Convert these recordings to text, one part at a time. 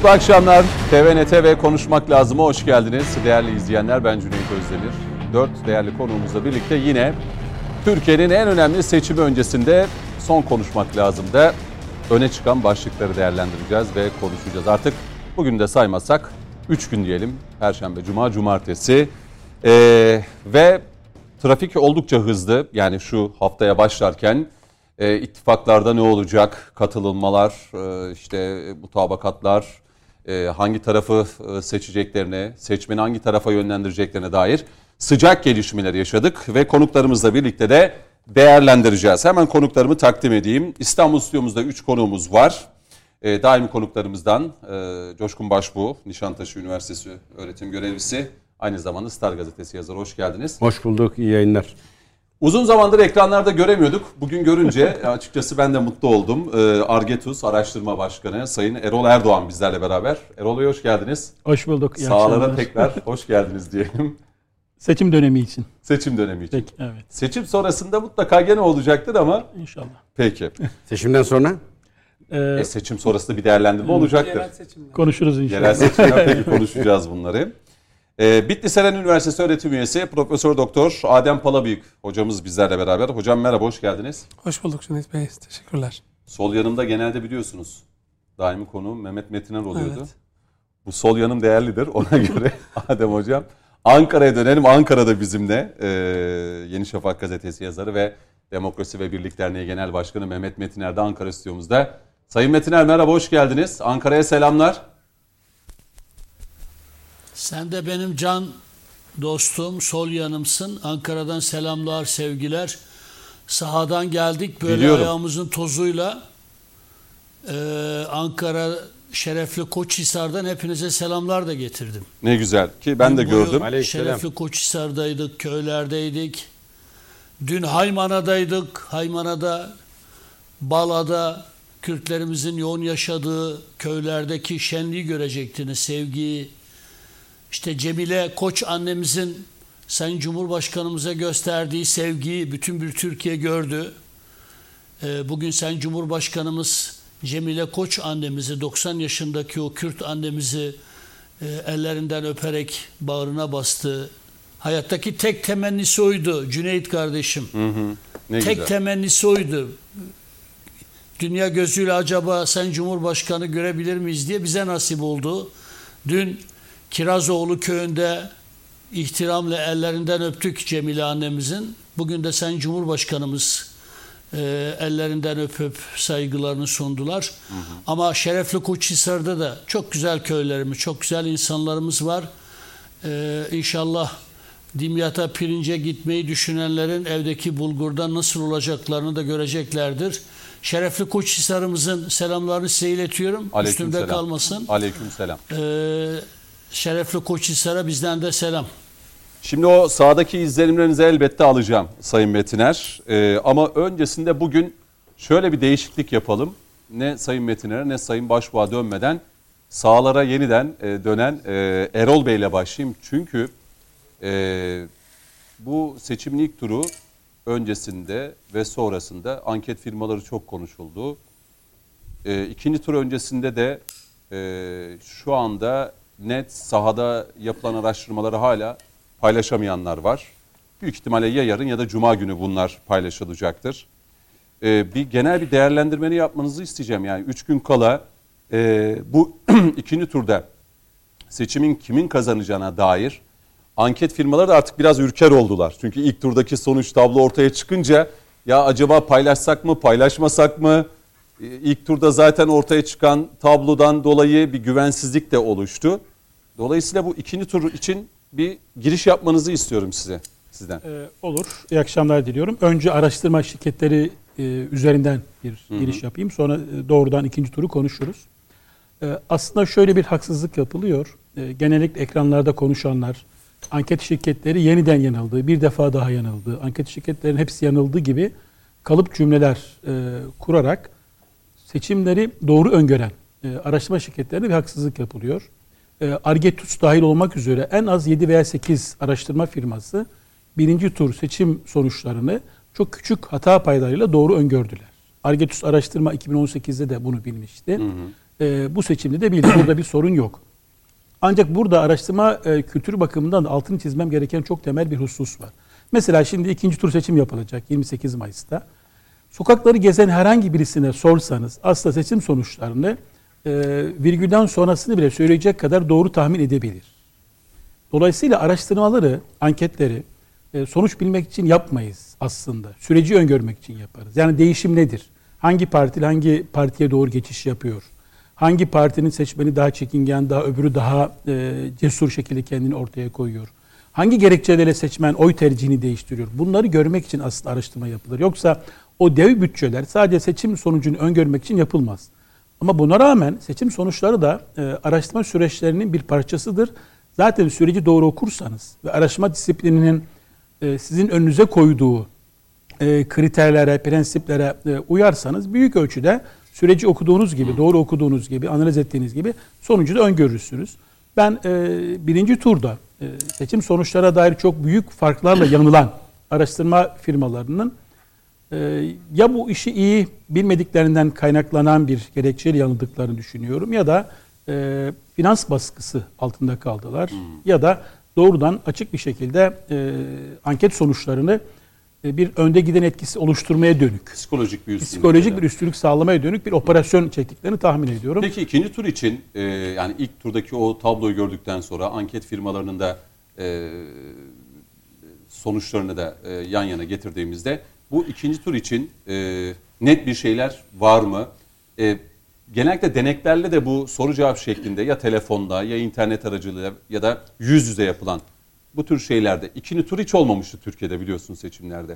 Mutlu akşamlar. TVNT ve Konuşmak Lazım'a hoş geldiniz. Değerli izleyenler, ben Cüneyt Özdemir. 4 değerli konuğumuzla birlikte yine Türkiye'nin en önemli seçimi öncesinde son Konuşmak Lazım'da öne çıkan başlıkları değerlendireceğiz ve konuşacağız. Artık bugün de saymazsak 3 gün diyelim. Perşembe, Cuma, Cumartesi ve trafik oldukça hızlı. Yani şu haftaya başlarken ittifaklarda ne olacak, katılımlar, işte mutabakatlar, hangi tarafı seçeceklerine, seçmeni hangi tarafa yönlendireceklerine dair sıcak gelişmeler yaşadık ve konuklarımızla birlikte de değerlendireceğiz. Hemen konuklarımı takdim edeyim. İstanbul stüdyomuzda 3 konuğumuz var. Daimi konuklarımızdan Coşkun Başbuğ, Nişantaşı Üniversitesi öğretim görevlisi, aynı zamanda Star Gazetesi yazarı. Hoş geldiniz. Hoş bulduk, iyi yayınlar. Uzun zamandır ekranlarda göremiyorduk. Bugün görünce açıkçası ben de mutlu oldum. Argetus Araştırma Başkanı Sayın Erol Erdoğan bizlerle beraber. Erol Bey hoş geldiniz. Hoş bulduk. Sahalara tekrar hoş geldiniz diyelim. Seçim dönemi için. Seçim dönemi için. Peki, evet. Seçim sonrasında mutlaka gene olacaktır ama. İnşallah. Peki. Seçimden sonra? Seçim sonrasında bir değerlendirme olacaktır. Konuşuruz inşallah. Yerel seçimler peki konuşacağız bunları. Bitlis Eren Üniversitesi öğretim üyesi Profesör Doktor Adem Palabıyık hocamız bizlerle beraber. Hocam merhaba, hoş geldiniz. Hoş bulduk Cüneyt Bey, teşekkürler. Sol yanımda genelde biliyorsunuz daimi konuğum Mehmet Metiner oluyordu. Evet. Bu sol yanım değerlidir ona göre Adem hocam. Ankara'ya dönelim. Ankara'da bizimle Yeni Şafak gazetesi yazarı ve Demokrasi ve Birlik Derneği Genel Başkanı Mehmet Metiner de Ankara stüdyomuzda. Sayın Metiner merhaba, hoş geldiniz. Ankara'ya selamlar. Sen de benim can dostum, sol yanımsın. Ankara'dan selamlar, sevgiler. Sahadan geldik böyle biliyorum. Ayağımızın tozuyla. Ankara şerefli Koçhisar'dan hepinize selamlar da getirdim. Ne güzel ki ben de gördüm. Aleykümselam. Şerefli Koçhisar'daydık, köylerdeydik. Dün Haymana'daydık. Haymana'da, Bala'da Kürtlerimizin yoğun yaşadığı köylerdeki şenliği görecektiniz, sevgiyi. İşte Cemile Koç annemizin Sayın Cumhurbaşkanımıza gösterdiği sevgiyi bütün bir Türkiye gördü. Bugün Sayın Cumhurbaşkanımız Cemile Koç annemizi, 90 yaşındaki o Kürt annemizi ellerinden öperek bağrına bastı. Hayattaki tek temennisi oydu Cüneyt kardeşim. Ne tek güzel. temennisi oydu. Dünya gözüyle acaba Sayın Cumhurbaşkanı görebilir miyiz diye bize nasip oldu. Dün Kirazoğlu köyünde ihtiramla ellerinden öptük Cemile annemizin. Bugün de Sayın Cumhurbaşkanımız ellerinden öpüp saygılarını sundular. Ama şerefli Koçhisar'da da çok güzel köylerimiz, çok güzel insanlarımız var. İnşallah Dimyat'a, pirince gitmeyi düşünenlerin evdeki bulgurdan nasıl olacaklarını da göreceklerdir. Şerefli Koçhisar'ımızın selamlarını size iletiyorum. Üstümde kalmasın. Aleykümselam. Şerefli Koçhisar'a bizden de selam. Şimdi o sahadaki izlenimlerinizi elbette alacağım Sayın Metiner. Ama öncesinde bugün şöyle bir değişiklik yapalım. Ne Sayın Metiner'e ne Sayın Başbuğ'a dönmeden sahalara yeniden dönen Erol Bey ile başlayayım. Çünkü bu seçimin ilk turu öncesinde ve sonrasında anket firmaları çok konuşuldu. İkinci tur öncesinde de şu anda net sahada yapılan araştırmaları hala paylaşamayanlar var. Büyük ihtimalle ya yarın ya da cuma günü bunlar paylaşılacaktır. Genel bir değerlendirmeni yapmanızı isteyeceğim. Yani 3 gün kala bu ikinci turda seçimin kimin kazanacağına dair anket firmaları da artık biraz ürker oldular. Çünkü ilk turdaki sonuç tablo ortaya çıkınca ya acaba paylaşsak mı paylaşmasak mı? İlk turda zaten ortaya çıkan tablodan dolayı bir güvensizlik de oluştu. Dolayısıyla bu ikinci tur için bir giriş yapmanızı istiyorum sizden. Olur. İyi akşamlar diliyorum. Önce araştırma şirketleri üzerinden bir giriş yapayım. Sonra doğrudan ikinci turu konuşuruz. Aslında şöyle bir haksızlık yapılıyor. Genellikle ekranlarda konuşanlar, anket şirketleri yeniden yanıldı, bir defa daha yanıldı. Anket şirketlerin hepsi yanıldı gibi kalıp cümleler kurarak seçimleri doğru öngören araştırma şirketlerine bir haksızlık yapılıyor. Argetus dahil olmak üzere en az 7 veya 8 araştırma firması birinci tur seçim sonuçlarını çok küçük hata paylarıyla doğru öngördüler. Argetus araştırma 2018'de de bunu bilmişti. bu seçimde de bildi. Burada bir sorun yok. Ancak burada araştırma kültürü bakımından da altını çizmem gereken çok temel bir husus var. Mesela şimdi ikinci tur seçim yapılacak 28 Mayıs'ta. Sokakları gezen herhangi birisine sorsanız aslında seçim sonuçlarını virgülden sonrasını bile söyleyecek kadar doğru tahmin edebilir. Dolayısıyla araştırmaları, anketleri sonuç bilmek için yapmayız aslında. Süreci öngörmek için yaparız. Yani değişim nedir? Hangi parti hangi partiye doğru geçiş yapıyor? Hangi partinin seçmeni daha çekingen, daha öbürü daha cesur şekilde kendini ortaya koyuyor? Hangi gerekçelerle seçmen oy tercihini değiştiriyor? Bunları görmek için aslında araştırma yapılır. Yoksa o dev bütçeler sadece seçim sonucunu öngörmek için yapılmaz. Ama buna rağmen seçim sonuçları da araştırma süreçlerinin bir parçasıdır. Zaten süreci doğru okursanız ve araştırma disiplininin sizin önünüze koyduğu kriterlere, prensiplere uyarsanız büyük ölçüde süreci okuduğunuz gibi, doğru okuduğunuz gibi, analiz ettiğiniz gibi sonucu da öngörürsünüz. Ben birinci turda seçim sonuçlarına dair çok büyük farklarla yanılan araştırma firmalarının ya bu işi iyi bilmediklerinden kaynaklanan bir gerekçeyle yanıldıklarını düşünüyorum ya da finans baskısı altında kaldılar ya da doğrudan açık bir şekilde anket sonuçlarını bir önde giden etkisi oluşturmaya dönük. Psikolojik bir üstünlük. Psikolojik bir üstünlük sağlamaya dönük bir operasyon çektiklerini tahmin ediyorum. Peki ikinci tur için yani ilk turdaki o tabloyu gördükten sonra anket firmalarının da sonuçlarını da yan yana getirdiğimizde bu ikinci tur için net bir şeyler var mı? Genellikle deneklerle de bu soru cevap şeklinde ya telefonda ya internet aracılığıyla ya da yüz yüze yapılan bu tür şeylerde ikinci tur hiç olmamıştı Türkiye'de biliyorsun seçimlerde.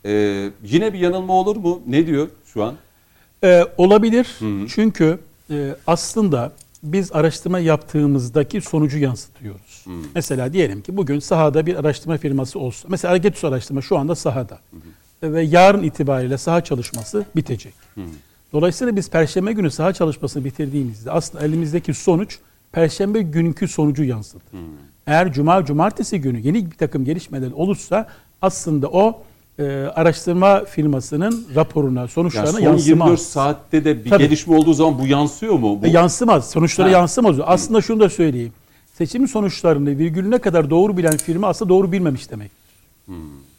Yine bir yanılma olur mu? Ne diyor şu an? Olabilir. Hı-hı. Çünkü aslında biz araştırma yaptığımızdaki sonucu yansıtıyoruz. Hı-hı. Mesela diyelim ki bugün sahada bir araştırma firması olsa. Mesela Argetus araştırma şu anda sahada. Hı-hı. Ve yarın itibariyle saha çalışması bitecek. Hı-hı. Dolayısıyla biz Perşembe günü saha çalışmasını bitirdiğimizde aslında elimizdeki sonuç Perşembe günkü sonucu yansıtır. Hmm. Eğer cumartesi günü yeni bir takım gelişmeler olursa aslında o araştırma firmasının raporuna, sonuçlarına yani yansımaz. 24 saatte de bir gelişme olduğu zaman bu yansıyor mu? Yansımaz. Sonuçlara yansımaz. Aslında şunu da söyleyeyim. Seçim sonuçlarını virgülüne kadar doğru bilen firma aslında doğru bilmemiş demek. Hmm.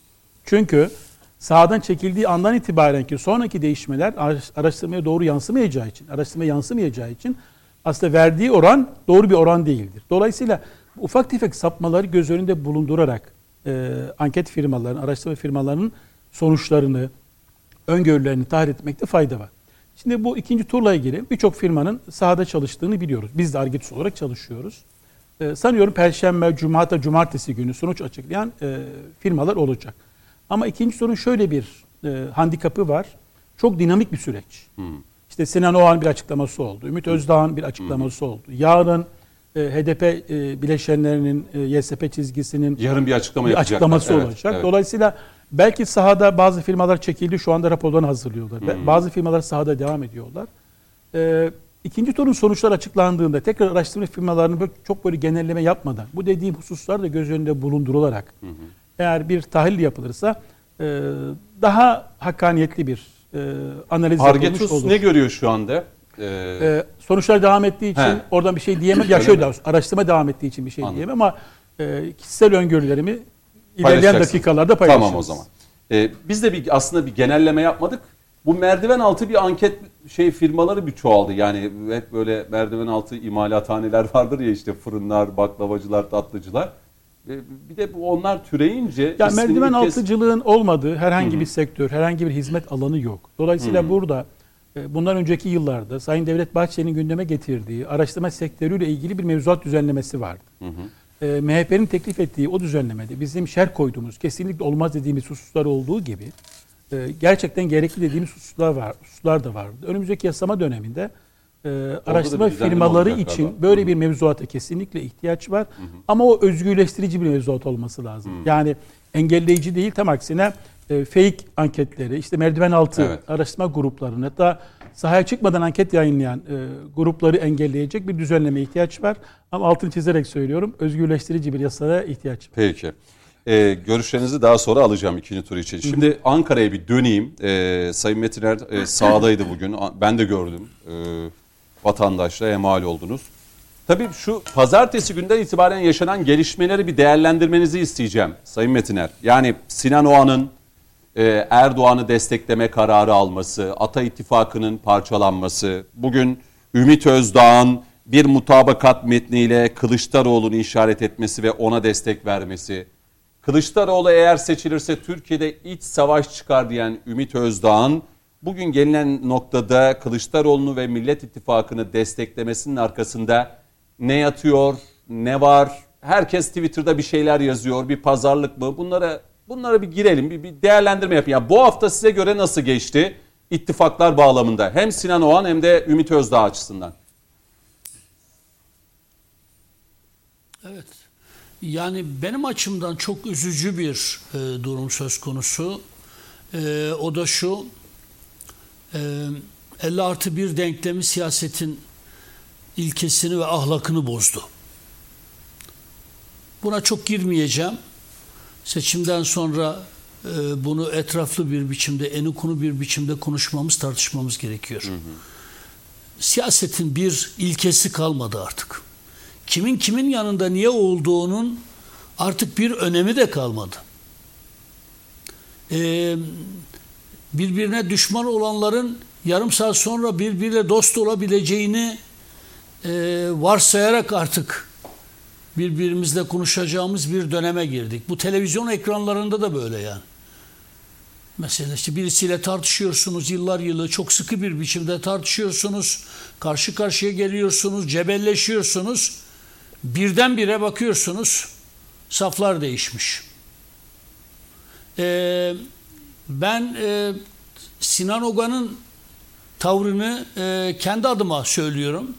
Çünkü sahadan çekildiği andan itibaren ki sonraki değişmeler araştırmaya doğru yansımayacağı için aslında verdiği oran doğru bir oran değildir. Dolayısıyla ufak tefek sapmaları göz önünde bulundurarak anket firmalarının, araştırma firmalarının sonuçlarını, öngörülerini tahlil etmekte fayda var. Şimdi bu ikinci turla ilgili birçok firmanın sahada çalıştığını biliyoruz. Biz de Argetus olarak çalışıyoruz. Sanıyorum Perşembe, Cumartesi günü sonuç açıklayan firmalar olacak. Ama ikinci turun şöyle bir handikapı var. Çok dinamik bir süreç. İşte Sinan Oğan bir açıklaması oldu. Ümit Özdağ'ın bir açıklaması oldu. Yarın HDP bileşenlerinin YSP çizgisinin yarın bir açıklaması olacak. Evet. Dolayısıyla belki sahada bazı firmalar çekildi. Şu anda raporlarını hazırlıyorlar. Bazı firmalar sahada devam ediyorlar. İkinci turun sonuçları açıklandığında tekrar araştırma firmalarının çok böyle genelleme yapmadan bu dediğim hususlar da göz önünde bulundurularak eğer bir tahlil yapılırsa daha hakkaniyetli bir analiz yapılmış olur. Argetus ne görüyor şu anda? Sonuçlar devam ettiği için oradan bir şey diyemem. Ya şöyle araştırma devam ettiği için bir şey diyemem ama kişisel öngörülerimi ilerleyen dakikalarda paylaşacağız. Tamam o zaman. Biz de aslında bir genelleme yapmadık. Bu merdiven altı bir anket firmaları bir çoğaldı. Yani hep böyle merdiven altı imalathaneler vardır ya işte fırınlar, baklavacılar, tatlıcılar. Bir de onlar türeyince... Yani merdiven altıcılığın olmadığı herhangi bir sektör, herhangi bir hizmet alanı yok. Dolayısıyla burada bundan önceki yıllarda Sayın Devlet Bahçeli'nin gündeme getirdiği araştırma sektörüyle ilgili bir mevzuat düzenlemesi vardı. MHP'nin teklif ettiği o düzenlemede bizim şerh koyduğumuz, kesinlikle olmaz dediğimiz hususlar olduğu gibi gerçekten gerekli dediğimiz hususlar da vardı. Önümüzdeki yasama döneminde araştırma firmaları için galiba böyle bir mevzuata kesinlikle ihtiyaç var. Ama o özgürleştirici bir mevzuat olması lazım. Yani engelleyici değil, tam aksine fake anketleri, işte merdiven altı araştırma gruplarını, hatta sahaya çıkmadan anket yayınlayan grupları engelleyecek bir düzenlemeye ihtiyaç var. Ama altını çizerek söylüyorum, özgürleştirici bir yasaya ihtiyaç var. Peki. Görüşlerinizi daha sonra alacağım ikinci tur için. Şimdi Ankara'ya bir döneyim. Sayın Metiner sahadaydı bugün. Ben de gördüm. vatandaşla emal oldunuz. Tabii şu pazartesi günden itibaren yaşanan gelişmeleri bir değerlendirmenizi isteyeceğim Sayın Metiner. Yani Sinan Oğan'ın Erdoğan'ı destekleme kararı alması, Ata İttifakı'nın parçalanması, bugün Ümit Özdağ'ın bir mutabakat metniyle Kılıçdaroğlu'nu işaret etmesi ve ona destek vermesi, Kılıçdaroğlu eğer seçilirse Türkiye'de iç savaş çıkar diyen Ümit Özdağ'ın bugün gelinen noktada Kılıçdaroğlu'nu ve Millet İttifakı'nı desteklemesinin arkasında ne yatıyor, ne var? Herkes Twitter'da bir şeyler yazıyor, bir pazarlık mı? Bunlara bir girelim, bir değerlendirme yapın. Yani bu hafta size göre nasıl geçti ittifaklar bağlamında? Hem Sinan Oğan hem de Ümit Özdağ açısından. Evet. Yani benim açımdan çok üzücü bir durum söz konusu. O da şu, 50+1 denklemi siyasetin ilkesini ve ahlakını bozdu. Buna çok girmeyeceğim. Seçimden sonra bunu etraflı bir biçimde, eni konu bir biçimde konuşmamız, tartışmamız gerekiyor. Siyasetin bir ilkesi kalmadı artık. Kimin yanında niye olduğunun artık bir önemi de kalmadı. Birbirine düşman olanların yarım saat sonra birbiriyle dost olabileceğini varsayarak artık birbirimizle konuşacağımız bir döneme girdik. Bu televizyon ekranlarında da böyle yani. Mesela işte birisiyle tartışıyorsunuz, yıllar yılı çok sıkı bir biçimde tartışıyorsunuz, karşı karşıya geliyorsunuz, cebelleşiyorsunuz, birdenbire bakıyorsunuz, saflar değişmiş. Ben Sinan Ogan'ın tavrını kendi adıma söylüyorum.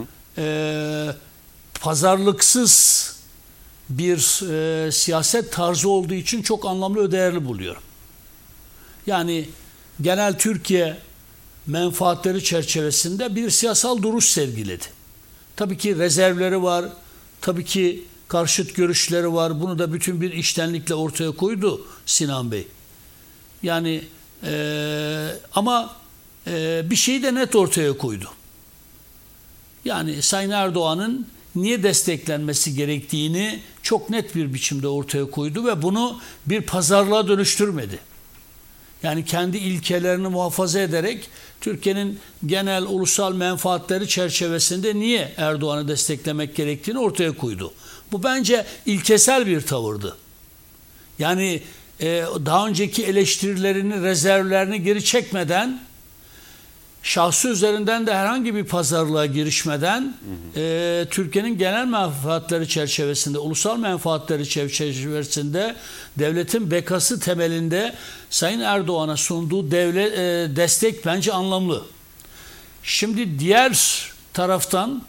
Pazarlıksız bir siyaset tarzı olduğu için çok anlamlı ve değerli buluyorum. Yani genel Türkiye menfaatleri çerçevesinde bir siyasal duruş sergiledi. Tabii ki rezervleri var, tabii ki karşıt görüşleri var. Bunu da bütün bir içtenlikle ortaya koydu Sinan Bey. Yani ama bir şeyi de net ortaya koydu. Yani Sayın Erdoğan'ın niye desteklenmesi gerektiğini çok net bir biçimde ortaya koydu ve bunu bir pazarlığa dönüştürmedi. Yani kendi ilkelerini muhafaza ederek Türkiye'nin genel ulusal menfaatleri çerçevesinde niye Erdoğan'ı desteklemek gerektiğini ortaya koydu. Bu bence ilkesel bir tavırdı. Yani daha önceki eleştirilerini, rezervlerini geri çekmeden, şahsı üzerinden de herhangi bir pazarlığa girişmeden Türkiye'nin genel menfaatleri çerçevesinde, ulusal menfaatleri çerçevesinde devletin bekası temelinde Sayın Erdoğan'a sunduğu destek bence anlamlı. Şimdi diğer taraftan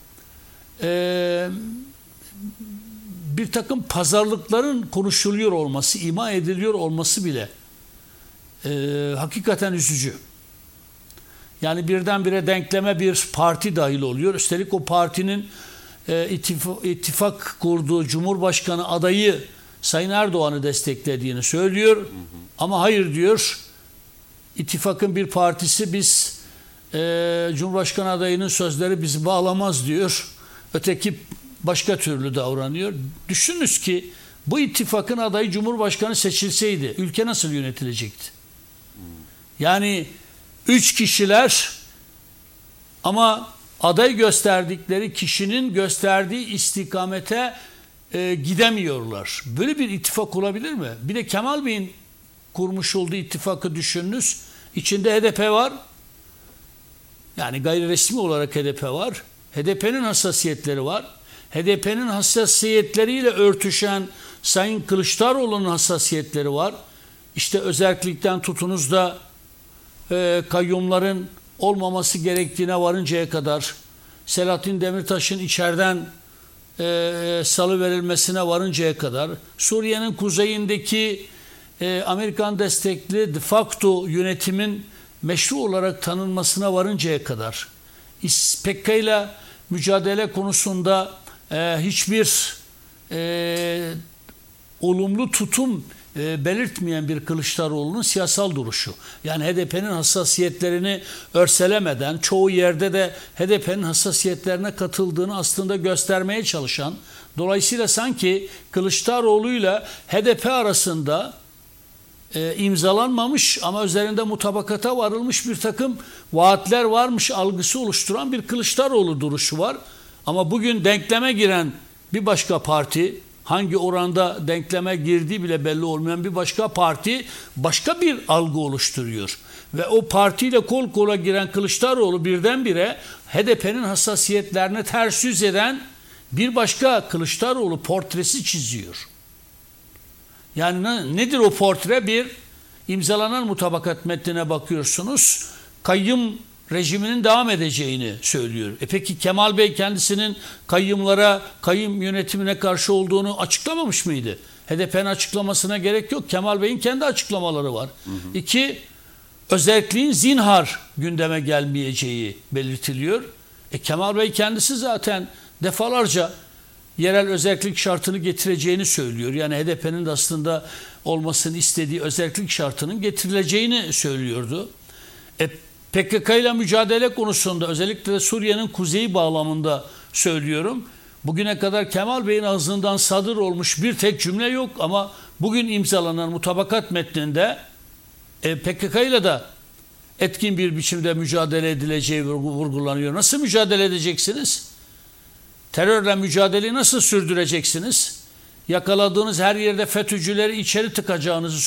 bir takım pazarlıkların konuşuluyor olması, ima ediliyor olması bile hakikaten üzücü. Yani birdenbire denkleme bir parti dahil oluyor. Üstelik o partinin ittifak kurduğu Cumhurbaşkanı adayı Sayın Erdoğan'ı desteklediğini söylüyor. Ama hayır diyor, ittifakın bir partisi biz Cumhurbaşkanı adayının sözleri bizi bağlamaz diyor. Öteki başka türlü davranıyor. Düşününüz ki bu ittifakın adayı Cumhurbaşkanı seçilseydi ülke nasıl yönetilecekti? Yani 3 kişiler ama aday gösterdikleri kişinin gösterdiği istikamete gidemiyorlar. Böyle bir ittifak olabilir mi? Bir de Kemal Bey'in kurmuş olduğu ittifakı düşününüz. İçinde HDP var. Yani gayri resmi olarak HDP var. HDP'nin hassasiyetleri var. HDP'nin hassasiyetleriyle örtüşen Sayın Kılıçdaroğlu'nun hassasiyetleri var. İşte özellikten tutunuz da kayyumların olmaması gerektiğine varıncaya kadar, Selahattin Demirtaş'ın içeriden salıverilmesine varıncaya kadar, Suriye'nin kuzeyindeki Amerikan destekli de facto yönetimin meşru olarak tanınmasına varıncaya kadar, PKK ile mücadele konusunda hiçbir olumlu tutum belirtmeyen bir Kılıçdaroğlu'nun siyasal duruşu. Yani HDP'nin hassasiyetlerini örselemeden, çoğu yerde de HDP'nin hassasiyetlerine katıldığını aslında göstermeye çalışan, dolayısıyla sanki Kılıçdaroğlu'yla HDP arasında imzalanmamış ama üzerinde mutabakata varılmış bir takım vaatler varmış algısı oluşturan bir Kılıçdaroğlu duruşu var. Ama bugün denkleme giren bir başka parti, hangi oranda denkleme girdiği bile belli olmayan bir başka parti başka bir algı oluşturuyor. Ve o partiyle kol kola giren Kılıçdaroğlu birdenbire HDP'nin hassasiyetlerine ters yüz eden bir başka Kılıçdaroğlu portresi çiziyor. Yani nedir o portre? Bir, imzalanan mutabakat metnine bakıyorsunuz. Kayyım rejiminin devam edeceğini söylüyor. Peki Kemal Bey kendisinin kayyım yönetimine karşı olduğunu açıklamamış mıydı? HDP'nin açıklamasına gerek yok. Kemal Bey'in kendi açıklamaları var. İki, özelliğin zinhar gündeme gelmeyeceği belirtiliyor. Kemal Bey kendisi zaten defalarca yerel özellik şartını getireceğini söylüyor. Yani HDP'nin de aslında olmasını istediği özellik şartının getirileceğini söylüyordu. PKK ile mücadele konusunda özellikle de Suriye'nin kuzeyi bağlamında söylüyorum. Bugüne kadar Kemal Bey'in ağzından sadır olmuş bir tek cümle yok ama bugün imzalanan mutabakat metninde PKK ile de etkin bir biçimde mücadele edileceği vurgulanıyor. Nasıl mücadele edeceksiniz? Terörle mücadeleyi nasıl sürdüreceksiniz? Yakaladığınız her yerde FETÖ'cüleri içeri tıkacağınızı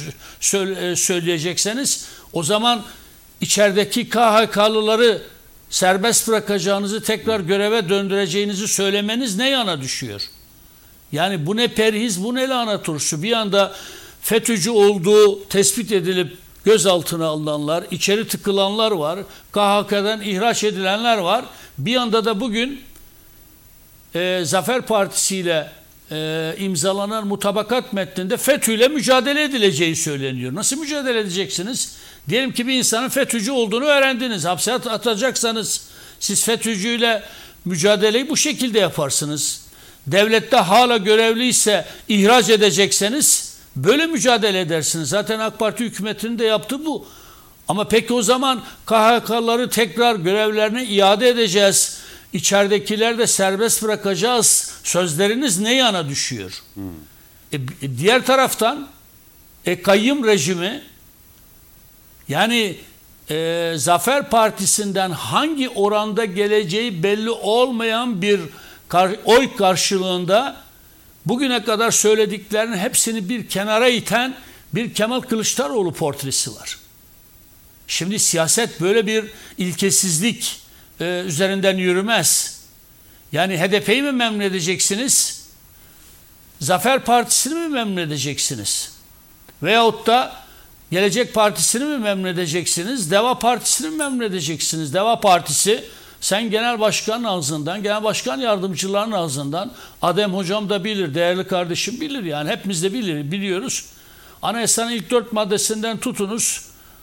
söyleyecekseniz o zaman içerideki KHK'lıları serbest bırakacağınızı, tekrar göreve döndüreceğinizi söylemeniz ne yana düşüyor? Yani bu ne perhiz, bu ne lahana turşusu. Bir yanda FETÖ'cü olduğu tespit edilip gözaltına alınanlar, içeri tıkılanlar var, KHK'dan ihraç edilenler var. Bir yanda da bugün Zafer Partisi ile imzalanan mutabakat metninde FETÖ ile mücadele edileceği söyleniyor. Nasıl mücadele edeceksiniz? Diyelim ki bir insanın FETÖ'cü olduğunu öğrendiniz. Hapse atacaksanız siz FETÖ'cüyle mücadeleyi bu şekilde yaparsınız. Devlette hala görevliyse ihraç edecekseniz böyle mücadele edersiniz. Zaten AK Parti hükümetinin de yaptığı bu. Ama peki o zaman KHK'ları tekrar görevlerine iade edeceğiz, İçeridekiler de serbest bırakacağız sözleriniz ne yana düşüyor? Diğer taraftan kayyım rejimi, yani Zafer Partisi'nden hangi oranda geleceği belli olmayan bir oy karşılığında bugüne kadar söylediklerinin hepsini bir kenara iten bir Kemal Kılıçdaroğlu portresi var. Şimdi siyaset böyle bir ilkesizlik üzerinden yürümez. Yani HDP'yi mi memnun edeceksiniz? Zafer Partisi'ni mi memnun edeceksiniz? Veyahut da Gelecek Partisi'ni mi memnun edeceksiniz? Deva Partisi'ni mi memnun edeceksiniz? Deva Partisi, sen genel başkanın ağzından, genel başkan yardımcılarının ağzından, Adem hocam da bilir, değerli kardeşim bilir, yani hepimiz de biliyoruz. Anayasanın ilk 4 maddesinden tutunuz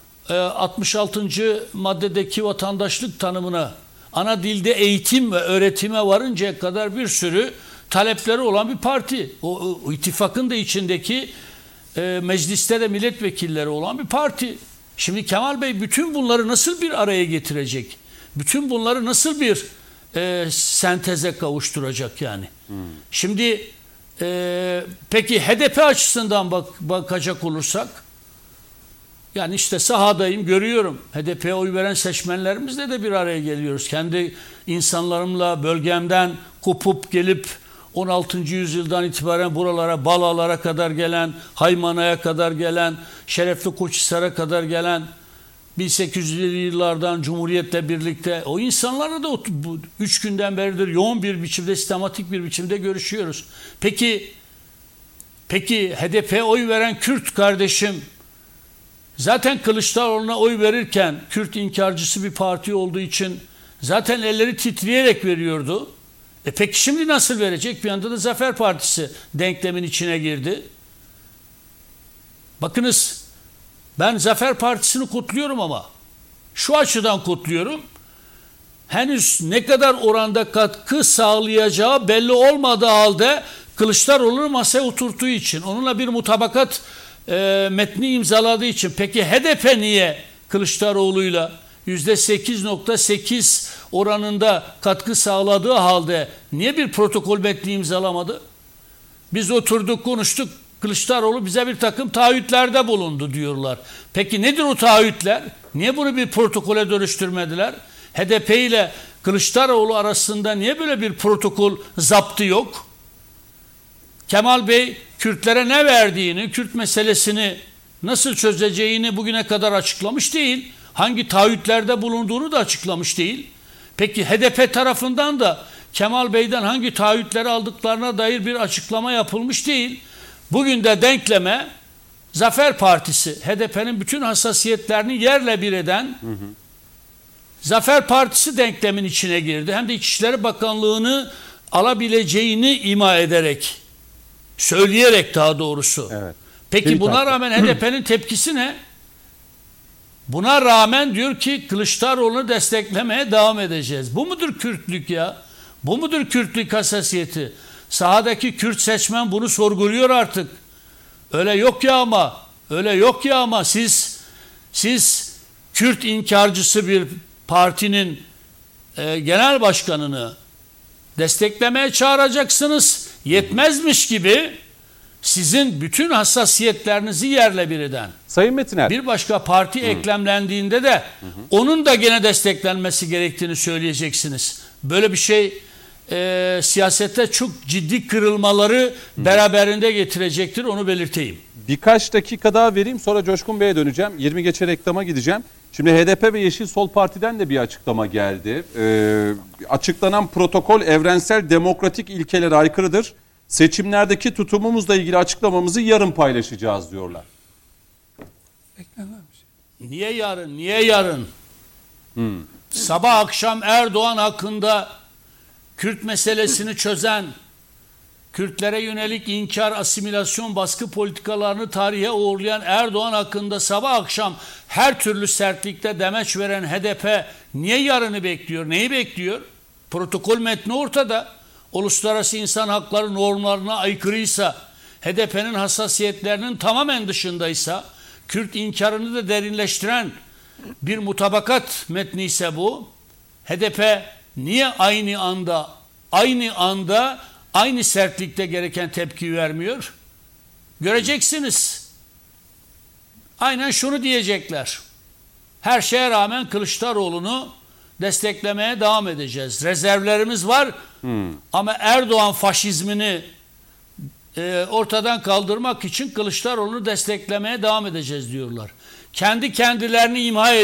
66. maddedeki vatandaşlık tanımına, ana dilde eğitim ve öğretime varıncaya kadar bir sürü talepleri olan bir parti. O ittifakın da içindeki mecliste de milletvekilleri olan bir parti. Şimdi Kemal Bey bütün bunları nasıl bir araya getirecek? Bütün bunları nasıl bir senteze kavuşturacak yani? Şimdi peki HDP açısından bakacak olursak, yani işte sahadayım, görüyorum. HDP'ye oy veren seçmenlerimizle de bir araya geliyoruz. Kendi insanlarımla bölgemden kopup gelip 16. yüzyıldan itibaren buralara, Balalara kadar gelen, Haymana'ya kadar gelen, Şerefli Koçhisar'a kadar gelen, 1800'lü yıllardan Cumhuriyet'le birlikte o insanlarla da 3 günden beridir yoğun bir biçimde, sistematik bir biçimde görüşüyoruz. Peki HDP'ye oy veren Kürt kardeşim zaten Kılıçdaroğlu'na oy verirken Kürt inkarcısı bir parti olduğu için zaten elleri titreyerek veriyordu. Peki şimdi nasıl verecek? Bir anda da Zafer Partisi denklemin içine girdi. Bakınız, ben Zafer Partisi'ni kutluyorum ama şu açıdan kutluyorum. Henüz ne kadar oranda katkı sağlayacağı belli olmadığı halde Kılıçdaroğlu'nu masaya oturttuğu için, onunla bir mutabakat metni imzaladığı için. Peki HDP niye Kılıçdaroğlu'yla %8.8 oranında katkı sağladığı halde niye bir protokol metni imzalamadı? Biz oturduk, konuştuk. Kılıçdaroğlu bize bir takım taahhütlerde bulundu diyorlar. Peki nedir o taahhütler? Niye bunu bir protokole dönüştürmediler? HDP ile Kılıçdaroğlu arasında niye böyle bir protokol zaptı yok? Kemal Bey Kürtlere ne verdiğini, Kürt meselesini nasıl çözeceğini bugüne kadar açıklamış değil. Hangi taahhütlerde bulunduğunu da açıklamış değil. Peki HDP tarafından da Kemal Bey'den hangi taahhütleri aldıklarına dair bir açıklama yapılmış değil. Bugün de denkleme Zafer Partisi, HDP'nin bütün hassasiyetlerini yerle bir eden Zafer Partisi denklemin içine girdi. Hem de İçişleri Bakanlığı'nı alabileceğini ima ederek, söyleyerek daha doğrusu. Evet. Peki buna rağmen HDP'nin tepkisi ne? Buna rağmen diyor ki Kılıçdaroğlu'nu desteklemeye devam edeceğiz. Bu mudur Kürtlük ya? Bu mudur Kürtlük hassasiyeti? Sahadaki Kürt seçmen bunu sorguluyor artık. Öyle yok ya ama siz Kürt inkarcısı bir partinin genel başkanını desteklemeye çağıracaksınız. Yetmezmiş gibi sizin bütün hassasiyetlerinizi yerle bir eden Sayın Metiner. bir başka parti eklemlendiğinde de onun da gene desteklenmesi gerektiğini söyleyeceksiniz. Böyle bir şey siyasette çok ciddi kırılmaları beraberinde getirecektir, onu belirteyim. Birkaç dakika daha vereyim, sonra Coşkun Bey'e döneceğim. 20 geçe reklama gideceğim. Şimdi HDP ve Yeşil Sol Parti'den de bir açıklama geldi. Açıklanan protokol evrensel demokratik ilkelere aykırıdır. Seçimlerdeki tutumumuzla ilgili açıklamamızı yarın paylaşacağız diyorlar. Beklenmemiş. Niye yarın? Sabah akşam Erdoğan hakkında Kürt meselesini çözen, Kürtlere yönelik inkar, asimilasyon, baskı politikalarını tarihe uğurlayan Erdoğan hakkında sabah akşam her türlü sertlikte demeç veren HDP niye yarını bekliyor? Neyi bekliyor? Protokol metni ortada. Uluslararası insan hakları normlarına aykırıysa, HDP'nin hassasiyetlerinin tamamen dışındaysa, Kürt inkarını da derinleştiren bir mutabakat metni ise bu, HDP niye aynı anda aynı sertlikte gereken tepki vermiyor? Göreceksiniz. Aynen şunu diyecekler. Her şeye rağmen Kılıçdaroğlu'nu desteklemeye devam edeceğiz. Rezervlerimiz var ama Erdoğan faşizmini ortadan kaldırmak için Kılıçdaroğlu'nu desteklemeye devam edeceğiz diyorlar. Kendi kendilerini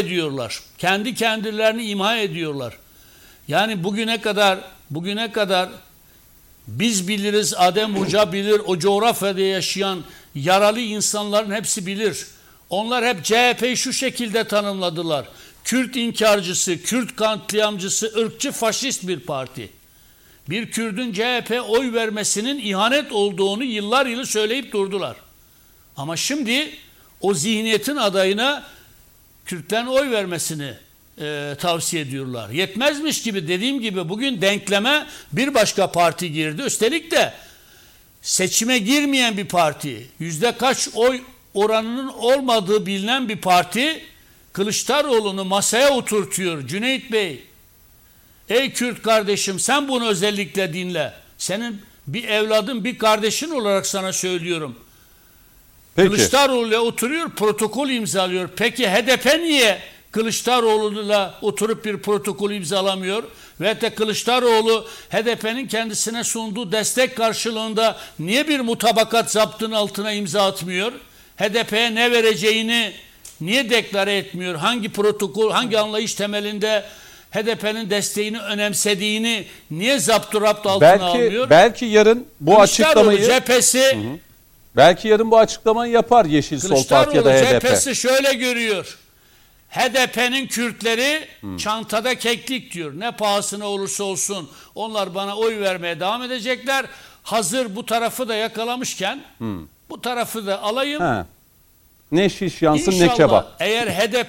imha ediyorlar. Yani bugüne kadar biz biliriz, Adem Hoca bilir, o coğrafyada yaşayan yaralı insanların hepsi bilir. Onlar hep CHP'yi şu şekilde tanımladılar. Kürt inkarcısı, Kürt katliamcısı, ırkçı, faşist bir parti. Bir Kürt'ün CHP oy vermesinin ihanet olduğunu yıllar yılı söyleyip durdular. Ama şimdi o zihniyetin adayına Kürtlerin oy vermesini tavsiye ediyorlar. Yetmezmiş gibi dediğim gibi bugün denkleme bir başka parti girdi. Üstelik de seçime girmeyen bir parti, yüzde kaç oy oranının olmadığı bilinen bir parti Kılıçdaroğlu'nu masaya oturtuyor. Cüneyt Bey, ey Kürt kardeşim sen bunu özellikle dinle. Senin bir evladın, bir kardeşin olarak sana söylüyorum. Peki. Kılıçdaroğlu'yla oturuyor, protokol imzalıyor. Peki HDP niye Kılıçdaroğlu'yla oturup bir protokol imzalamıyor? Ve de Kılıçdaroğlu HDP'nin kendisine sunduğu destek karşılığında niye bir mutabakat zaptının altına imza atmıyor? HDP'ye ne vereceğini niye deklare etmiyor? Hangi protokol, hangi anlayış temelinde HDP'nin desteğini önemsediğini niye zapturapt altına almıyor? Belki yarın bu açıklamayı cephesi belki yarın bu açıklamayı yapar Yeşil Sol Parti ya da HDP. cephesi şöyle görüyor. HDP'nin Kürtleri çantada keklik diyor. Ne pahasına olursa olsun onlar bana oy vermeye devam edecekler. Hazır bu tarafı da yakalamışken bu tarafı da alayım. Ne şiş yansın İnşallah, ne kebap. Eğer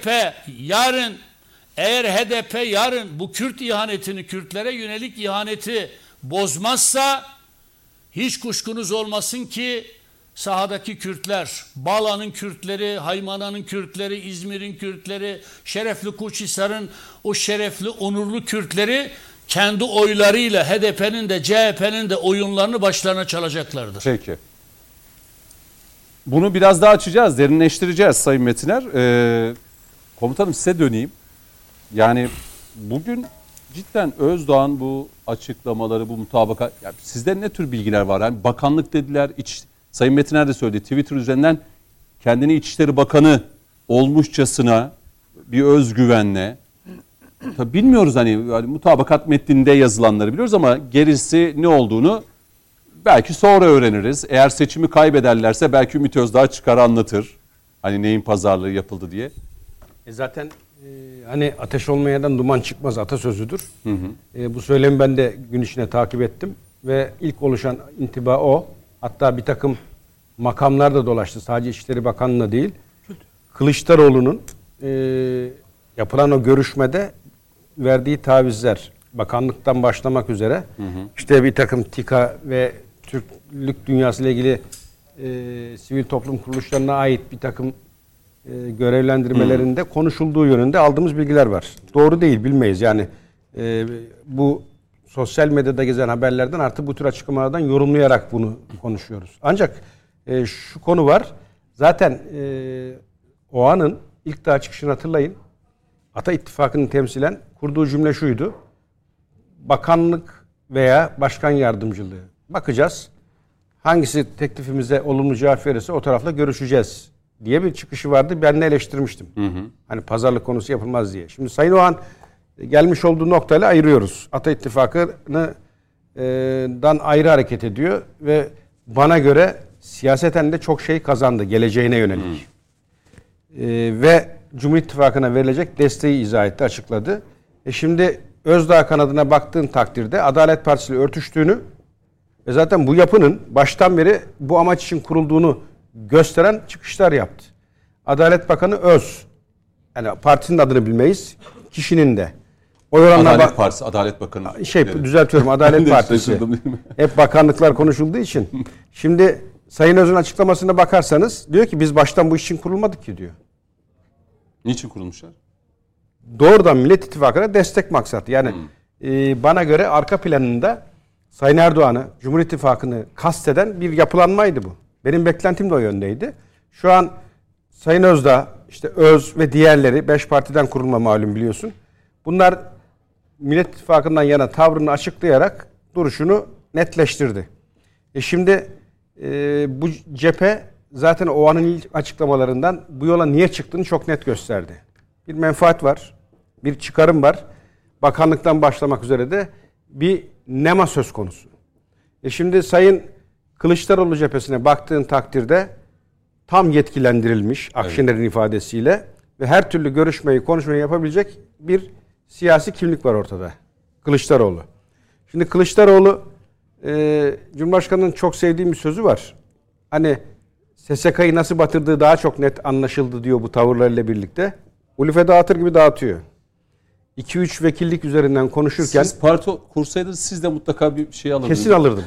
HDP yarın bu Kürt ihanetini, Kürtlere yönelik ihaneti bozmazsa hiç kuşkunuz olmasın ki sahadaki Kürtler, Bala'nın Kürtleri, Haymana'nın Kürtleri, İzmir'in Kürtleri, şerefli Koçhisar'ın o şerefli, onurlu Kürtleri kendi oylarıyla HDP'nin de CHP'nin de oyunlarını başlarına çalacaklardır. Peki. Bunu biraz daha açacağız, derinleştireceğiz Sayın Metiner. Komutanım size döneyim. Yani bugün cidden Özdağ'ın bu açıklamaları, bu mutabakat, yani sizde ne tür bilgiler var? Yani bakanlık dediler, Sayın Metiner de söyledi, Twitter üzerinden kendini İçişleri Bakanı olmuşçasına bir özgüvenle, tabii bilmiyoruz hani mutabakat metninde yazılanları biliyoruz ama gerisi ne olduğunu belki sonra öğreniriz. Eğer seçimi kaybederlerse belki Ümit Özdağ çıkar anlatır. Hani neyin pazarlığı yapıldı diye. Zaten hani ateş olmayandan duman çıkmaz atasözüdür. Bu söylemi ben de gün içine takip ettim. Ve ilk oluşan intiba o. Hatta bir takım makamlar da dolaştı. Sadece İçişleri Bakanlığı'na değil. Kılıçdaroğlu'nun yapılan o görüşmede verdiği tavizler, bakanlıktan başlamak üzere işte bir takım TİKA ve Türklük dünyası ile ilgili sivil toplum kuruluşlarına ait bir takım görevlendirmelerinde konuşulduğu yönünde aldığımız bilgiler var. Doğru değil, bilmeyiz. Yani bu sosyal medyada gezen haberlerden artık bu tür açıklamalardan yorumlayarak bunu konuşuyoruz. Ancak şu konu var. Zaten OA'nın ilk daha çıkışını hatırlayın. Ata İttifakı'nın temsilen kurduğu cümle şuydu. Bakanlık veya başkan yardımcılığı. Bakacağız. Hangisi teklifimize olumlu cevap verirse o tarafla görüşeceğiz diye bir çıkışı vardı. Ben de eleştirmiştim. Hani pazarlık konusu yapılmaz diye. Şimdi Sayın Oğan gelmiş olduğu noktayla ayırıyoruz. Ata İttifakı'dan ayrı hareket ediyor ve bana göre siyaseten de çok şey kazandı geleceğine yönelik. Ve Cumhur İttifakı'na verilecek desteği izah etti, açıkladı. Şimdi Özdağ kanadına baktığın takdirde Adalet Partisi ile örtüştüğünü ve zaten bu yapının baştan beri bu amaç için kurulduğunu gösteren çıkışlar yaptı. Adalet Bakanı Öz, yani partinin adını bilmeyiz, kişinin de. Adalet Partisi, Adalet Bakanı. Düzeltiyorum, Adalet Partisi. Hep bakanlıklar konuşulduğu için. Şimdi Sayın Öz'ün açıklamasına bakarsanız diyor ki biz baştan bu iş için kurulmadık ki diyor. Niçin kurulmuşlar? Doğrudan Millet İttifakı'na destek maksatı. Yani bana göre arka planında Sayın Erdoğan'ı, Cumhur İttifakı'nı kasteden bir yapılanmaydı bu. Benim beklentim de o yöndeydi. Şu an Sayın Özdağ, işte Öz ve diğerleri 5 partiden kurulma malum biliyorsun. Bunlar Millet İttifakı'ndan yana tavrını açıklayarak duruşunu netleştirdi. Şimdi bu cephe zaten o anın ilk açıklamalarından bu yola niye çıktığını çok net gösterdi. Bir menfaat var, bir çıkarım var. Bakanlıktan başlamak üzere de bir nema söz konusu. Şimdi Sayın Kılıçdaroğlu cephesine baktığın takdirde tam yetkilendirilmiş Akşener'in ifadesiyle ve her türlü görüşmeyi, konuşmayı yapabilecek bir siyasi kimlik var ortada. Kılıçdaroğlu. Şimdi Kılıçdaroğlu Cumhurbaşkanı'nın çok sevdiğim bir sözü var. Hani SSK'yı nasıl batırdığı daha çok net anlaşıldı diyor bu tavırlarıyla birlikte. Ulife dağıtır gibi dağıtıyor. 2-3 vekillik üzerinden konuşurken... Siz parti kursaydınız siz de mutlaka bir şey alırdınız. Kesin alırdım.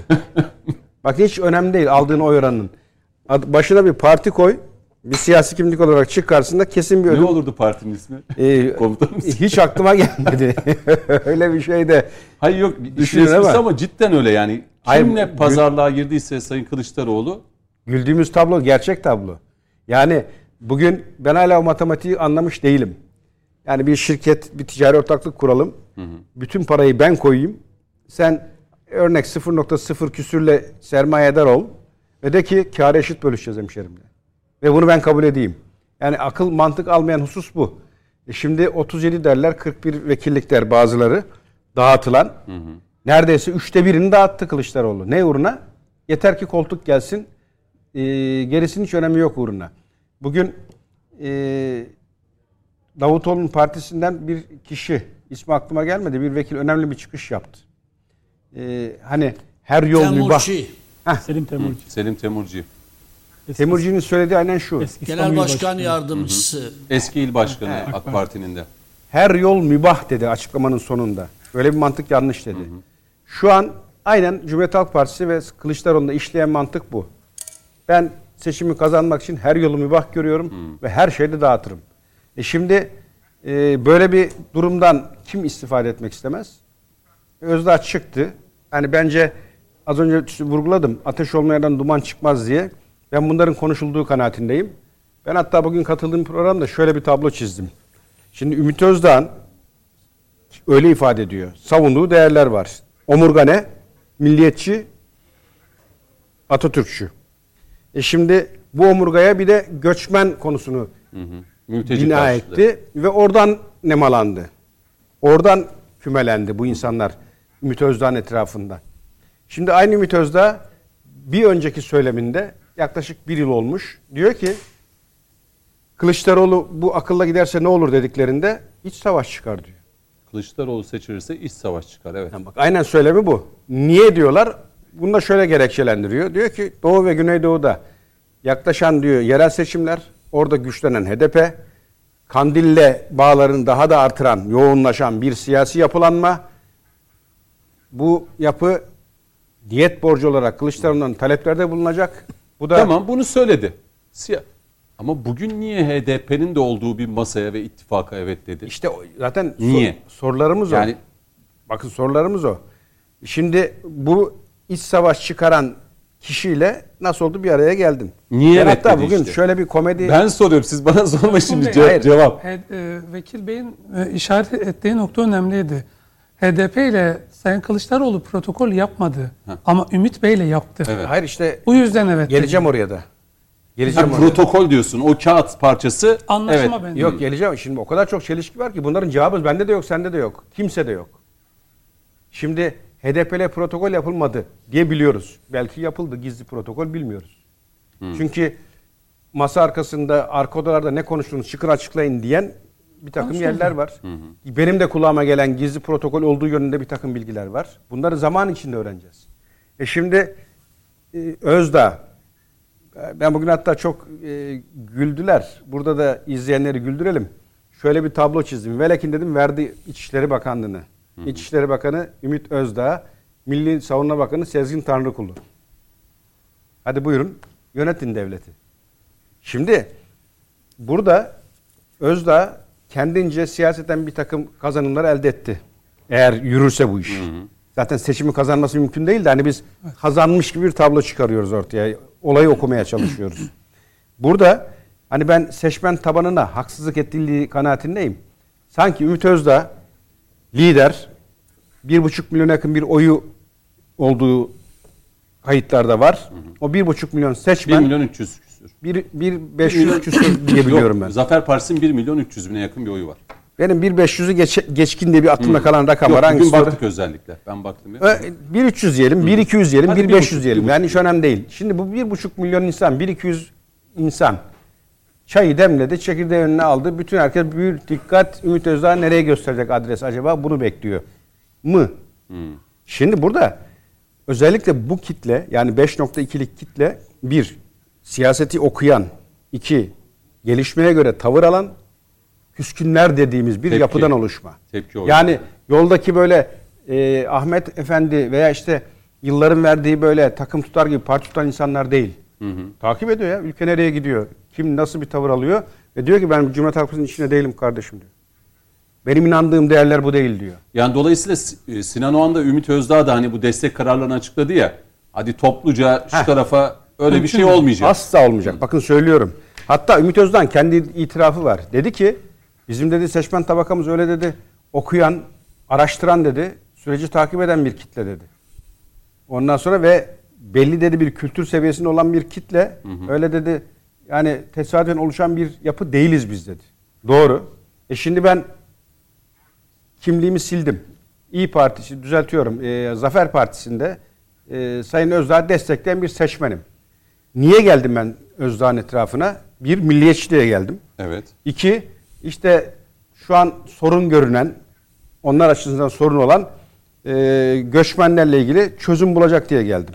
Bak hiç önemli değil aldığın oy oranının. Başına bir parti koy, bir siyasi kimlik olarak çık karşısında kesin bir ödül. Ne olurdu partinin ismi? Komutanım. Hiç aklıma gelmedi. Öyle bir şey de. Hayır yok düşünün ama cidden öyle yani. Kimle pazarlığa girdiyse Sayın Kılıçdaroğlu. Güldüğümüz tablo gerçek tablo. Yani bugün ben hala o matematiği anlamış değilim. Yani bir şirket, bir ticari ortaklık kuralım. Bütün parayı ben koyayım. Sen örnek 0.0 küsürle sermayedar ol. Ve de ki kârı eşit bölüşeceğiz hemşerimle. Ve bunu ben kabul edeyim. Yani akıl mantık almayan husus bu. Şimdi 37 derler, 41 vekillik der bazıları dağıtılan. Neredeyse 1/3'ünü dağıttı Kılıçdaroğlu. Ne uğruna? Yeter ki koltuk gelsin. Gerisinin hiç önemi yok uğruna. Bugün Davutoğlu'nun partisinden bir kişi, ismi aklıma gelmedi, bir vekil önemli bir çıkış yaptı. Hani her yol mübah. Selim Temurci. Selim Temurci. Temurci'nin söylediği aynen şu. Genel Başkan Yardımcısı. Eski il başkanı AK Parti'nin de. Her yol mübah dedi açıklamanın sonunda. Böyle bir mantık yanlış dedi. Şu an aynen Cumhuriyet Halk Partisi ve Kılıçdaroğlu'nda işleyen mantık bu. Ben seçimi kazanmak için her yolu mübah görüyorum ve her şeyi de dağıtırım. Şimdi böyle bir durumdan kim istifade etmek istemez? Özdağ çıktı. Yani bence az önce vurguladım. Ateş olmayan duman çıkmaz diye. Ben bunların konuşulduğu kanaatindeyim. Ben hatta bugün katıldığım programda şöyle bir tablo çizdim. Şimdi Ümit Özdağ'ın öyle ifade ediyor. Savunduğu değerler var. Omurga ne? Milliyetçi, Atatürkçü. Şimdi bu omurgaya bir de göçmen konusunu bina etti ve oradan nemalandı. Oradan kümelendi bu insanlar Ümit Özdağ'ın etrafında. Şimdi aynı Ümit Özdağ bir önceki söyleminde yaklaşık bir yıl olmuş. Diyor ki Kılıçdaroğlu bu akılla giderse ne olur dediklerinde iç savaş çıkar diyor. Kılıçdaroğlu seçilirse iç savaş çıkar. Evet. Yani bak, aynen söylemi bu. Niye diyorlar? Bunu da şöyle gerekçelendiriyor. Diyor ki Doğu ve Güneydoğu'da yaklaşan diyor yerel seçimler, orada güçlenen HDP, Kandil'le bağlarını daha da artıran, yoğunlaşan bir siyasi yapılanma. Bu yapı diyet borcu olarak Kılıçdaroğlu'ndan taleplerde bulunacak. Bu da Tamam, bunu söyledi. Ama bugün niye HDP'nin de olduğu bir masaya ve ittifaka evet dedi? işte zaten Niye? Sorularımız Yani o. Bakın sorularımız o. Şimdi bu iç savaş çıkaran kişiyle nasıl oldu bir araya geldin? Niye Ben evet hatta dedi bugün işte. şöyle bir komedi... Ben soruyorum, siz bana sorma şimdi Hayır. cevap. Vekil Bey'in işaret ettiği nokta önemliydi. HDP ile Sayın Kılıçdaroğlu protokol yapmadı. Ama Ümit Bey ile yaptı. Evet. Hayır işte Bu yüzden evet. geleceğim oraya da. Geleceğim oraya. Protokol diyorsun, o kağıt parçası. Anlaşma evet. bence. Yok geleceğim. Şimdi o kadar çok çelişki var ki bunların cevabı bende de yok, sende de yok. Kimse de yok. Şimdi HDP ile protokol yapılmadı diye biliyoruz. Belki yapıldı, gizli protokol bilmiyoruz. Çünkü masa arkasında, arka odalarda ne konuştuğunuzu çıkın açıklayın diyen bir takım yerler var. Benim de kulağıma gelen gizli protokol olduğu yönünde bir takım bilgiler var. Bunları zaman içinde öğreneceğiz. Şimdi Özdağ, ben bugün hatta çok güldüler. Burada da izleyenleri güldürelim. Şöyle bir tablo çizdim. Velekin dedim verdi İçişleri Bakanlığı'nı. İçişleri Bakanı Ümit Özdağ, Milli Savunma Bakanı Sezgin Tanrıkulu. Hadi buyurun yönetin devleti. Şimdi burada Özdağ kendince siyaseten bir takım kazanımlar elde etti. Eğer yürürse bu iş. Zaten seçimi kazanması mümkün değil de hani biz kazanmış gibi bir tablo çıkarıyoruz ortaya. Olayı okumaya çalışıyoruz. Burada hani ben seçmen tabanına haksızlık ettiği kanaatindeyim. Sanki Ümit Özdağ lider, 1,5 milyona yakın bir oyu olduğu kayıtlarda var. O 1,5 milyon seçmen 1 milyon 300 küsür. 1.500 küsur diye biliyorum ben. Zafer Partisi'nin 1 milyon 300 bine yakın bir oyu var. Benim 1.500'ü geçkin diye bir aklımda kalan rakam var. Yok, bugün Hangisi doğru? baktık özellikle. Ben baktım ya. 1.300 diyelim, 1.200 diyelim, Hadi 1.500 diyelim. 1,5 Yani hiç önemli değil. Şimdi bu 1,5 milyon insan, 1.200 insan çayı demledi, çekirdeği önüne aldı. Bütün herkes büyük dikkat, Ümit Özdağ nereye gösterecek adres acaba? Bunu bekliyor mı? Şimdi burada özellikle bu kitle, yani 5.2'lik kitle, bir, siyaseti okuyan, iki, gelişmeye göre tavır alan, küskünler dediğimiz bir Tepki. yapıdan oluşma. Tepki yani yoldaki böyle Ahmet Efendi veya işte yılların verdiği böyle takım tutar gibi parti tutan insanlar değil. Takip ediyor ya. Ülke nereye gidiyor? Kim nasıl bir tavır alıyor? Ve diyor ki ben Cumhuriyet Halk Partisi'nin içinde değilim kardeşim diyor. Benim inandığım değerler bu değil diyor. Yani dolayısıyla Sinan Oğan da Ümit Özdağ da hani bu destek kararlarını açıkladı ya. Hadi topluca şu tarafa öyle bir şey olmayacak. Asla olmayacak. Bakın söylüyorum. Hatta Ümit Özdağ'ın kendi itirafı var. Dedi ki bizim dedi seçmen tabakamız öyle dedi okuyan, araştıran dedi, süreci takip eden bir kitle dedi. Ondan sonra ve belli dedi bir kültür seviyesinde olan bir kitle öyle dedi yani tesadüfen oluşan bir yapı değiliz biz dedi. Doğru. Şimdi ben kimliğimi sildim. İYİ Partisi düzeltiyorum. Zafer Partisi'nde Sayın Özdağ'ı destekleyen bir seçmenim. Niye geldim ben Özdağ'ın etrafına? Bir, milliyetçiliğe geldim. Evet. İki, işte şu an sorun görünen, onlar açısından sorun olan göçmenlerle ilgili çözüm bulacak diye geldim.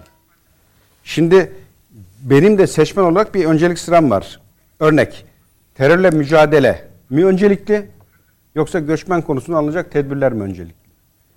Şimdi benim de seçmen olarak bir öncelik sıram var. Örnek, terörle mücadele mi öncelikli yoksa göçmen konusunda alınacak tedbirler mi öncelikli?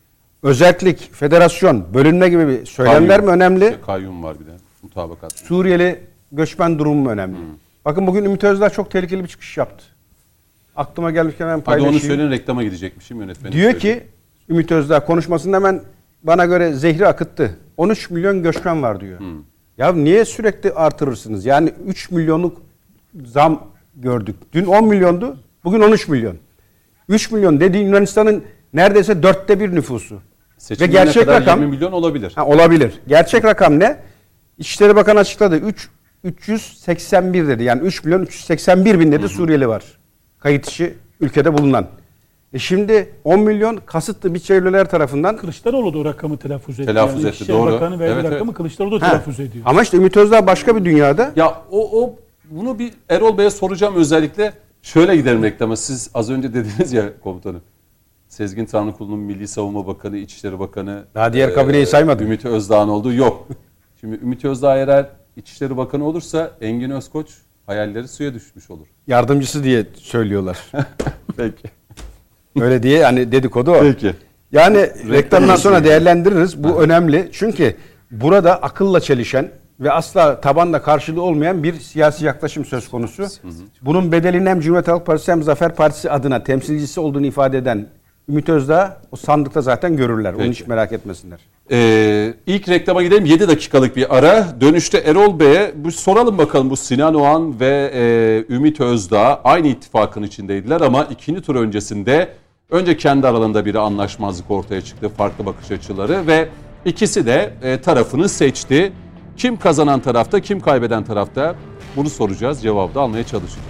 özellik, federasyon, bölünme gibi bir söylemler mi önemli? Kayyum var bir de. Mutabakat. Suriyeli göçmen durumu mu önemli? Bakın bugün Ümit Özdağ çok tehlikeli bir çıkış yaptı. Aklıma gelmişken hemen Hadi paylaşayım. onu söyleyin, reklama gidecekmişim yönetmenim. Diyor ki Ümit Özdağ konuşmasında hemen bana göre zehri akıttı. 13 milyon göçmen var diyor. Ya niye sürekli artırırsınız? Yani 3 milyonluk zam gördük. Dün 10 milyondu, bugün 13 milyon. 3 milyon dediğin Yunanistan'ın neredeyse 1/4 nüfusu. Seçimine Ve gerçek kadar rakam 20 milyon olabilir. olabilir. Gerçek rakam ne? İçişleri Bakanı açıkladı. 381 dedi. Yani 3 milyon 381 bin dedi Suriyeli var. Kayıt dışı ülkede bulunan. Şimdi 10 milyon kasıtlı bir çevreler tarafından. Kılıçdaroğlu da o rakamı telaffuz etti. Telaffuz etti, İçişleri doğru. Bakanı verdiği Evet, rakamı evet. Kılıçdaroğlu da telaffuz ediyor. Ama işte Ümit Özdağ başka bir dünyada. Ya bunu bir Erol Bey'e soracağım özellikle. Şöyle gidelim reklama. Siz az önce dediniz ya komutanım. Sezgin Tanrıkulu'nun Milli Savunma Bakanı, İçişleri Bakanı. Daha diğer kabineyi saymadım. Ümit Özdağ'ın olduğu yok. Şimdi Ümit Özdağ eğer İçişleri Bakanı olursa Engin Özkoç hayalleri suya düşmüş olur. Yardımcısı diye söylüyorlar. Peki. Öyle diye hani dedikodu o. Peki. Yani reklamdan sonra değerlendiririz. Bu önemli. Çünkü burada akılla çelişen ve asla tabanla karşılığı olmayan bir siyasi yaklaşım söz konusu. Bunun bedelini hem Cumhuriyet Halk Partisi hem Zafer Partisi adına temsilcisi olduğunu ifade eden Ümit Özdağ o sandıkta zaten görürler. Onu hiç merak etmesinler. İlk reklama gidelim. 7 dakikalık bir ara. Dönüşte Erol Bey'e soralım bakalım, bu Sinan Oğan ve Ümit Özdağ aynı ittifakın içindeydiler ama ikinci tur öncesinde önce kendi aralarında bir anlaşmazlık ortaya çıktı. Farklı bakış açıları ve ikisi de tarafını seçti. Kim kazanan tarafta, kim kaybeden tarafta? Bunu soracağız. Cevabı da almaya çalışacağız.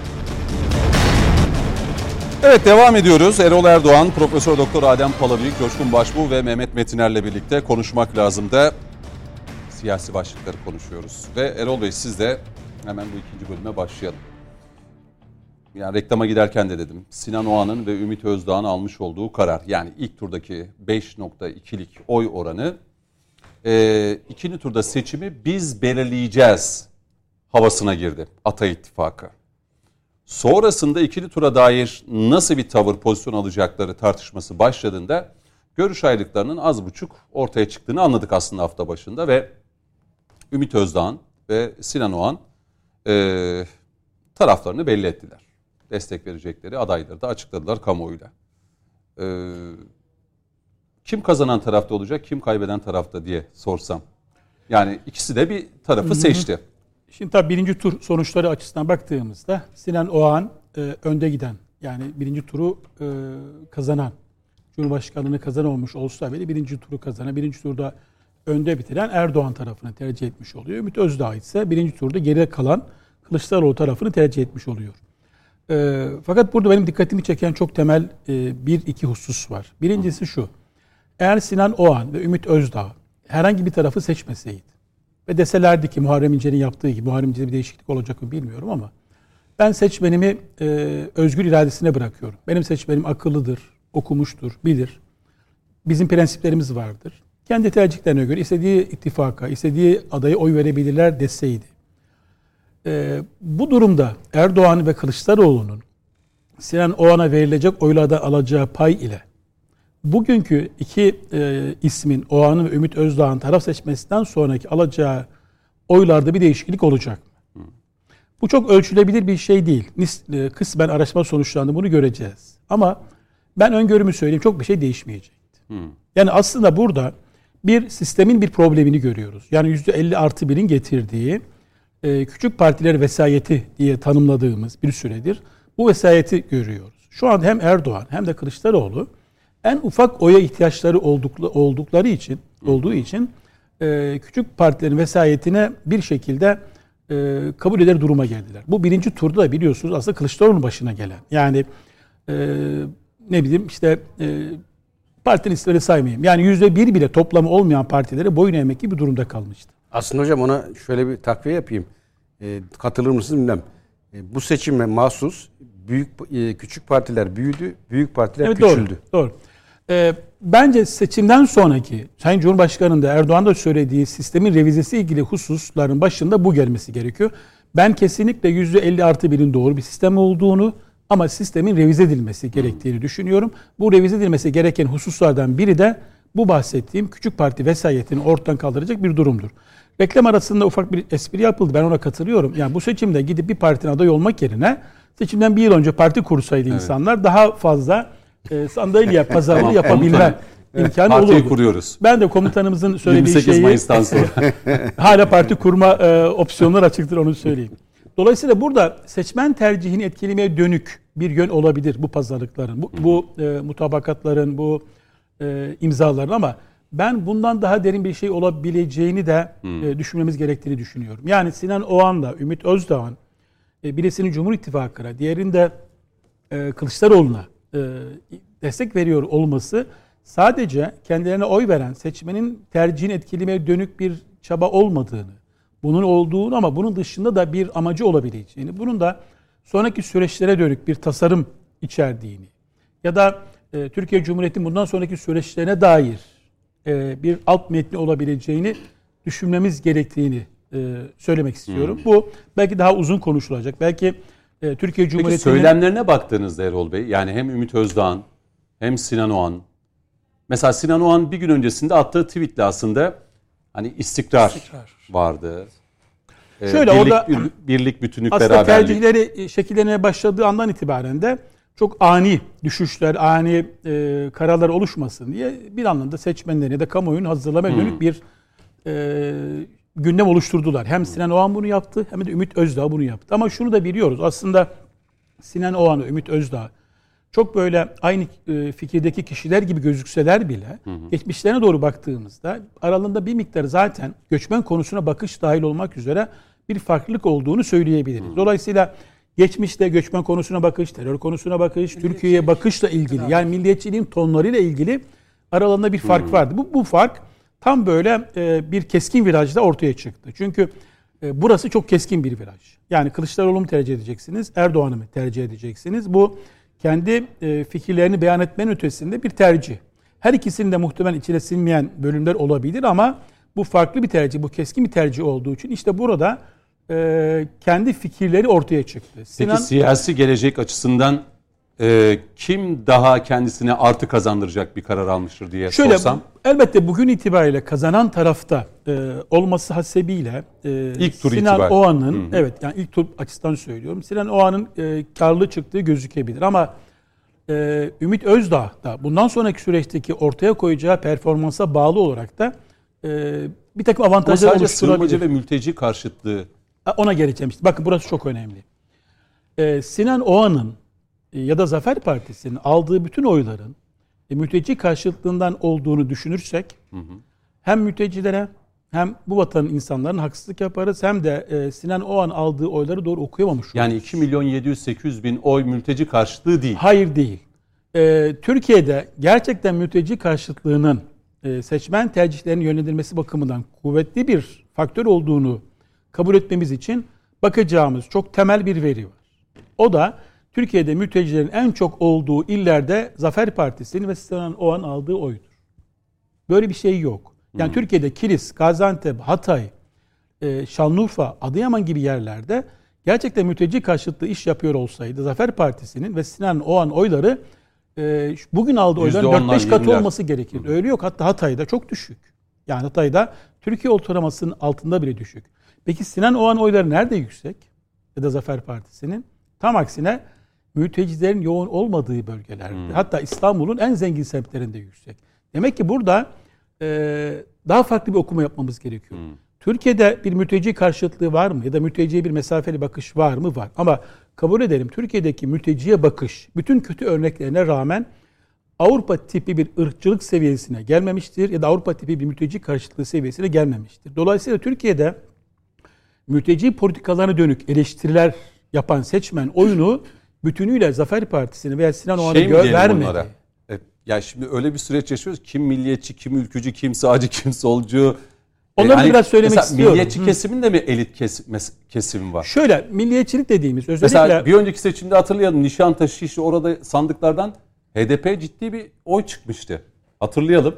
Evet, devam ediyoruz. Erol Erdoğan, Profesör Doktor Adem Palabıyık, Coşkun Başbuğ ve Mehmet Metiner'le birlikte konuşmak lazım da siyasi başlıkları konuşuyoruz. Ve Erol Bey, siz de hemen bu ikinci bölüme başlayalım. Yani reklama giderken de dedim. Sinan Oğan'ın ve Ümit Özdağ'ın almış olduğu karar, yani ilk turdaki 5.2'lik oy oranı, ikinci turda seçimi biz belirleyeceğiz havasına girdi Ata İttifakı. Sonrasında ikinci tura dair nasıl bir tavır, pozisyon alacakları tartışması başladığında görüş ayrılıklarının az buçuk ortaya çıktığını anladık aslında hafta başında ve Ümit Özdağ ve Sinan Oğan taraflarını belli ettiler. Destek verecekleri adayları da açıkladılar kamuoyuyla. Kim kazanan tarafta olacak, kim kaybeden tarafta diye sorsam. Yani ikisi de bir tarafı seçti. Şimdi tabii birinci tur sonuçları açısından baktığımızda Sinan Oğan önde giden, yani birinci turu kazanan, Cumhurbaşkanlığını kazanamamış olsa bile birinci turu kazanan, birinci turda önde bitiren Erdoğan tarafını tercih etmiş oluyor. Ümit Özdağ ise birinci turda geride kalan Kılıçdaroğlu tarafını tercih etmiş oluyor. Fakat burada benim dikkatimi çeken çok temel iki husus var. Birincisi şu: eğer Sinan Oğan ve Ümit Özdağ herhangi bir tarafı seçmeseydi ve deselerdi ki Muharrem İnce'nin yaptığı gibi, Muharrem İnce'de bir değişiklik olacak mı bilmiyorum ama ben seçmenimi özgür iradesine bırakıyorum. Benim seçmenim akıllıdır, okumuştur, bilir. Bizim prensiplerimiz vardır. Kendi tercihlerine göre istediği ittifaka, istediği adaya oy verebilirler deseydi. Bu durumda Erdoğan ve Kılıçdaroğlu'nun Sinan Oğan'a verilecek oylarda alacağı pay ile bugünkü iki ismin, Oğan'ın ve Ümit Özdağ'ın taraf seçmesinden sonraki alacağı oylarda bir değişiklik olacak mı? Bu çok ölçülebilir bir şey değil. Kısmen araştırma sonuçlarında bunu göreceğiz. Ama ben öngörümü söyleyeyim, çok bir şey değişmeyecekti. Yani aslında burada bir sistemin bir problemini görüyoruz. Yani %50+1'in getirdiği küçük partiler vesayeti diye tanımladığımız bir süredir bu vesayeti görüyoruz. Şu an hem Erdoğan hem de Kılıçdaroğlu en ufak oya ihtiyaçları olduğu için küçük partilerin vesayetine bir şekilde kabul eder duruma geldiler. Bu birinci turda da biliyorsunuz aslında Kılıçdaroğlu'nun başına gelen. Yani ne bileyim işte parti listeleri saymayayım. Yani %1 bile toplamı olmayan partilere boyun eğmek gibi bir durumda kalmıştı. Aslında hocam ona şöyle bir takviye yapayım. Katılır mısınız bilmem. Bu seçime mahsus küçük partiler büyüdü, büyük partiler küçüldü. Doğru. Bence seçimden sonraki Sayın Cumhurbaşkanı'nın da Erdoğan da söylediği sistemin revizesi ilgili hususların başında bu gelmesi gerekiyor. Ben kesinlikle %50+1'in doğru bir sistem olduğunu ama sistemin revize edilmesi gerektiğini düşünüyorum. Bu revize edilmesi gereken hususlardan biri de bu bahsettiğim küçük parti vesayetini ortadan kaldıracak bir durumdur. Reklam arasında ufak bir espri yapıldı. Ben ona katılıyorum. Yani bu seçimde gidip bir partinin aday olmak yerine seçimden bir yıl önce parti kursaydı insanlar daha fazla sandalye pazarlığı yapabilme imkanı olurdu. Partiyi kuruyoruz. Ben de komutanımızın söylediği 28 Mayıs'tan sonra. hala parti kurma opsiyonlar açıktır, onu söyleyeyim. Dolayısıyla burada seçmen tercihini etkilemeye dönük bir yön olabilir bu pazarlıkların, bu mutabakatların, bu imzaların, ama ben bundan daha derin bir şey olabileceğini de düşünmemiz gerektiğini düşünüyorum. Yani Sinan Oğan'la Ümit Özdağ'ın birisinin Cumhur İttifakı'na, diğerinde Kılıçdaroğlu'na destek veriyor olması sadece kendilerine oy veren seçmenin tercihini etkilemeye dönük bir çaba olmadığını, bunun olduğunu ama bunun dışında da bir amacı olabileceğini, bunun da sonraki süreçlere dönük bir tasarım içerdiğini ya da Türkiye Cumhuriyeti'nin bundan sonraki süreçlerine dair bir alt metni olabileceğini düşünmemiz gerektiğini söylemek istiyorum. Bu belki daha uzun konuşulacak. Belki Türkiye Cumhuriyeti'nin... Peki söylemlerine baktığınızda Erol Bey, yani hem Ümit Özdağ'ın hem Sinan Oğan, mesela Sinan Oğan bir gün öncesinde attığı tweetle aslında hani istikrar vardı. Şöyle orada birlik, bütünlük, aslında beraberlik. tercihleri şekillenmeye başladığı andan itibaren de çok ani düşüşler, ani kararlar oluşmasın diye bir anlamda seçmenlerin ya da kamuoyunun hazırlamaya dönük bir gündem oluşturdular. Hem Sinan Oğan bunu yaptı hem de Ümit Özdağ bunu yaptı. Ama şunu da biliyoruz. Aslında Sinan Oğan ve Ümit Özdağ çok böyle aynı fikirdeki kişiler gibi gözükseler bile geçmişlerine doğru baktığımızda aralarında bir miktar zaten göçmen konusuna bakış dahil olmak üzere bir farklılık olduğunu söyleyebiliriz. Dolayısıyla geçmişte göçmen konusuna bakış, terör konusuna bakış, Türkiye'ye bakışla ilgili, yani milliyetçiliğin tonlarıyla ilgili aralarında bir fark vardı. Bu fark tam böyle bir keskin virajda ortaya çıktı. Çünkü burası çok keskin bir viraj. Yani Kılıçdaroğlu'nu mu tercih edeceksiniz, Erdoğan'ı mı tercih edeceksiniz? Bu kendi fikirlerini beyan etmenin ötesinde bir tercih. Her ikisinin de muhtemelen içine sinmeyen bölümler olabilir ama bu farklı bir tercih, bu keskin bir tercih olduğu için işte burada kendi fikirleri ortaya çıktı. Peki siyasi gelecek açısından kim daha kendisine artı kazandıracak bir karar almıştır diye sorsam? Elbette bugün itibariyle kazanan tarafta olması hasebiyle ilk tur Sinan itibariyle. Oğan'ın, evet yani ilk tur açısından söylüyorum, Sinan Oğan'ın karlı çıktığı gözükebilir ama Ümit Özdağ da bundan sonraki süreçteki ortaya koyacağı performansa bağlı olarak da bir takım avantajlar oluşturabilir. Sığınmacı ve mülteci karşıtlığı. Ona geleceğim işte. Bakın burası çok önemli. Sinan Oğan'ın ya da Zafer Partisi'nin aldığı bütün oyların mülteci karşıtlığından olduğunu düşünürsek hem mültecilere hem bu vatanın insanların haksızlık yaparız hem de Sinan Oğan aldığı oyları doğru okuyamamış oluruz. Yani 2.700.000-800.000 oy mülteci karşıtlığı değil. Hayır değil. Türkiye'de gerçekten mülteci karşıtlığının seçmen tercihlerinin yönlendirilmesi bakımından kuvvetli bir faktör olduğunu kabul etmemiz için bakacağımız çok temel bir veri var. O da Türkiye'de mültecilerin en çok olduğu illerde Zafer Partisi'nin ve Sinan Oğan aldığı oydur. Böyle bir şey yok. Yani Türkiye'de Kilis, Gaziantep, Hatay, Şanlıurfa, Adıyaman gibi yerlerde gerçekten mülteci karşıtlığı iş yapıyor olsaydı Zafer Partisi'nin ve Sinan Oğan oyları bugün aldığı oyların 4-5 katı olması gerekir. Öyle yok. Hatta Hatay'da çok düşük. Yani Hatay'da Türkiye ortalamasının altında bile düşük. Peki Sinan Oğan oyları nerede yüksek? Ya da Zafer Partisi'nin? Tam aksine mültecilerin yoğun olmadığı bölgelerde. Hatta İstanbul'un en zengin semtlerinde yüksek. Demek ki burada daha farklı bir okuma yapmamız gerekiyor. Türkiye'de bir mülteci karşıtlığı var mı? Ya da mülteciye bir mesafeli bakış var mı? Var. Ama kabul edelim Türkiye'deki mülteciye bakış bütün kötü örneklerine rağmen Avrupa tipi bir ırkçılık seviyesine gelmemiştir ya da Avrupa tipi bir mülteci karşıtlığı seviyesine gelmemiştir. Dolayısıyla Türkiye'de mülteci politikalarına dönük eleştiriler yapan seçmen oyunu bütünüyle Zafer Partisi'ne veya Sinan Oğan'a vermedi. Ya şimdi öyle bir süreç yaşıyoruz. Kim milliyetçi, kim ülkücü, kim sağcı, kim solcu. Onları biraz söylemek istiyorum. Milliyetçi kesimin de mi elit kesimi var? Şöyle milliyetçilik dediğimiz özellikle... Mesela bir önceki seçimde hatırlayalım. Nişantaşı, Şişli, orada sandıklardan HDP ciddi bir oy çıkmıştı. Hatırlayalım.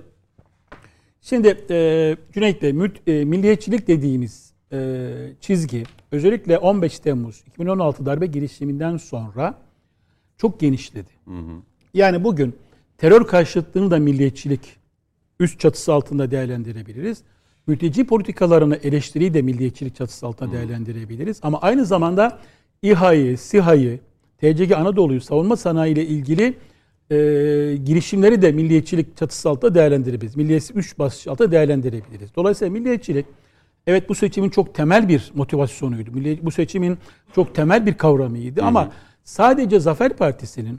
Şimdi Cüneyt Bey, milliyetçilik dediğimiz çizgi özellikle 15 Temmuz 2016 darbe girişiminden sonra çok genişledi. Yani bugün terör karşıtlığını da milliyetçilik üst çatısı altında değerlendirebiliriz. Mülteci politikalarını, eleştiriyi de milliyetçilik çatısı altında değerlendirebiliriz. Ama aynı zamanda İHA'yı, SİHA'yı, TCG Anadolu'yu, savunma sanayi ile ilgili girişimleri de milliyetçilik çatısı altında değerlendirebiliriz. Milliyetçilik 3 başlık altında değerlendirebiliriz. Dolayısıyla milliyetçilik, evet bu seçimin çok temel bir motivasyonuydu. Bu seçimin çok temel bir kavramıydı. Ama sadece Zafer Partisi'nin,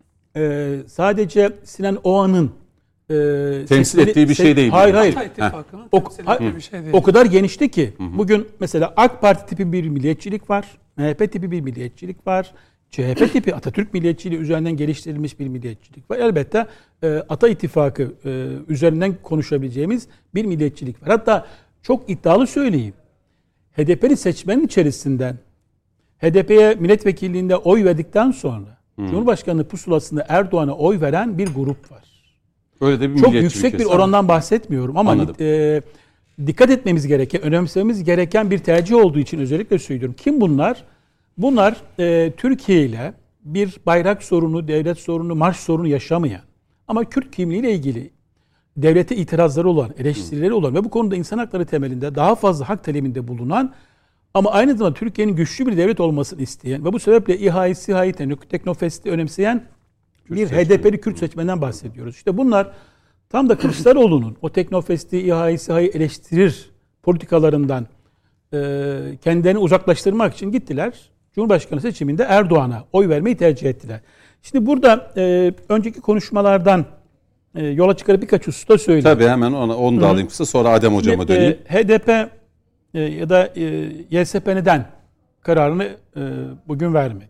sadece Sinan Oğan'ın temsil ettiği bir şey değil. Hayır. Ata İttifakı'nın temsil ettiği bir şey değil. O kadar genişti ki bugün mesela AK Parti tipi bir milliyetçilik var. MHP tipi bir milliyetçilik var. CHP tipi Atatürk milliyetçiliği üzerinden geliştirilmiş bir milliyetçilik var. Elbette Ata İttifakı üzerinden konuşabileceğimiz bir milliyetçilik var. Hatta çok iddialı söyleyeyim. HDP'li seçmenin içerisinden HDP'ye milletvekilliğinde oy verdikten sonra Cumhurbaşkanlığı pusulasında Erdoğan'a oy veren bir grup var. Öyle de bir çok yüksek bir orandan bahsetmiyorum ama dikkat etmemiz gereken, önemsememiz gereken bir tercih olduğu için özellikle söylüyorum. Kim bunlar? Bunlar Türkiye ile bir bayrak sorunu, devlet sorunu, marş sorunu yaşamayan ama Kürt kimliğiyle ilgili devlete itirazları olan, eleştirileri olan ve bu konuda insan hakları temelinde daha fazla hak talebinde bulunan ama aynı zamanda Türkiye'nin güçlü bir devlet olmasını isteyen ve bu sebeple İHA'yı, SİHA'yı, Teknofest'i önemseyen bir HDP'li Kürt seçmenden bahsediyoruz. İşte bunlar tam da Kılıçdaroğlu'nun o Teknofest'i, İHA'yı, SİHA'yı eleştirir politikalarından kendilerini uzaklaştırmak için gittiler. Cumhurbaşkanı seçiminde Erdoğan'a oy vermeyi tercih ettiler. Şimdi burada önceki konuşmalardan yola çıkarıp birkaç hususta söyleyeyim. Tabii hemen onu da alayım kısa, sonra Adem Hocama döneyim. HDP ya da YSP neden kararını bugün vermedi?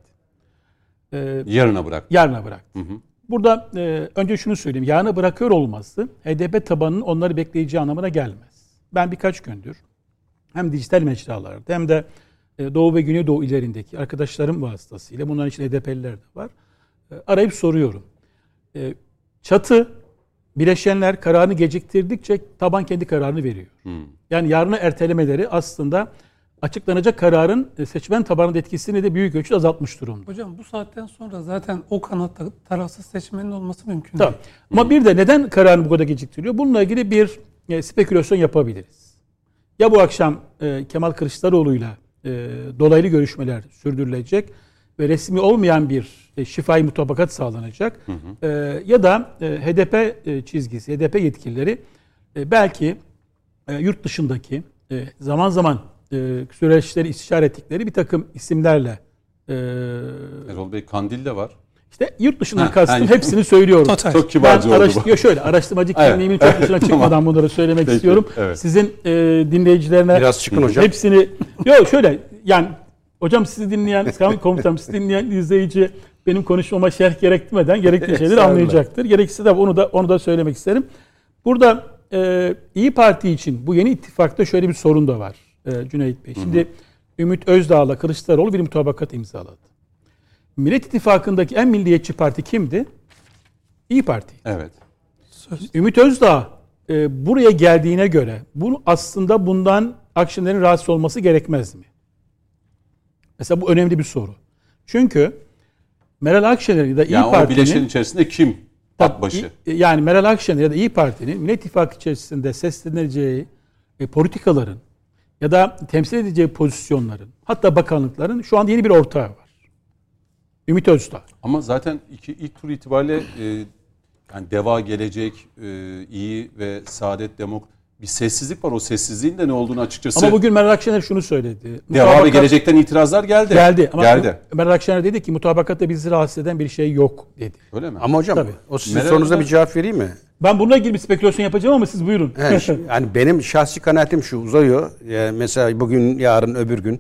Yarına bırak. Yarına bıraktı. Burada önce şunu söyleyeyim. Yarına bırakıyor olması HDP tabanının onları bekleyeceği anlamına gelmez. Ben birkaç gündür hem dijital mecralarda hem de Doğu ve Güneydoğu illerindeki arkadaşlarım vasıtasıyla, bunların içinde HDP'liler de var, arayıp soruyorum. Çatı, bileşenler kararını geciktirdikçe taban kendi kararını veriyor. Yani yarına ertelemeleri aslında açıklanacak kararın seçmen tabanında etkisini de büyük ölçüde azaltmış durumda. Hocam bu saatten sonra zaten o kanatta tarafsız seçmenin olması mümkün değil. Ama bir de neden kararını bu kadar geciktiriyor? Bununla ilgili bir spekülasyon yapabiliriz. Ya bu akşam Kemal Kılıçdaroğlu'yla dolaylı görüşmeler sürdürülecek ve resmi olmayan bir şifai mutabakat sağlanacak. Ya da HDP çizgisi, HDP yetkilileri belki yurt dışındaki zaman zaman süreçleri istişare ettikleri bir takım isimlerle Erol Bey, Kandil'de var. İşte yurt dışından kastım hepsini söylüyorum. Total. Çok kibarca oldu bu. Şöyle araştırmacı kimliğimin çok dışına çıkmadan bunları söylemek istiyorum. Evet. Sizin dinleyicilerine biraz çıkın hocam. Hepsini şöyle yani hocam sizi dinleyen, komutanım sizi dinleyen izleyici benim konuşmama şerh gerektirmeden gerekli şeyleri anlayacaktır. Gerekirse de onu da söylemek isterim. Burada İYİ Parti için bu yeni ittifakta şöyle bir sorun da var Cüneyt Bey. Şimdi Ümit Özdağ'la Kılıçdaroğlu bir mutabakat imzaladı. Millet İttifakı'ndaki en milliyetçi parti kimdi? İYİ Parti. Evet. Ümit Özdağ buraya geldiğine göre aslında bundan Akşener'in rahatsız olması gerekmez mi? Mesela bu önemli bir soru. Çünkü Meral Akşener ya da İYİ Parti'nin... o bileşenin içerisinde kim? Akbaşı. Yani Meral Akşener ya da İYİ Parti'nin Millet İttifakı içerisinde sesleneceği politikaların ya da temsil edeceği pozisyonların, hatta bakanlıkların şu anda yeni bir ortağı var. Ümit Özdağ. Ama zaten ilk tur itibariyle yani Deva, Gelecek, İYİ ve Saadet Demokrat bir sessizlik var. O sessizliğin de ne olduğunu açıkçası... Ama bugün Meral Akşener şunu söyledi. Deva ve Gelecek'ten itirazlar geldi. Geldi. Meral Akşener dedi ki mutabakatta bizi rahatsız eden bir şey yok dedi. Öyle mi? Ama hocam o sizin sorunuza bir cevap vereyim mi? Ben bununla ilgili bir spekülasyon yapacağım ama siz buyurun. Yani benim şahsi kanaatim şu, uzayıyor. Mesela bugün, yarın, öbür gün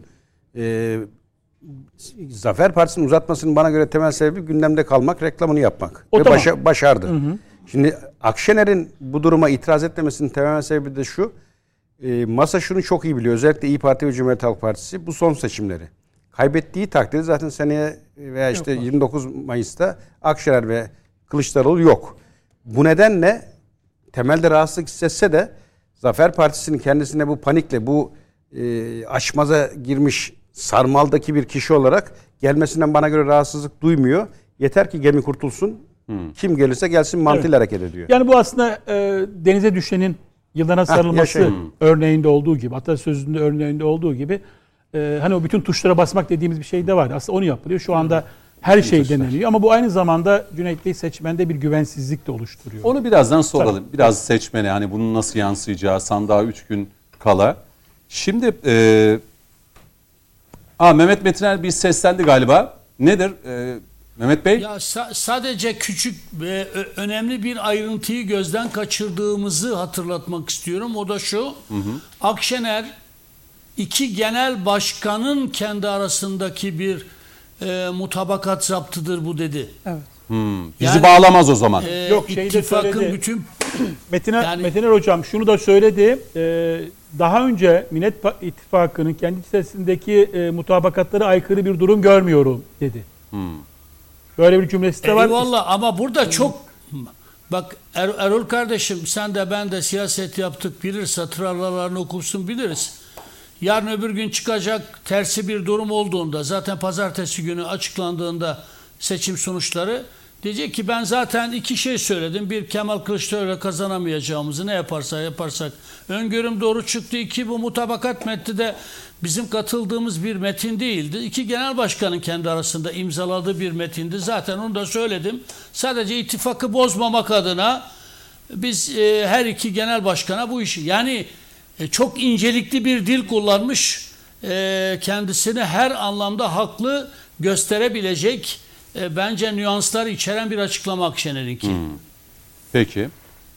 Zafer Partisi'nin uzatmasının bana göre temel sebebi gündemde kalmak, reklamını yapmak. Ve tamam. Başardı. Şimdi Akşener'in bu duruma itiraz etmemesinin temel sebebi de şu. Masa şunu çok iyi biliyor. Özellikle İYİ Parti ve Cumhuriyet Halk Partisi bu son seçimleri. Kaybettiği takdirde zaten seneye veya 29 Mayıs'ta Akşener ve Kılıçdaroğlu yok. Bu nedenle temelde rahatsızlık hissetse de Zafer Partisi'nin kendisine bu panikle, bu açmaza girmiş sarmaldaki bir kişi olarak gelmesinden bana göre rahatsızlık duymuyor. Yeter ki gemi kurtulsun, Kim gelirse gelsin mantığıyla hareket ediyor. Yani bu aslında denize düşenin yılana sarılması örneğinde olduğu gibi, atasözünde örneğinde olduğu gibi hani o bütün tuşlara basmak dediğimiz bir şey de var. Aslında onu yapılıyor. Şu anda her şey deneniyor ama bu aynı zamanda Cüneyt Bey seçmende bir güvensizlik de oluşturuyor. Onu birazdan soralım. Tabii. Biraz seçmene hani bunun nasıl yansıyacağı sandığa 3 gün kala. Şimdi Mehmet Metiner bir seslendi galiba. Nedir Mehmet Bey? Ya sadece küçük ve önemli bir ayrıntıyı gözden kaçırdığımızı hatırlatmak istiyorum. O da şu. Akşener iki genel başkanın kendi arasındaki bir mutabakat zaptıdır bu dedi. Evet. Bizi Yani, bağlamaz o zaman. Yok şeyi de İttifakın söyledi. bütün Metiner Hocam şunu da söyledi. Daha önce Millet İttifakı'nın kendi içerisindeki mutabakatlara aykırı bir durum görmüyorum dedi. Böyle bir cümlesi de var. Eyvallah ama burada çok bak Erol kardeşim sen de ben de siyaset yaptık bilir satır aralarını okursun biliriz. Yarın öbür gün çıkacak tersi bir durum olduğunda zaten pazartesi günü açıklandığında seçim sonuçları diyecek ki ben zaten iki şey söyledim. Bir, Kemal Kılıçdaroğlu'yla kazanamayacağımızı ne yaparsak öngörüm doğru çıktı. İki, bu mutabakat metni de bizim katıldığımız bir metin değildi. İki genel başkanın kendi arasında imzaladığı bir metindi. Zaten onu da söyledim. Sadece ittifakı bozmamak adına biz her iki genel başkana bu işi yani çok incelikli bir dil kullanmış, kendisini her anlamda haklı gösterebilecek bence nüanslar içeren bir açıklama Akşener'inki. Peki.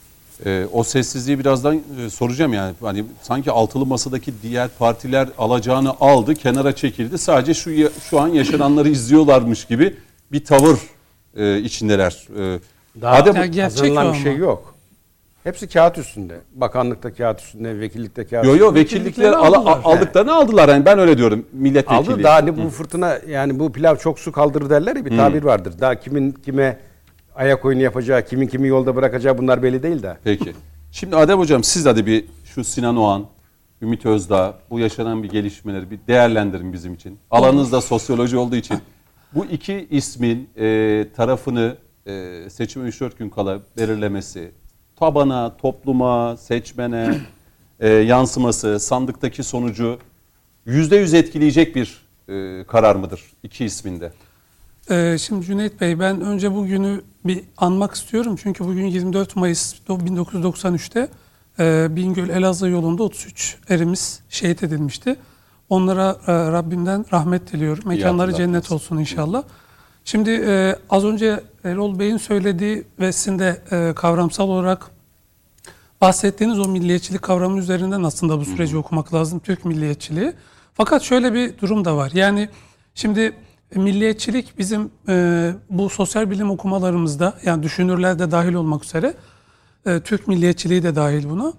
O sessizliği birazdan soracağım yani. Hani sanki altılı masadaki diğer partiler alacağını aldı, kenara çekildi. Sadece şu an yaşananları izliyorlarmış gibi bir tavır içindeler. Daha gerçek hazırlanan o bir şey ama. yok. Hepsi kağıt üstünde. Bakanlıkta kağıt üstünde, vekillikte kağıt Yo üstünde. vekillikleri aldılar. aldıklarını aldılar. Yani ben öyle diyorum milletvekili. Aldı. Daha hani bu fırtına yani bu pilav çok su kaldırır derler ya bir tabir vardır. Daha kimin kime ayak oyunu yapacağı, kimin kimi yolda bırakacağı bunlar belli değil de. Peki. Şimdi Adem Hocam siz de bir şu Sinan Oğan, Ümit Özdağ bu yaşanan bir gelişmeleri bir değerlendirin bizim için. Alanınız da sosyoloji olduğu için. Bu iki ismin tarafını seçime 3-4 gün kala belirlemesi, tabana, topluma, seçmene yansıması, sandıktaki sonucu %100 etkileyecek bir karar mıdır iki isminde? Şimdi Cüneyt Bey ben önce bugünü bir anmak istiyorum. Çünkü bugün 24 Mayıs 1993'te Bingöl Elazığ yolunda 33 erimiz şehit edilmişti. Onlara Rabbimden rahmet diliyorum. Mekanları cennet olsun inşallah. Şimdi az önce Erol Bey'in söylediği ve sizin de kavramsal olarak bahsettiğiniz o milliyetçilik kavramı üzerinden aslında bu süreci okumak lazım. Türk milliyetçiliği. Fakat şöyle bir durum da var. Yani şimdi milliyetçilik bizim bu sosyal bilim okumalarımızda yani düşünürler de dahil olmak üzere Türk milliyetçiliği de dahil buna.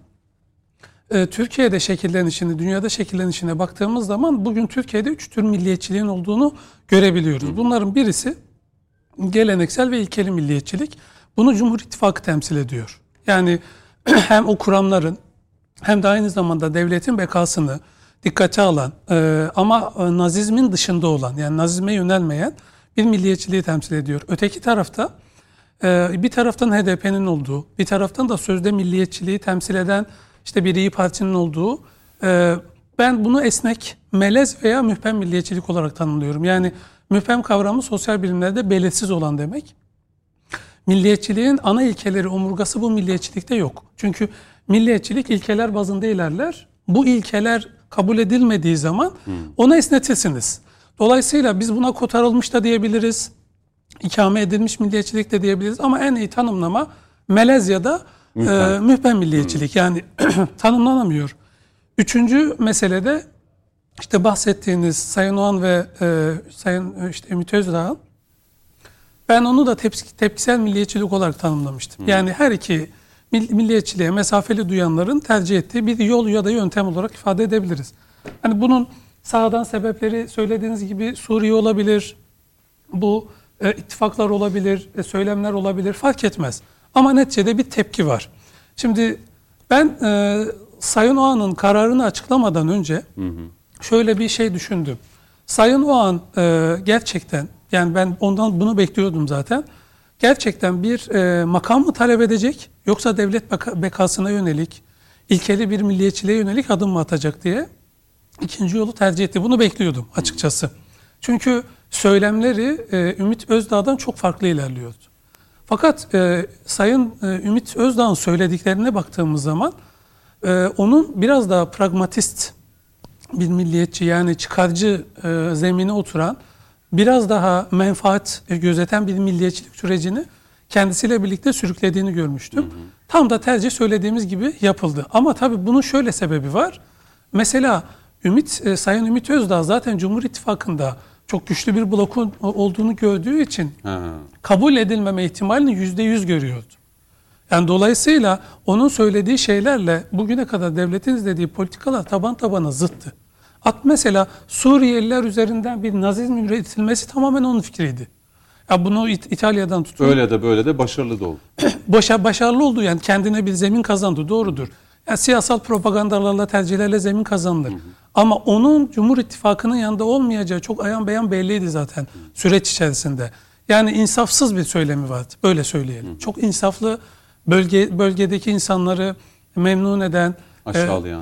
Türkiye'de şekillenişini, dünyada şekillenişine baktığımız zaman bugün Türkiye'de 3 tür milliyetçiliğin olduğunu görebiliyoruz. Bunların birisi geleneksel ve ilkeli milliyetçilik. Bunu Cumhur İttifakı temsil ediyor. Yani hem o kuramların hem de aynı zamanda devletin bekasını dikkate alan ama Nazizmin dışında olan yani Nazizme yönelmeyen bir milliyetçiliği temsil ediyor. Öteki tarafta bir taraftan HDP'nin olduğu, bir taraftan da sözde milliyetçiliği temsil eden işte bir İYİ Parti'nin olduğu ben bunu esnek, melez veya müphem milliyetçilik olarak tanımlıyorum. Yani müphem kavramı sosyal bilimlerde belirsiz olan demek. Milliyetçiliğin ana ilkeleri, omurgası bu milliyetçilikte yok. Çünkü milliyetçilik ilkeler bazında ilerler. Bu ilkeler kabul edilmediği zaman ona esnetilsiniz. Dolayısıyla biz buna kotarılmış da diyebiliriz. İkame edilmiş milliyetçilik de diyebiliriz. Ama en iyi tanımlama melez ya da müphem milliyetçilik. Yani tanımlanamıyor. Üçüncü meselede işte bahsettiğiniz Sayın Oğan ve Sayın işte Ümit Özdağ, ben onu da tepkisel milliyetçilik olarak tanımlamıştım. Yani her iki milliyetçiliğe mesafeli duyanların tercih ettiği bir yol ya da yöntem olarak ifade edebiliriz. Hani bunun sağdan sebepleri söylediğiniz gibi Suriye olabilir, bu ittifaklar olabilir, söylemler olabilir, fark etmez. Ama neticede bir tepki var. Şimdi ben Sayın Oğan'ın kararını açıklamadan önce şöyle bir şey düşündüm. Sayın Oğan gerçekten, yani ben ondan bunu bekliyordum zaten. gerçekten bir makam mı talep edecek yoksa devlet bekasına yönelik, ilkeli bir milliyetçiliğe yönelik adım mı atacak diye ikinci yolu tercih etti. Bunu bekliyordum açıkçası. Çünkü söylemleri Ümit Özdağ'dan çok farklı ilerliyordu. Fakat Sayın Ümit Özdağ'ın söylediklerine baktığımız zaman onun biraz daha pragmatist bir milliyetçi, yani çıkarcı zemine oturan, biraz daha menfaat gözeten bir milliyetçilik sürecini kendisiyle birlikte sürüklediğini görmüştüm. Tam da tercih söylediğimiz gibi yapıldı. Ama tabii bunun şöyle sebebi var. Mesela Sayın Ümit Özdağ zaten Cumhur İttifakı'nda çok güçlü bir blokun olduğunu gördüğü için kabul edilmeme ihtimalini %100 görüyordu. Yani dolayısıyla onun söylediği şeylerle bugüne kadar devletin izlediği politikalar taban tabana zıttı. Mesela Suriyeliler üzerinden bir nazizm üretilmesi tamamen onun fikriydi. Ya bunu İtalya'dan tutun. Öyle de böyle de başarılı da oldu. Başarılı oldu, yani kendine bir zemin kazandı, doğrudur. Yani siyasal propagandalarla, tercihlerle zemin kazanılır. Ama onun Cumhur İttifakı'nın yanında olmayacağı çok ayan beyan belliydi zaten süreç içerisinde. Yani insafsız bir söylemi vardı, böyle söyleyelim. Çok insaflı, bölgedeki insanları memnun eden, Aşağılayan.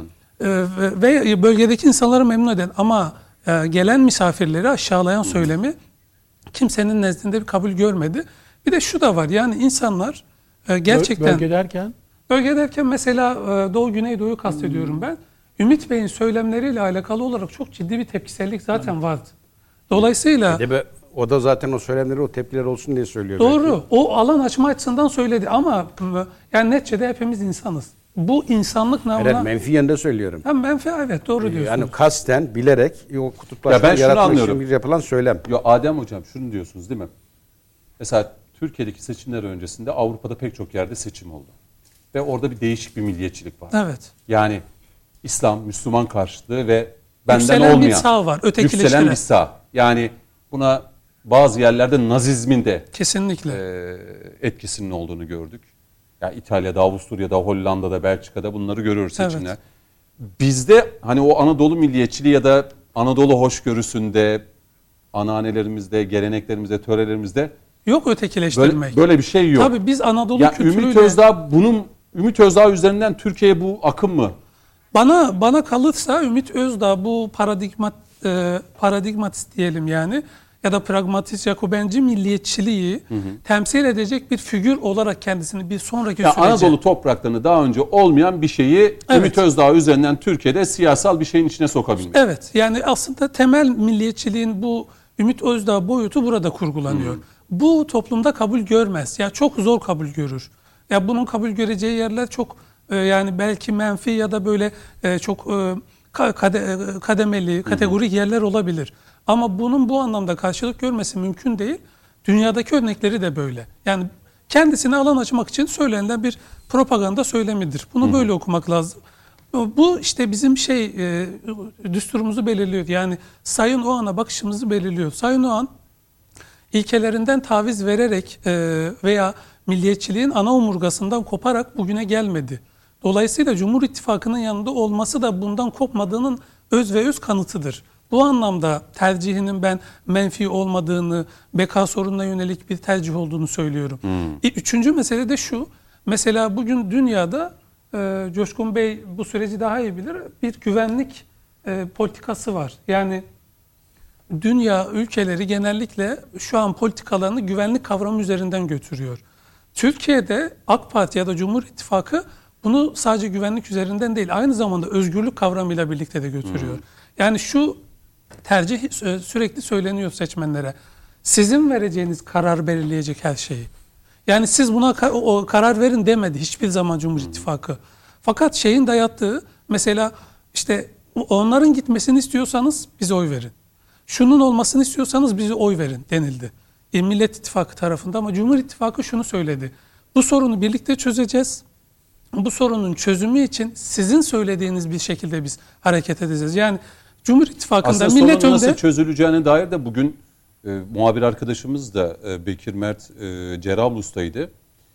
ve bölgedeki insanları memnun eden ama gelen misafirleri aşağılayan söylemi kimsenin nezdinde bir kabul görmedi. Bir de şu da var, yani insanlar gerçekten... Bölge derken mesela Doğu Güneydoğu'yu kastediyorum ben. Ümit Bey'in söylemleriyle alakalı olarak çok ciddi bir tepkisellik zaten vardı. Dolayısıyla... O da zaten o söylemleri, o tepkiler olsun diye söylüyor. Doğru. Belki. O alan açma açısından söyledi ama yani neticede hepimiz insanız. Bu insanlık namına... Evet, menfi yönde söylüyorum. Hem menfi, evet, doğru diyorsunuz. Yani kasten, bilerek o kutuplaşmayı yaratmak için bir yapılan söylem. Ya Adem Hocam şunu diyorsunuz değil mi? Mesela Türkiye'deki seçimler öncesinde Avrupa'da pek çok yerde seçim oldu. Ve orada bir değişik bir milliyetçilik var. Evet. Yani İslam, Müslüman karşıtlığı ve benden yükselen olmayan. Bir sağ var, ötekileştiren. Yükselen bir sağ. Yani buna bazı yerlerde Nazizmin de kesinlikle etkisinin olduğunu gördük. Ya İtalya'da, Avusturya'da, Hollanda'da, Belçika'da bunları görüyoruz seçimler. Evet. Bizde hani o Anadolu milliyetçiliği ya da Anadolu hoşgörüsünde, anaanelerimizde, geleneklerimizde, törelerimizde yok ötekileştirmek. Böyle bir şey yok. Tabii biz Anadolu kültürüyle... Ümit Özdağ üzerinden Türkiye'ye bu akım mı? Bana kalırsa Ümit Özdağ bu paradigmatist diyelim yani ya da pragmatist Jacobenci milliyetçiliği temsil edecek bir figür olarak kendisini bir sonraki sürece... Anadolu topraklarını daha önce olmayan bir şeyi Ümit Özdağ üzerinden Türkiye'de siyasal bir şeyin içine sokabilmek. Evet, yani aslında temel milliyetçiliğin bu Ümit Özdağ boyutu burada kurgulanıyor. Bu toplumda kabul görmez. Ya çok zor kabul görür. Ya bunun kabul göreceği yerler çok yani belki menfi ya da böyle çok kademeli, kategorik yerler olabilir. Ama bunun bu anlamda karşılık görmesi mümkün değil. Dünyadaki örnekleri de böyle. Yani kendisine alan açmak için söylenen bir propaganda söylemidir. Bunu böyle okumak lazım. Bu işte bizim düsturumuzu belirliyor. Yani Sayın Oğan'a bakışımızı belirliyor. Sayın Oğan ilkelerinden taviz vererek veya milliyetçiliğin ana omurgasından koparak bugüne gelmedi. Dolayısıyla Cumhur İttifakı'nın yanında olması da bundan kopmadığının öz ve öz kanıtıdır. Bu anlamda tercihinin ben menfi olmadığını, beka sorununa yönelik bir tercih olduğunu söylüyorum. Üçüncü mesele de şu. Mesela bugün dünyada Coşkun Bey bu süreci daha iyi bilir. Bir güvenlik politikası var. Yani dünya ülkeleri genellikle şu an politikalarını güvenlik kavramı üzerinden götürüyor. Türkiye'de AK Parti ya da Cumhur İttifakı bunu sadece güvenlik üzerinden değil, aynı zamanda özgürlük kavramıyla birlikte de götürüyor. Yani şu tercih sürekli söyleniyor seçmenlere. Sizin vereceğiniz karar belirleyecek her şeyi. Yani siz buna karar verin demedi hiçbir zaman Cumhur İttifakı. Fakat şeyin dayattığı, mesela işte onların gitmesini istiyorsanız bize oy verin. Şunun olmasını istiyorsanız bize oy verin denildi. Millet İttifakı tarafında, ama Cumhur İttifakı şunu söyledi. Bu sorunu birlikte çözeceğiz. Bu sorunun çözümü için sizin söylediğiniz bir şekilde biz hareket edeceğiz. Yani Cumhur İttifakı'nda aslında millet önde... nasıl çözüleceğine dair de bugün muhabir arkadaşımız da Bekir Mert Cerrahlus'taydı.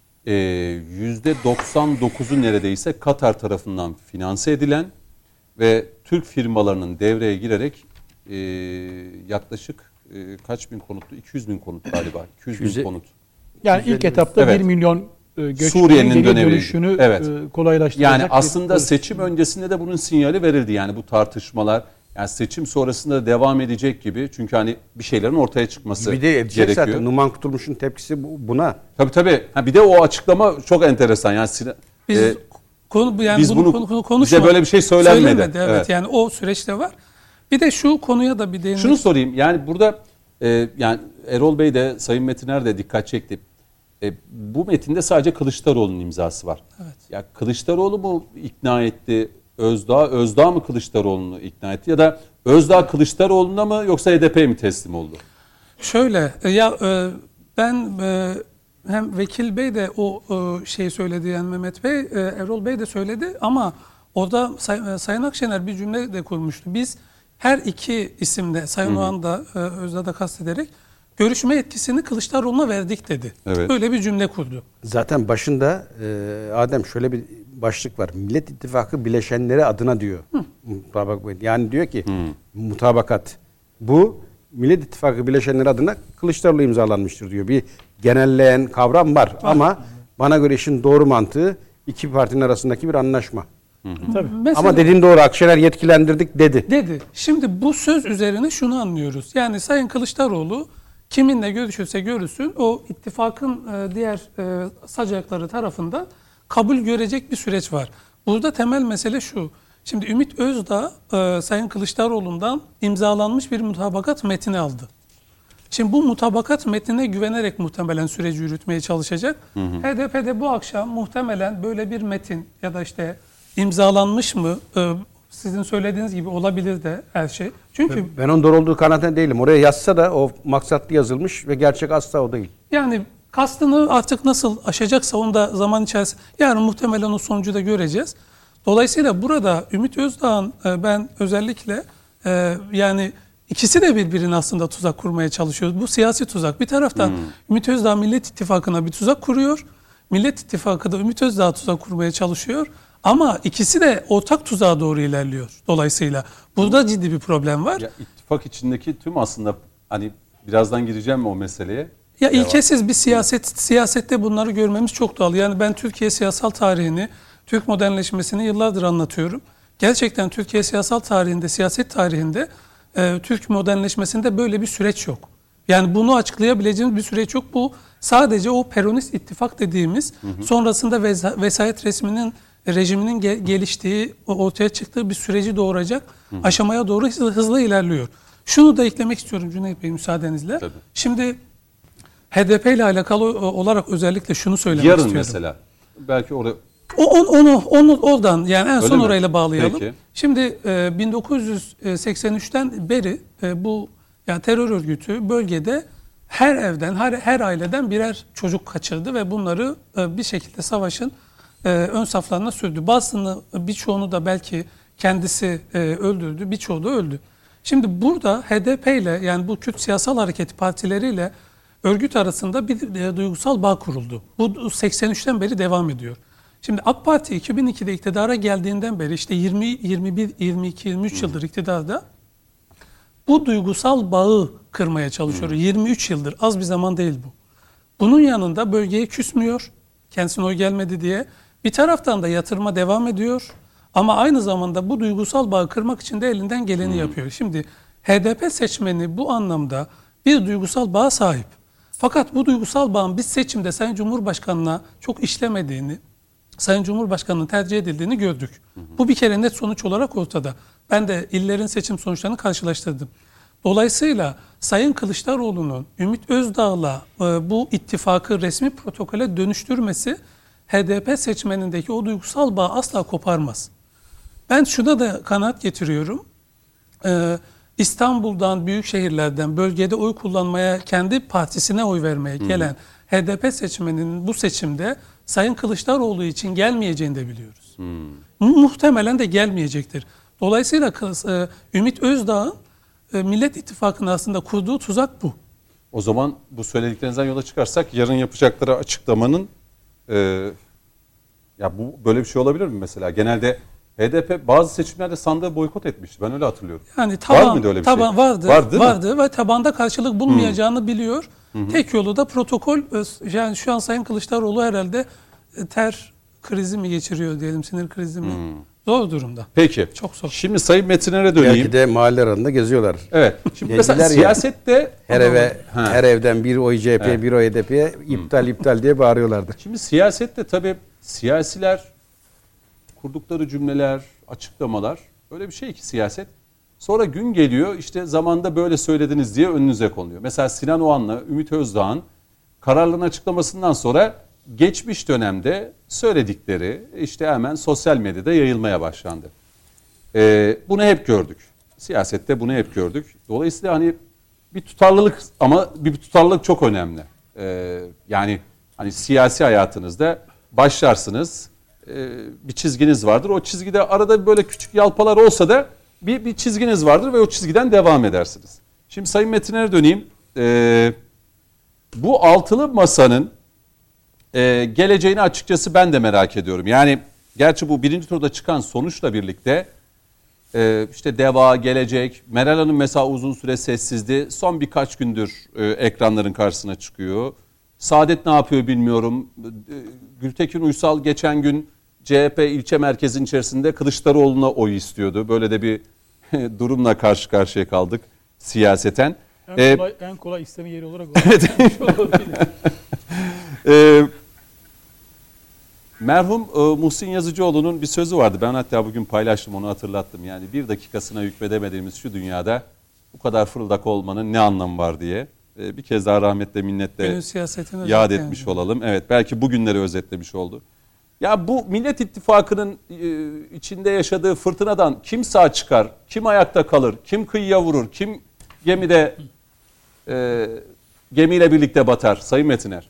%99'u neredeyse Katar tarafından finanse edilen ve Türk firmalarının devreye girerek yaklaşık kaç bin konutlu? 200 bin konut galiba. 200 bin konut. Yani ilk etapta Evet. 1 milyon göçmenin Suriye'nin geri dönemiydi. dönüşünü Evet. kolaylaştıracak. Yani bir aslında politika. seçim öncesinde de bunun sinyali verildi. Yani bu tartışmalar yani seçim sonrasında devam edecek gibi. Çünkü hani bir şeylerin ortaya çıkması Bir de edecek gerekiyor. zaten. Numan Kurtulmuş'un tepkisi buna. Tabii. Ha, bir de o açıklama çok enteresan. Yani Biz yani biz bunu bize konuşmadık. böyle bir şey söylenmedi. Evet. Evet. Yani o süreçte var. Bir de şu konuya da bir değinmek. Şunu sorayım. Yani burada yani Erol Bey de Sayın Metiner de dikkat çekti. Bu metinde sadece Kılıçdaroğlu'nun imzası var. Evet. Ya Kılıçdaroğlu mu ikna etti Özdağ mı Kılıçdaroğlu'nu ikna etti ya da Özdağ Kılıçdaroğlu'na mı yoksa HDP'ye mi teslim oldu? Şöyle ben hem Vekil Bey de o şeyi söyledi, yani Mehmet Bey, Erol Bey de söyledi ama orada Sayın Akşener bir cümle de kurmuştu. Biz her iki isimde, Sayın Oğan da Özdağ da kastederek görüşme yetkisini Kılıçdaroğlu'na verdik dedi. Evet. Böyle bir cümle kurdu. Zaten başında Adem şöyle bir başlık var. Millet İttifakı bileşenleri adına diyor. Mutabakat. Yani diyor ki mutabakat. Bu Millet İttifakı bileşenleri adına Kılıçdaroğlu imzalanmıştır diyor. Bir genelleyen kavram var. Ama bana göre işin doğru mantığı iki partinin arasındaki bir anlaşma. Tabii. Mesela, Ama dediğin doğru, Akşener yetkilendirdik dedi. dedi. Şimdi bu söz üzerine şunu anlıyoruz. Yani Sayın Kılıçdaroğlu kiminle görüşürse görüşsün o ittifakın diğer sacakları tarafından kabul görecek bir süreç var. Burada temel mesele şu. Şimdi Ümit Özdağ Sayın Kılıçdaroğlu'ndan imzalanmış bir mutabakat metni aldı. Şimdi bu mutabakat metnine güvenerek muhtemelen süreci yürütmeye çalışacak. HDP de bu akşam muhtemelen böyle bir metin ya da işte imzalanmış mı sizin söylediğiniz gibi olabilir de her şey. Çünkü Ben onun doğru olduğu kanaatinde değilim. Oraya yazsa da o maksatlı yazılmış ve gerçek asla o değil. yani kastını artık nasıl aşacaksa onu da zaman içerisinde yarın muhtemelen o sonucu da göreceğiz. Dolayısıyla burada Ümit Özdağ'ın ben özellikle yani ikisi de birbirine aslında tuzak kurmaya çalışıyor. Bu siyasi tuzak. Bir taraftan Ümit Özdağ Millet İttifakı'na bir tuzak kuruyor. Millet İttifakı da Ümit Özdağ'a tuzak kurmaya çalışıyor. Ama ikisi de ortak tuzağa doğru ilerliyor. Dolayısıyla burada ciddi bir problem var. Ya ittifak içindeki tüm aslında hani birazdan gireceğim o meseleye. Ya ilkesiz bir siyasette bunları görmemiz çok doğal. Yani ben Türkiye siyasal tarihini, Türk modernleşmesini yıllardır anlatıyorum. Gerçekten Türkiye siyasal tarihinde, siyaset tarihinde Türk modernleşmesinde böyle bir süreç yok. Yani bunu açıklayabileceğimiz bir süreç yok. Bu sadece o Peronist ittifak dediğimiz sonrasında vesayet rejiminin geliştiği, ortaya çıktığı bir süreci doğuracak aşamaya doğru hızlı ilerliyor. Şunu da eklemek istiyorum Cüneyt Bey müsaadenizle. Tabii. Şimdi HDP ile alakalı olarak özellikle şunu söylemek Yarın istiyorum. mesela belki orada Onu oradan yani en Öyle son mi? orayla bağlayalım. Peki. Şimdi 1983'ten beri bu yani terör örgütü bölgede her evden, her aileden birer çocuk kaçırdı ve bunları bir şekilde savaşın ön saflarına sürdü. Bazısını, birçoğunu da belki kendisi öldürdü, birçoğu da öldü. Şimdi burada HDP ile yani bu Kürt Siyasal Hareketi partileriyle örgüt arasında bir duygusal bağ kuruldu. Bu 83'ten beri devam ediyor. Şimdi AK Parti 2002'de iktidara geldiğinden beri işte 23 yıldır iktidarda bu duygusal bağı kırmaya çalışıyor. 23 yıldır az bir zaman değil bu. Bunun yanında bölgeye küsmüyor. Kendisine oy gelmedi diye. Bir taraftan da yatırıma devam ediyor. Ama aynı zamanda bu duygusal bağı kırmak için de elinden geleni yapıyor. Şimdi HDP seçmeni bu anlamda bir duygusal bağa sahip. Fakat bu duygusal bağın biz seçimde Sayın Cumhurbaşkanı'na çok işlemediğini, Sayın Cumhurbaşkanı'nın tercih edildiğini gördük. Bu bir kere net sonuç olarak ortada. Ben de illerin seçim sonuçlarını karşılaştırdım. Dolayısıyla Sayın Kılıçdaroğlu'nun Ümit Özdağ'la bu ittifakı resmi protokole dönüştürmesi HDP seçmenindeki o duygusal bağı asla koparmaz. Ben şuna da kanaat getiriyorum. İstanbul'dan, büyük şehirlerden bölgede oy kullanmaya, kendi partisine oy vermeye gelen HDP seçmeninin bu seçimde Sayın Kılıçdaroğlu için gelmeyeceğini de biliyoruz. Muhtemelen de gelmeyecektir. Dolayısıyla Ümit Özdağ'ın Millet İttifakı'nın aslında kurduğu tuzak bu. o zaman bu söylediklerinizden yola çıkarsak yarın yapacakları açıklamanın ya bu böyle bir şey olabilir mi mesela? Genelde HDP bazı seçimlerde sandığı boykot etmişti. Ben öyle hatırlıyorum. Yani Var mıydı öyle bir şey? vardı. Var değil mi? Vardı ve tabanda karşılık bulmayacağını biliyor. Tek yolu da protokol. Yani şu an Sayın Kılıçdaroğlu herhalde ter krizi mi geçiriyor diyelim, sinir krizi mi? Zor durumda. Peki. Çok zor. Şimdi Sayın Metinler'e döneyim. Belki de mahalle arasında geziyorlar. Evet. Şimdi Gençler mesela ya. siyasette Her evden bir oy CHP'ye, bir oy HDP'ye iptal diye bağırıyorlardı. Şimdi siyasette tabii siyasiler kurdukları cümleler, açıklamalar öyle bir şey ki siyaset. Sonra gün geliyor işte zamanda böyle söylediniz diye önünüze konuluyor. Mesela Sinan Oğan'la Ümit Özdağ'ın kararlarının açıklamasından sonra geçmiş dönemde söyledikleri işte hemen sosyal medyada yayılmaya başlandı. Bunu hep gördük. Siyasette bunu hep gördük. Dolayısıyla hani bir tutarlılık, ama bir tutarlılık çok önemli. Yani hani siyasi hayatınızda başlarsınız, bir çizginiz vardır. O çizgide arada böyle küçük yalpalar olsa da bir çizginiz vardır ve o çizgiden devam edersiniz. Şimdi Sayın Metinler'e döneyim. Bu altılı masanın geleceğini açıkçası ben de merak ediyorum. Yani gerçi bu birinci turda çıkan sonuçla birlikte işte DEVA, Gelecek, Meral Hanım mesela uzun süre sessizdi. Son birkaç gündür ekranların karşısına çıkıyor. Saadet ne yapıyor bilmiyorum. Gültekin Uysal geçen gün CHP ilçe merkezin içerisinde Kılıçdaroğlu'na oy istiyordu. Böyle de bir durumla karşı karşıya kaldık siyaseten. En kolay isteme yeri olarak merhum Muhsin Yazıcıoğlu'nun bir sözü vardı. Ben hatta bugün paylaştım, onu hatırlattım. Yani bir dakikasına hükmedemediğimiz şu dünyada bu kadar fırıldak olmanın ne anlamı var diye. Bir kez daha rahmetle minnetle yad etmiş olalım. Evet, belki bugünleri özetlemiş oldu. Ya bu Millet İttifakı'nın içinde yaşadığı fırtınadan kim sağ çıkar, kim ayakta kalır, kim kıyıya vurur, kim gemiyle birlikte batar Sayın Metiner?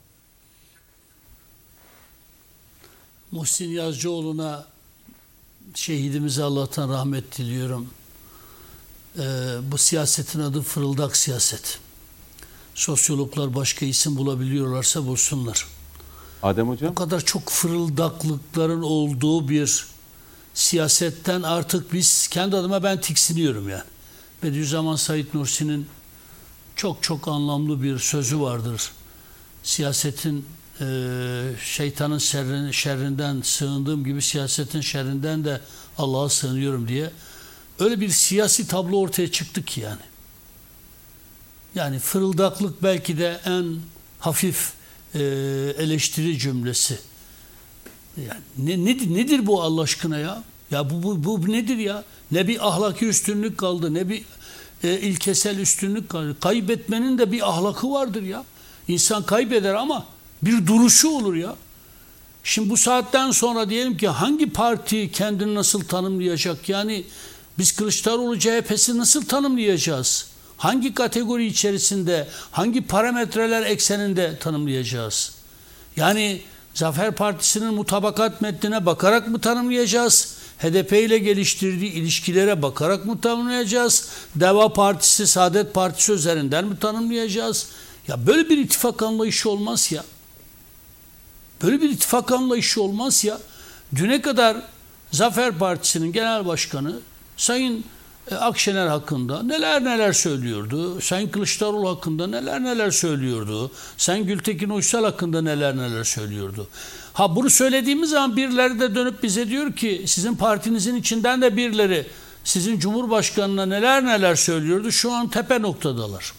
Muhsin Yazıcıoğlu'na, şehidimize Allah'tan rahmet diliyorum. Bu siyasetin adı fırıldak siyaset. Sosyologlar başka isim bulabiliyorlarsa bulsunlar. Adem Hocam? Bu kadar çok fırıldaklıkların olduğu bir siyasetten artık biz, kendi adıma ben tiksiniyorum yani. Bediüzzaman Said Nursi'nin çok anlamlı bir sözü vardır. Siyasetin şeytanın şerrinden sığındığım gibi siyasetin şerrinden de Allah'a sığınıyorum diye. Öyle bir siyasi tablo ortaya çıktı ki yani. Yani fırıldaklık belki de en hafif eleştiri cümlesi. Yani nedir bu Allah aşkına ya? Ya bu nedir ya? Ne bir ahlaki üstünlük kaldı, ne bir ilkesel üstünlük kaldı. Kaybetmenin de bir ahlakı vardır ya. İnsan kaybeder ama bir duruşu olur ya. Şimdi bu saatten sonra diyelim ki hangi parti kendini nasıl tanımlayacak? Yani biz Kılıçdaroğlu CHP'si nasıl tanımlayacağız? Hangi kategori içerisinde, hangi parametreler ekseninde tanımlayacağız? Yani Zafer Partisi'nin mutabakat metnine bakarak mı tanımlayacağız? HDP ile geliştirdiği ilişkilere bakarak mı tanımlayacağız? Deva Partisi, Saadet Partisi üzerinden mi tanımlayacağız? Ya böyle bir ittifak anlayışı olmaz ya. Böyle bir ittifak anlayışı olmaz ya. Düne kadar Zafer Partisi'nin genel başkanı Sayın Akşener hakkında neler söylüyordu. Sayın Kılıçdaroğlu hakkında neler söylüyordu. Sayın Gültekin Uysal hakkında neler söylüyordu. Ha, bunu söylediğimiz zaman birileri de dönüp bize diyor ki sizin partinizin içinden de birileri sizin Cumhurbaşkanı'na neler söylüyordu. Şu an tepe noktadalar.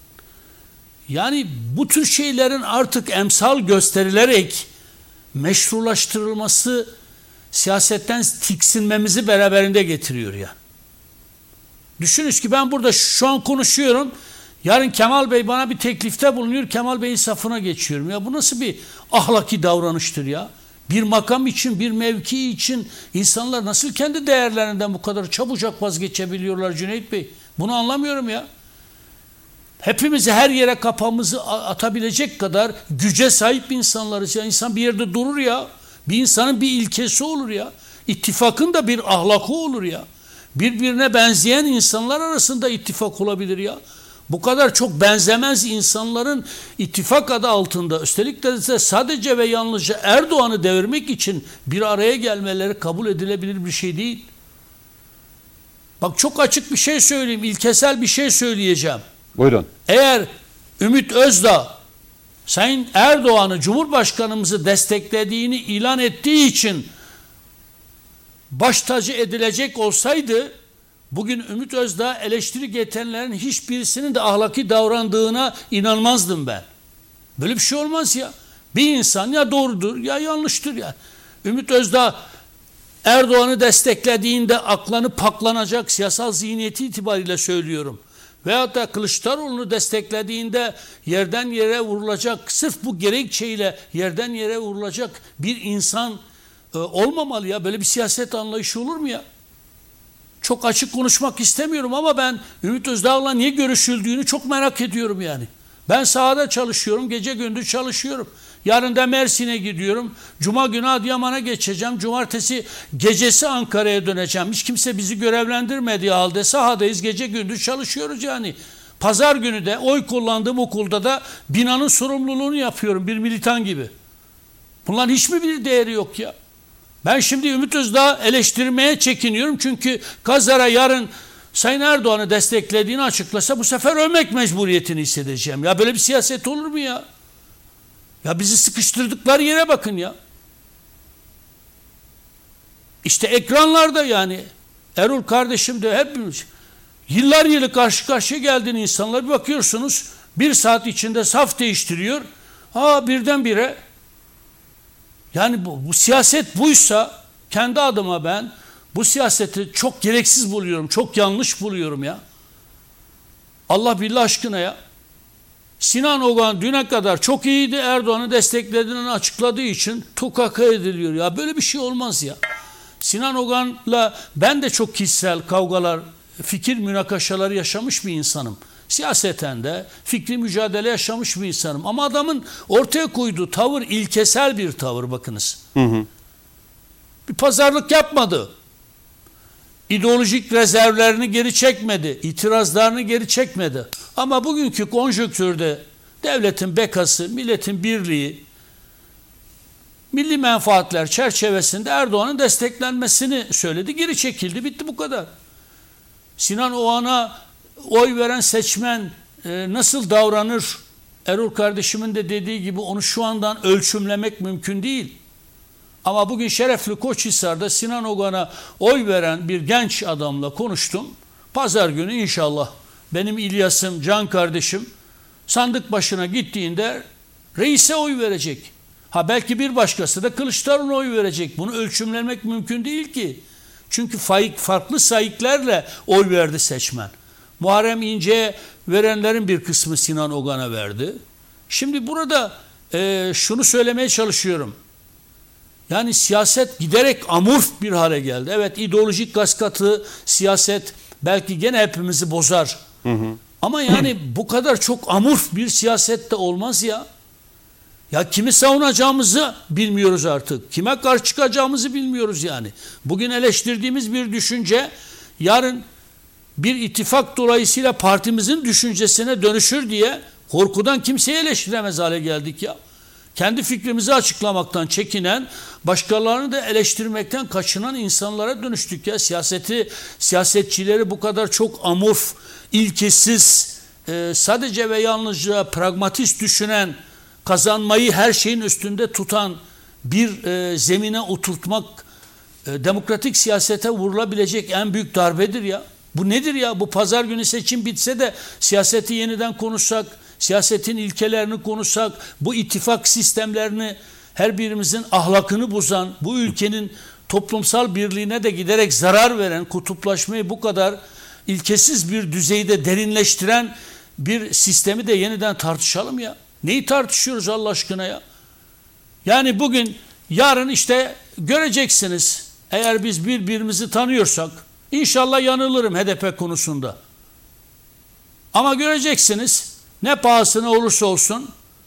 Yani bu tür şeylerin artık emsal gösterilerek meşrulaştırılması siyasetten tiksinmemizi beraberinde getiriyor ya. Düşünün ki ben burada şu an konuşuyorum. Yarın Kemal Bey bana bir teklifte bulunuyor. Kemal Bey'in safına geçiyorum. Ya bu nasıl bir ahlaki davranıştır ya? Bir makam için, bir mevki için insanlar nasıl kendi değerlerinden bu kadar çabucak vazgeçebiliyorlar Cüneyt Bey? Bunu anlamıyorum ya. Hepimizi her yere kafamızı atabilecek kadar güce sahip insanlarız ya. İnsan bir yerde durur ya. Bir insanın bir ilkesi olur ya. İttifakın da bir ahlakı olur ya. Birbirine benzeyen insanlar arasında ittifak olabilir ya. Bu kadar çok benzemez insanların ittifak adı altında, üstelik de sadece ve yalnızca Erdoğan'ı devirmek için bir araya gelmeleri kabul edilebilir bir şey değil. Bak çok açık bir şey söyleyeyim, ilkesel bir şey söyleyeceğim. Buyurun. Eğer Ümit Özdağ Sayın Erdoğan'ı, Cumhurbaşkanımızı desteklediğini ilan ettiği için baş tacı edilecek olsaydı, bugün Ümit Özdağ eleştiri getirenlerin hiçbirisinin de ahlaki davrandığına inanmazdım ben. Böyle bir şey olmaz ya. Bir insan ya doğrudur ya yanlıştır ya. Ümit Özdağ Erdoğan'ı desteklediğinde aklanıp paklanacak siyasal zihniyeti itibariyle söylüyorum. Veyahut da Kılıçdaroğlu'nu desteklediğinde yerden yere vurulacak, sırf bu gerekçeyle yerden yere vurulacak bir insan olmamalı ya. Böyle bir siyaset anlayışı olur mu ya? Çok açık konuşmak istemiyorum ama ben Ümit Özdağ'la niye görüşüldüğünü çok merak ediyorum yani. Ben sahada çalışıyorum, gece gündüz çalışıyorum. Yarın da Mersin'e gidiyorum. Cuma günü Adıyaman'a geçeceğim. Cumartesi gecesi Ankara'ya döneceğim. Hiç kimse bizi görevlendirmediği halde sahadayız, gece gündüz çalışıyoruz yani. Pazar günü de oy kullandığım okulda da binanın sorumluluğunu yapıyorum bir militan gibi. Bunların hiçbir bir değeri yok ya. Ben şimdi Ümit Özdağ'ı eleştirmeye çekiniyorum çünkü Kazara yarın Sayın Erdoğan'ı desteklediğini açıklasa bu sefer ölmek mecburiyetini hissedeceğim. Ya böyle bir siyaset olur mu ya? Ya bizi sıkıştırdıkları yere bakın ya. İşte ekranlarda yani Erol kardeşim de hepimiz yıllar yılı karşı karşıya geldiğin insanlar bir bakıyorsunuz bir saat içinde saf değiştiriyor. Birdenbire yani bu siyaset buysa kendi adıma ben bu siyaseti çok gereksiz buluyorum. Çok yanlış buluyorum ya. Allah billah aşkına ya. Sinan Ogan düne kadar çok iyiydi. Erdoğan'ı desteklediğini açıkladığı için tukaka ediliyor. Ya böyle bir şey olmaz ya. Sinan Ogan'la ben de çok kişisel kavgalar, fikir münakaşaları yaşamış bir insanım. Siyaseten de fikri mücadele yaşamış bir insanım. Ama adamın ortaya koyduğu tavır ilkesel bir tavır bakınız. Bir pazarlık yapmadı. İdeolojik rezervlerini geri çekmedi. İtirazlarını geri çekmedi. Ama bugünkü konjonktürde devletin bekası, milletin birliği, milli menfaatler çerçevesinde Erdoğan'ın desteklenmesini söyledi. Geri çekildi. Bitti bu kadar. Sinan Oğan'a oy veren seçmen nasıl davranır? Erol kardeşimin de dediği gibi onu şu andan ölçümlemek mümkün değil. Ama bugün şerefli Koçhisar'da Sinan Ogan'a oy veren bir genç adamla konuştum. Pazar günü inşallah benim İlyas'ım, can kardeşim sandık başına gittiğinde reise oy verecek. Belki bir başkası da Kılıçdaroğlu'na oy verecek. Bunu ölçümlemek mümkün değil ki. Çünkü farklı sayıklarla oy verdi seçmen. Muharrem İnce'ye verenlerin bir kısmı Sinan Ogan'a verdi. Şimdi burada şunu söylemeye çalışıyorum. Yani siyaset giderek amorf bir hale geldi. Evet, ideolojik gaskatı siyaset belki gene hepimizi bozar. Ama yani bu kadar çok amorf bir siyaset de olmaz ya. Ya kimi savunacağımızı bilmiyoruz artık. Kime karşı çıkacağımızı bilmiyoruz yani. Bugün eleştirdiğimiz bir düşünce yarın bir ittifak dolayısıyla partimizin düşüncesine dönüşür diye korkudan kimseyi eleştiremez hale geldik ya. Kendi fikrimizi açıklamaktan çekinen, başkalarını da eleştirmekten kaçınan insanlara dönüştük ya. Siyasetçileri bu kadar çok amorf, ilkesiz, sadece ve yalnızca pragmatist düşünen, kazanmayı her şeyin üstünde tutan bir zemine oturtmak demokratik siyasete vurulabilecek en büyük darbedir ya. Bu nedir ya? Bu pazar günü seçim bitse de siyaseti yeniden konuşsak, siyasetin ilkelerini konuşsak, bu ittifak sistemlerini her birimizin ahlakını bozan, bu ülkenin toplumsal birliğine de giderek zarar veren, kutuplaşmayı bu kadar ilkesiz bir düzeyde derinleştiren bir sistemi de yeniden tartışalım ya. Neyi tartışıyoruz Allah aşkına ya? Yani bugün, yarın işte göreceksiniz. Eğer biz birbirimizi tanıyorsak, inşallah yanılırım HDP konusunda. Ama göreceksiniz, ne pahasına olursa olsun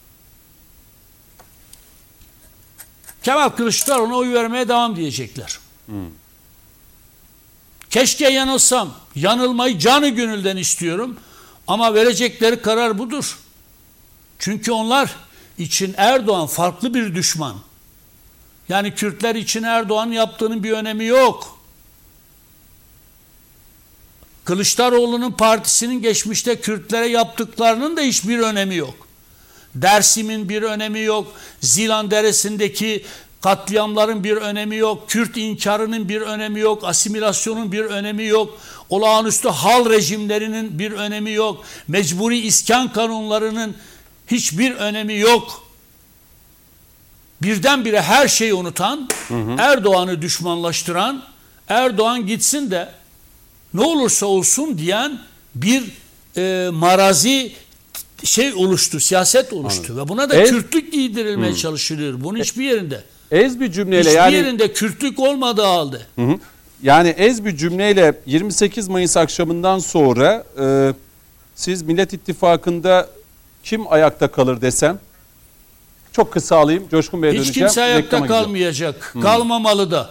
Kemal Kılıçdaroğlu'na oy vermeye devam diyecekler. Keşke yanılsam. Yanılmayı canı gönülden istiyorum. Ama verecekleri karar budur. Çünkü onlar için Erdoğan farklı bir düşman. Yani Kürtler için Erdoğan'ın yaptığının bir önemi yok. Kılıçdaroğlu'nun partisinin geçmişte Kürtlere yaptıklarının da hiçbir önemi yok. Dersim'in bir önemi yok. Zilan Deresi'ndeki katliamların bir önemi yok. Kürt inkarının bir önemi yok. Asimilasyonun bir önemi yok. Olağanüstü hal rejimlerinin bir önemi yok. Mecburi iskan kanunlarının hiçbir önemi yok. Birdenbire her şeyi unutan, Erdoğan'ı düşmanlaştıran, Erdoğan gitsin de ne olursa olsun diyen bir marazi oluştu, siyaset oluştu. Anladım. Ve buna da Kürtlük giydirilmeye çalışılıyor. Bunun hiçbir yerinde. Ez bir cümleyle Hiçbir yani yerinde Kürtlük olmadığı halde. yani ez bir cümleyle 28 Mayıs akşamından sonra siz Millet İttifakı'nda kim ayakta kalır desem, çok kısa alayım, Coşkun Bey'e döneceğim. Hiç kimse ayakta Reklama gidiyorum. kalmayacak. Kalmamalı da.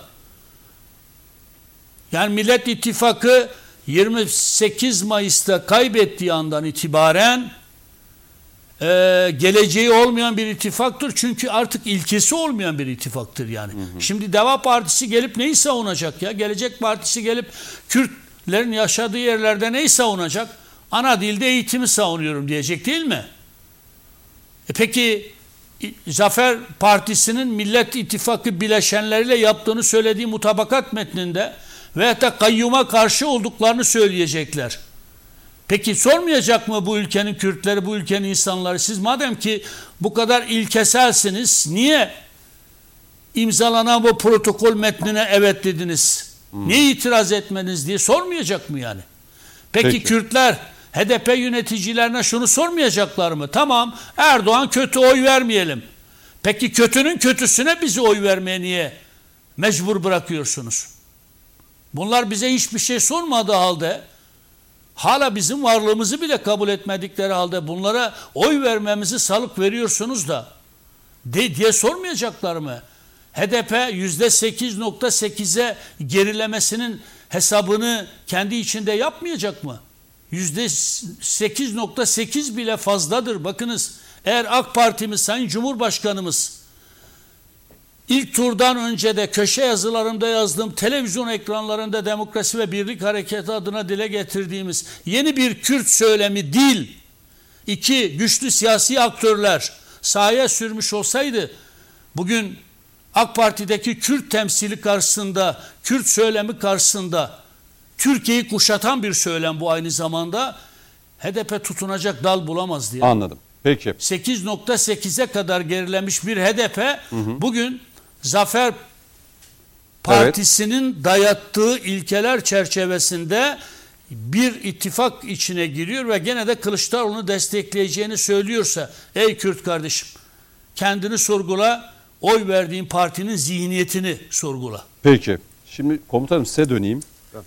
Yani Millet İttifakı 28 Mayıs'ta kaybettiği andan itibaren geleceği olmayan bir ittifaktır. Çünkü artık ilkesi olmayan bir ittifaktır yani. Şimdi Deva Partisi gelip neyi savunacak ya? Gelecek Partisi gelip Kürtlerin yaşadığı yerlerde neyi savunacak? Ana dilde eğitimi savunuyorum diyecek değil mi? Peki Zafer Partisi'nin Millet İttifakı bileşenleriyle yaptığını söylediği mutabakat metninde veyahut da kayyuma karşı olduklarını söyleyecekler. Peki sormayacak mı bu ülkenin Kürtleri, bu ülkenin insanları? Siz madem ki bu kadar ilkeselsiniz, niye imzalanan bu protokol metnine evet dediniz? Niye itiraz etmeniz diye sormayacak mı yani? Peki Kürtler HDP yöneticilerine şunu sormayacaklar mı? Tamam, Erdoğan kötü, oy vermeyelim. Peki kötünün kötüsüne bizi oy vermeye niye mecbur bırakıyorsunuz? Bunlar bize hiçbir şey sormadığı halde, hala bizim varlığımızı bile kabul etmedikleri halde bunlara oy vermemizi salık veriyorsunuz da diye sormayacaklar mı? HDP %8.8'e gerilemesinin hesabını kendi içinde yapmayacak mı? %8.8 bile fazladır. Bakınız, eğer AK Parti'miz, Sayın Cumhurbaşkanımız ilk turdan önce de köşe yazılarımda yazdığım, televizyon ekranlarında Demokrasi ve Birlik Hareketi adına dile getirdiğimiz yeni bir Kürt söylemi değil, iki güçlü siyasi aktörler sahaya sürmüş olsaydı, bugün AK Parti'deki Kürt temsili karşısında, Kürt söylemi karşısında, Türkiye'yi kuşatan bir söylem bu aynı zamanda, HDP tutunacak dal bulamazdı. Yani. Anladım. Peki. 8.8'e kadar gerilemiş bir HDP bugün Zafer Partisi'nin dayattığı ilkeler çerçevesinde bir ittifak içine giriyor ve gene de Kılıçdaroğlu'nu destekleyeceğini söylüyorsa, ey Kürt kardeşim, kendini sorgula, oy verdiğin partinin zihniyetini sorgula. Peki. Şimdi komutanım size döneyim.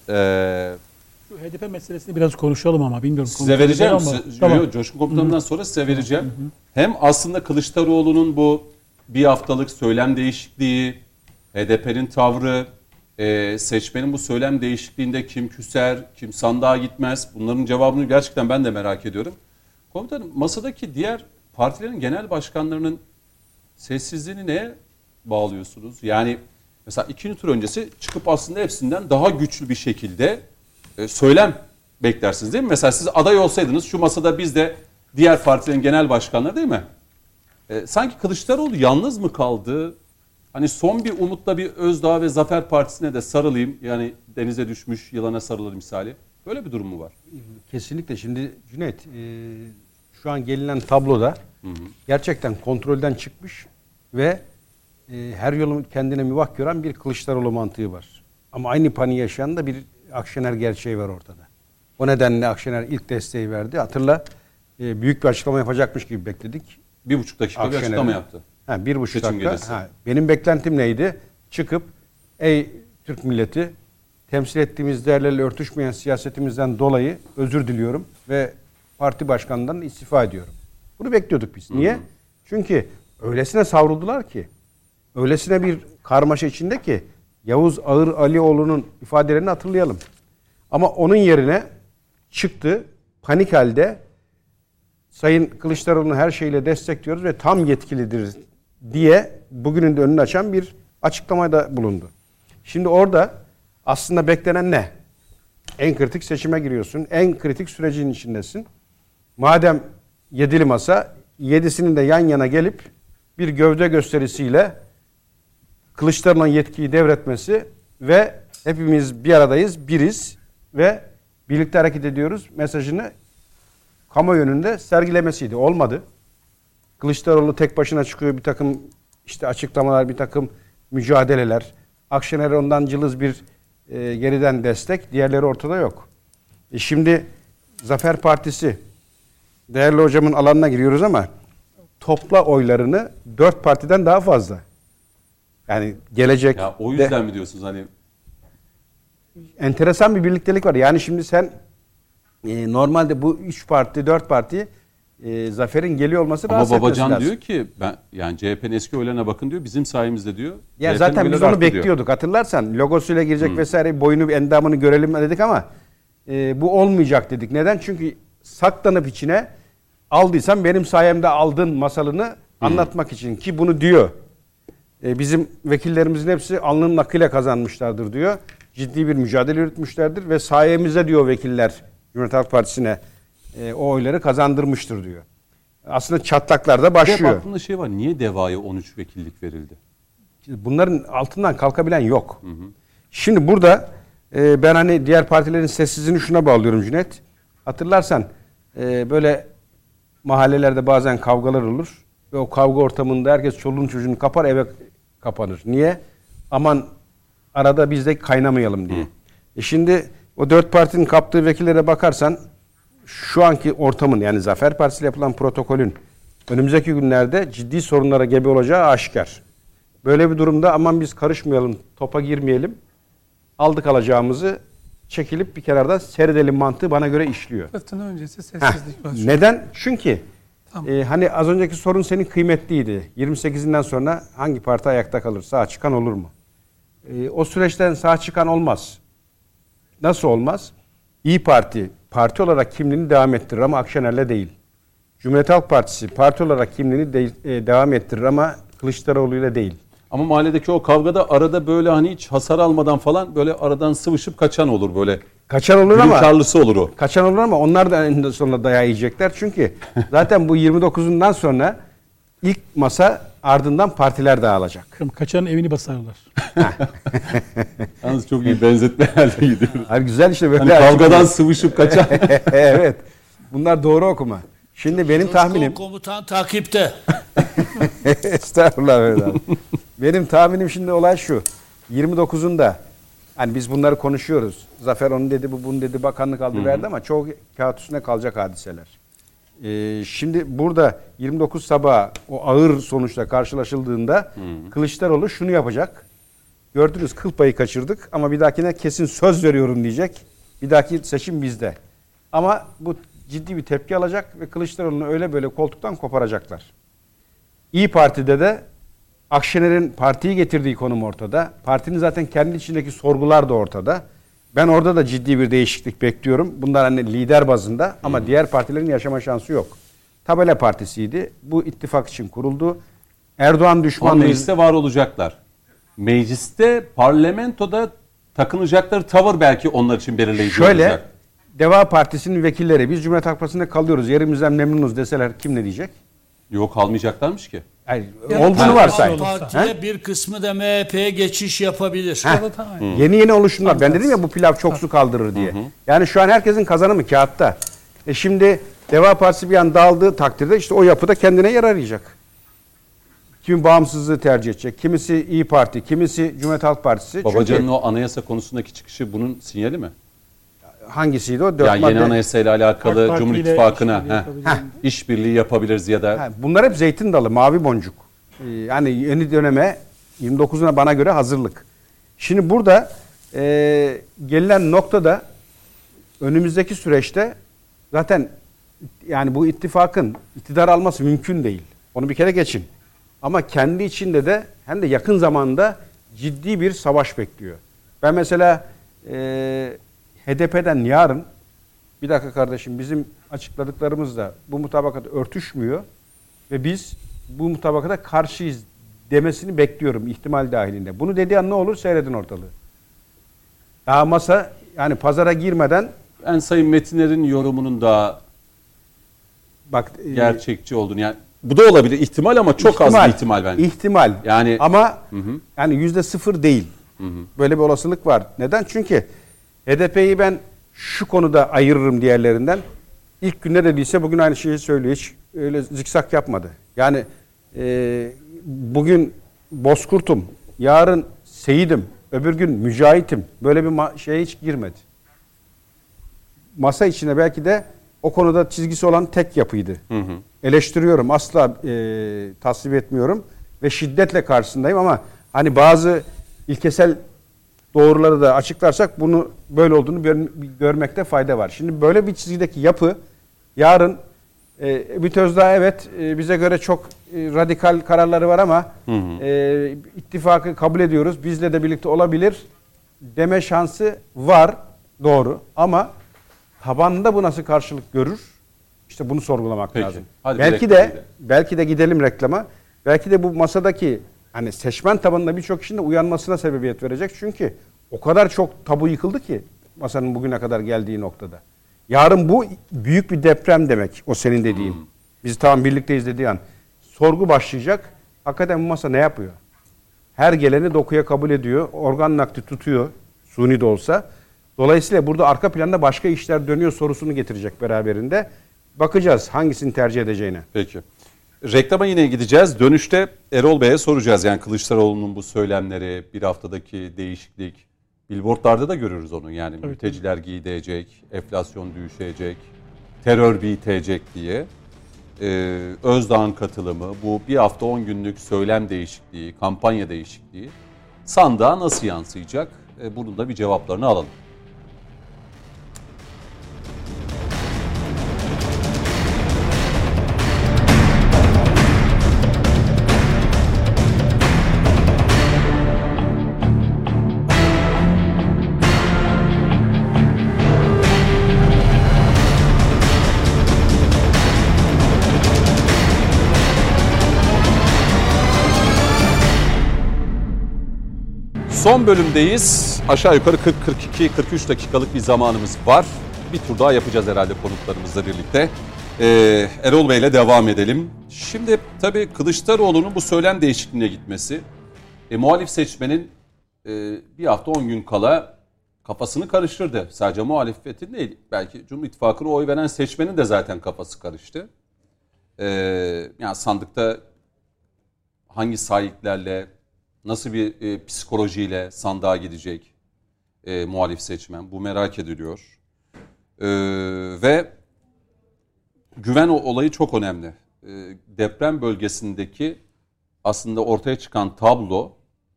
Şu HDP meselesini biraz konuşalım ama bilmiyorum. Size vereceğim. Tamam. Coşkun Komutanım'dan sonra size vereceğim. Hem aslında Kılıçdaroğlu'nun bu bir haftalık söylem değişikliği, HDP'nin tavrı, seçmenin bu söylem değişikliğinde kim küser, kim sandığa gitmez, bunların cevabını gerçekten ben de merak ediyorum. Komutanım, masadaki diğer partilerin genel başkanlarının sessizliğini neye bağlıyorsunuz? Yani mesela ikinci tur öncesi çıkıp aslında hepsinden daha güçlü bir şekilde söylem beklersiniz değil mi? Mesela siz aday olsaydınız şu masada biz de diğer partilerin genel başkanları değil mi? Sanki Kılıçdaroğlu yalnız mı kaldı? Hani son bir umutla bir Özdağ ve Zafer Partisi'ne de sarılayım. Yani denize düşmüş yılana sarılır misali. Böyle bir durum mu var? Kesinlikle. Şimdi Cüneyt, şu an gelinen tabloda gerçekten kontrolden çıkmış ve her yolun kendine müvah gören bir Kılıçdaroğlu mantığı var. Ama aynı paniği yaşayan da bir Akşener gerçeği var ortada. O nedenle Akşener ilk desteği verdi. Hatırla, büyük bir açıklama yapacakmış gibi bekledik. 1,5 dakika bir açıklama yaptı. 1,5 dakika. Benim beklentim neydi? Çıkıp, ey Türk milleti, temsil ettiğimiz değerlerle örtüşmeyen siyasetimizden dolayı özür diliyorum ve parti başkanından istifa ediyorum. Bunu bekliyorduk biz. Niye? Çünkü öylesine savruldular ki, öylesine bir karmaşa içinde ki, Yavuz Ağır Alioğlu'nun ifadelerini hatırlayalım. Ama onun yerine çıktı, panik halde Sayın Kılıçdaroğlu'nu her şeyle destekliyoruz ve tam yetkilidir diye bugünün de önünü açan bir açıklamada bulundu. Şimdi orada aslında beklenen ne? En kritik seçime giriyorsun. En kritik sürecin içindesin. Madem 7'li masa, 7'sinin de yan yana gelip bir gövde gösterisiyle Kılıçdaroğlu'na yetkiyi devretmesi ve hepimiz bir aradayız, biriz ve birlikte hareket ediyoruz mesajını kamuoyu önünde sergilemesiydi. Olmadı. Kılıçdaroğlu tek başına çıkıyor, bir takım işte açıklamalar, bir takım mücadeleler. Akşener ondan cılız bir geriden destek, diğerleri ortada yok. Şimdi Zafer Partisi, değerli hocamın alanına giriyoruz ama topla oylarını 4 partiden daha fazla. Yani gelecek... Ya o yüzden mi diyorsunuz hani? Enteresan bir birliktelik var. Yani şimdi sen normalde bu 3 parti, 4 parti Zafer'in geliyor olması Ama rahatsız etmesi Babacan lazım. diyor ki ben yani CHP'nin eski oylarına bakın diyor. Bizim sayemizde diyor. Ya CHP'nin zaten biz oyları onu arttı diyor. bekliyorduk. Hatırlarsan logosuyla girecek vesaire, boyunu, endamını görelim dedik ama bu olmayacak dedik. Neden? Çünkü saklanıp içine aldıysan benim sayemde aldın masalını anlatmak için ki bunu diyor. Bizim vekillerimizin hepsi alnının akıyla kazanmışlardır diyor. Ciddi bir mücadele yürütmüşlerdir ve sayemizde diyor vekiller Cumhuriyet Halk Partisi'ne o oyları kazandırmıştır diyor. Aslında çatlaklar da başlıyor. Hep aklımda şey var. Niye DEVA'ya 13 vekillik verildi? Bunların altından kalkabilen yok. Şimdi burada ben hani diğer partilerin sessizliğini şuna bağlıyorum Cüneyt. Hatırlarsan böyle mahallelerde bazen kavgalar olur ve o kavga ortamında herkes çoluğunu çocuğunu kapar, eve kapanır. Niye? Aman arada biz de kaynamayalım diye. Şimdi o 4 partinin kaptığı vekillere bakarsan şu anki ortamın, yani Zafer Partisi ile yapılan protokolün önümüzdeki günlerde ciddi sorunlara gebe olacağı aşikar. Böyle bir durumda aman biz karışmayalım, topa girmeyelim, aldık alacağımızı çekilip bir kenardan seyredelim mantığı bana göre işliyor. Fırtına öncesi sessizlik var. Neden? Çünkü Tamam. hani az önceki sorun senin kıymetliydi. 28'inden sonra hangi parti ayakta kalır? Sağ çıkan olur mu? O süreçten sağ çıkan olmaz. Nasıl olmaz? İYİ Parti parti olarak kimliğini devam ettirir ama Akşener'le değil. Cumhuriyet Halk Partisi parti olarak kimliğini devam ettirir ama Kılıçdaroğlu'yla değil. Ama mahalledeki o kavgada arada böyle hani hiç hasar almadan falan böyle aradan sıvışıp kaçan olur böyle. Kaçan olur ama Karlısı olur o. kaçan olur ama onlar da eninde sonunda dayağı yiyecekler. Çünkü zaten bu 29'undan sonra ilk masa, ardından partiler dağılacak. Kaçanın evini basarlar. Yalnız çok iyi benzetme halde gidiyoruz. Hayır, güzel işte böyle. Hani kavgadan sıvışıp kaçan. Evet. Bunlar doğru okuma. Şimdi benim tahminim... Komutan takipte. Estağfurullah Mehmet abi. Benim tahminim şimdi olay şu. 29'unda hani biz bunları konuşuyoruz. Zafer onu dedi, bu bunu dedi, bakanlık aldı verdi ama çoğu kağıt üstüne kalacak hadiseler. Şimdi burada 29 sabah o ağır sonuçla karşılaşıldığında Kılıçdaroğlu şunu yapacak. Gördünüz, kıl payı kaçırdık ama bir dahakine kesin söz veriyorum diyecek. Bir dahaki seçim bizde. Ama bu ciddi bir tepki alacak ve Kılıçdaroğlu'nu öyle böyle koltuktan koparacaklar. İYİ Parti'de de Akşener'in partiyi getirdiği konum ortada. Partinin zaten kendi içindeki sorgular da ortada. Ben orada da ciddi bir değişiklik bekliyorum. Bunlar hani lider bazında ama diğer partilerin yaşama şansı yok. Tabela Partisi'ydi. Bu ittifak için kuruldu. Erdoğan Ama düşmanlığı... mecliste var olacaklar. Mecliste, parlamentoda takınacakları tavır belki onlar için belirleyici Şöyle, olacak. Deva Partisi'nin vekilleri biz Cumhuriyet Halk Partisi'nde kalıyoruz, yerimizden memnunuz deseler kim ne diyecek? Yok, almayacaklarmış ki. Hayır, Ya, olduğunu varsay. Partiye bir kısmı da MHP'ye geçiş yapabilir. Yeni oluşumlar. Ben dedim ya bu pilav çok su kaldırır diye. Yani şu an herkesin kazanımı kağıtta. Şimdi Deva Partisi bir an dağıldığı takdirde işte o yapıda kendine yer arayacak. Kimi bağımsızlığı tercih edecek. Kimisi İYİ Parti, kimisi Cumhuriyet Halk Partisi. Babacan'ın Çünkü o anayasa konusundaki çıkışı bunun sinyali mi? hangisiydi o? 4 Yani yeni anayasayla alakalı AK Cumhur Parti ile İttifakı'na işbirliği yapabiliriz. işbirliği yapabiliriz ya da Bunlar hep zeytin dalı, mavi boncuk. Yani yeni döneme 29'una bana göre hazırlık. Şimdi burada gelinen noktada önümüzdeki süreçte zaten yani bu ittifakın iktidar alması mümkün değil. Onu bir kere geçin. Ama kendi içinde de hem de yakın zamanda ciddi bir savaş bekliyor. Ben mesela HDP'den yarın bir dakika kardeşim bizim açıkladıklarımızla bu mutabakat örtüşmüyor ve biz bu mutabakata karşıyız demesini bekliyorum ihtimal dahilinde. Bunu dediği an ne olur seyredin ortalığı. Daha masa yani pazara girmeden Ben Sayın Metiner'in yorumunun daha bak gerçekçi olduğunu yani bu da olabilir ihtimal ama çok az bir ihtimal bence. İhtimal. Yani ama yani %0 değil. Böyle bir olasılık var. Neden? Çünkü HDP'yi ben şu konuda ayırırım diğerlerinden. İlk gün ne dediyse bugün aynı şeyi söylüyor. Hiç öyle zikzak yapmadı. Yani bugün Bozkurt'um, yarın Seyit'im, öbür gün Mücahit'im. Böyle bir şeye hiç girmedi. Masa içine belki de o konuda çizgisi olan tek yapıydı. Eleştiriyorum, asla tasvip etmiyorum ve şiddetle karşısındayım ama hani bazı ilkesel doğruları da açıklarsak bunu böyle olduğunu görmekte fayda var. Şimdi böyle bir çizgideki yapı yarın Ümit Özdağ evet bize göre çok radikal kararları var ama ittifakı kabul ediyoruz. Bizle de birlikte olabilir deme şansı var. Doğru. Ama tabanda bu nasıl karşılık görür? İşte bunu sorgulamak Peki. lazım. Hadi Belki de gidelim reklama. Belki de bu masadaki hani seçmen tabanında birçok kişinin de uyanmasına sebebiyet verecek. Çünkü o kadar çok tabu yıkıldı ki masanın bugüne kadar geldiği noktada. Yarın bu büyük bir deprem demek. O senin dediğin. Biz tamam birlikteyiz dediği an. Sorgu başlayacak. Hakikaten bu masa ne yapıyor? Her geleni dokuya kabul ediyor. Organ nakli tutuyor. Suni de olsa. Dolayısıyla burada arka planda başka işler dönüyor sorusunu getirecek beraberinde. Bakacağız hangisini tercih edeceğine. Peki. Reklama yine gideceğiz. Dönüşte Erol Bey'e soracağız. Yani Kılıçdaroğlu'nun bu söylemleri, bir haftadaki değişiklik. Billboardlarda da görürüz onu. Yani evet, mülteciler gidecek, enflasyon düşecek, terör bitecek diye. Özdağ'ın katılımı, bu bir hafta 10 günlük söylem değişikliği, kampanya değişikliği sandığa nasıl yansıyacak? Bunun da bir cevaplarını alalım. Son bölümdeyiz. Aşağı yukarı 40-42-43 dakikalık bir zamanımız var. Bir tur daha yapacağız herhalde konuklarımızla birlikte. Erol Bey'le devam edelim. Şimdi tabii Kılıçdaroğlu'nun bu söylem değişikliğine gitmesi, muhalif seçmenin bir hafta 10 gün kala kafasını karıştırdı. Sadece muhalefetin değil, belki Cumhur İttifakı'na oy veren seçmenin de zaten kafası karıştı. Yani sandıkta hangi sahiplerle, nasıl bir psikolojiyle sandığa gidecek muhalif seçmen? Bu merak ediliyor. Ve güven olayı çok önemli. Deprem bölgesindeki aslında ortaya çıkan tablo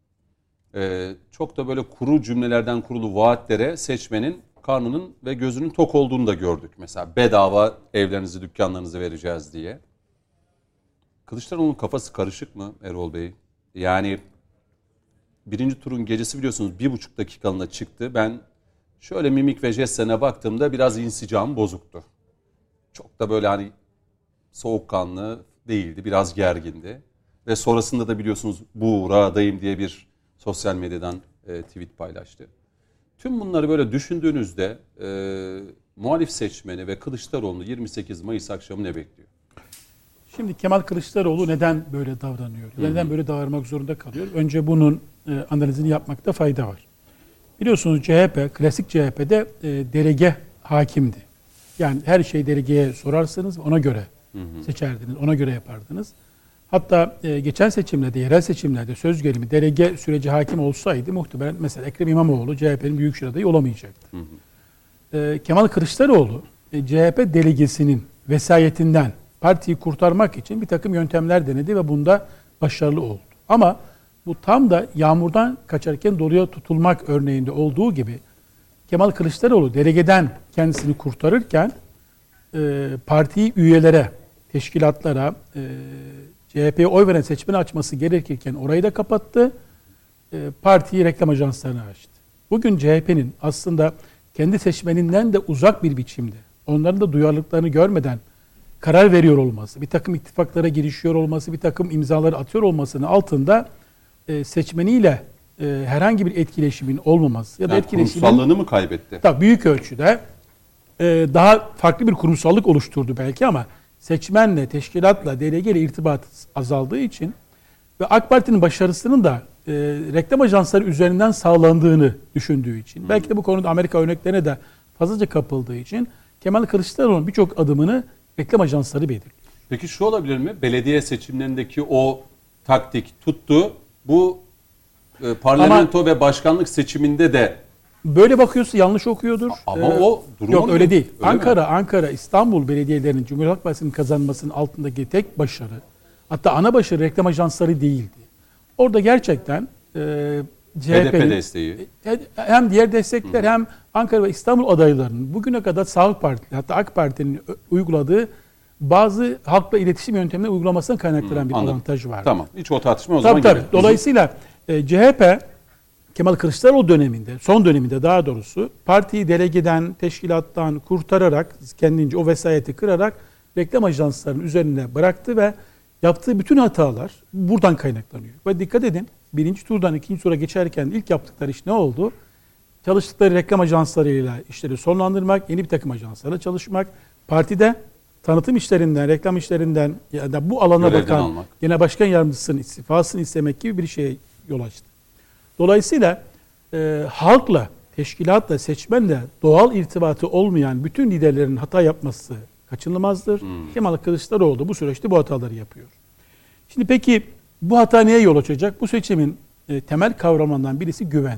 çok da böyle kuru cümlelerden kurulu vaatlere seçmenin karnının ve gözünün tok olduğunu da gördük. Mesela bedava evlerinizi, dükkanlarınızı vereceğiz diye. Kılıçdaroğlu'nun kafası karışık mı Erol Bey? Yani birinci turun gecesi biliyorsunuz 1,5 dakikalığına çıktı. Ben şöyle mimik ve jestlerine baktığımda biraz insicam bozuktu. Çok da böyle hani soğukkanlı değildi, biraz gergindi. Ve sonrasında da biliyorsunuz buradayım diye bir sosyal medyadan tweet paylaştı. Tüm bunları böyle düşündüğünüzde muhalif seçmeni ve Kılıçdaroğlu'nu 28 Mayıs akşamı ne bekliyor? Şimdi Kemal Kılıçdaroğlu neden böyle davranıyor? Neden böyle davranmak zorunda kalıyor? Önce bunun analizini yapmakta fayda var. Biliyorsunuz CHP, klasik CHP'de delege hakimdi. Yani her şeyi delegeye sorarsanız ona göre seçerdiniz, ona göre yapardınız. Hatta geçen seçimlerde, yerel seçimlerde söz gelimi delege süreci hakim olsaydı muhtemelen mesela Ekrem İmamoğlu CHP'nin büyükşehir adayı olamayacaktı. Kemal Kılıçdaroğlu CHP delegesinin vesayetinden partiyi kurtarmak için bir takım yöntemler denedi ve bunda başarılı oldu. Ama bu tam da yağmurdan kaçarken doluya tutulmak örneğinde olduğu gibi Kemal Kılıçdaroğlu delegeden kendisini kurtarırken partiyi üyelere, teşkilatlara, CHP'ye oy veren seçmeni açması gerekirken orayı da kapattı. Partiyi reklam ajanslarına açtı. Bugün CHP'nin aslında kendi seçmeninden de uzak bir biçimde onların da duyarlılıklarını görmeden karar veriyor olması, bir takım ittifaklara girişiyor olması, bir takım imzaları atıyor olmasının altında seçmeniyle herhangi bir etkileşimin olmaması ya da Yani etkileşimin kurumsallığını mı kaybetti? tabii büyük ölçüde daha farklı bir kurumsallık oluşturdu belki ama seçmenle, teşkilatla, delegeyle irtibat azaldığı için ve AK Parti'nin başarısının da reklam ajansları üzerinden sağlandığını düşündüğü için, belki de bu konuda Amerika örneklerine de fazlaca kapıldığı için Kemal Kılıçdaroğlu'nun birçok adımını reklam ajansları belirliyor. Peki şu olabilir mi? Belediye seçimlerindeki o taktik tuttu. Bu parlamento ve başkanlık seçiminde de Böyle bakıyorsa yanlış okuyordur. ama o durum Yok öyle değil. Öyle mi? Ankara, İstanbul belediyelerinin Cumhuriyet Halk Partisi'nin kazanmasının altındaki tek başarı, hatta ana başarı reklam ajansları değildi. Orada gerçekten HDP desteği. hem diğer destekler hem Ankara ve İstanbul adaylarının bugüne kadar Sağlık Partisi hatta AK Parti'nin uyguladığı bazı halkla iletişim yöntemleri uygulamasından kaynaklanan bir Anladım. avantaj var. Tamam. Hiç o tartışma o zaman Tabii. gibi. Dolayısıyla CHP Kemal Kılıçdaroğlu döneminde, son döneminde daha doğrusu partiyi delegeden, teşkilattan kurtararak, kendince o vesayeti kırarak reklam ajanslarının üzerine bıraktı ve yaptığı bütün hatalar buradan kaynaklanıyor. Ve dikkat edin, birinci turdan ikinci tura geçerken ilk yaptıkları iş ne oldu? Çalıştıkları reklam ajanslarıyla işleri sonlandırmak, yeni bir takım ajanslarla çalışmak, partide tanıtım işlerinden, reklam işlerinden ya da bu alana Görevden bakan almak. genel başkan yardımcısının istifasını istemek gibi bir şeye yol açtı. Dolayısıyla halkla, teşkilatla, seçmenle doğal irtibatı olmayan bütün liderlerin hata yapması kaçınılmazdır. Kemal Kılıçdaroğlu bu süreçte bu hataları yapıyor. Şimdi peki bu hata neye yol açacak? Bu seçimin temel kavramlarından birisi güven.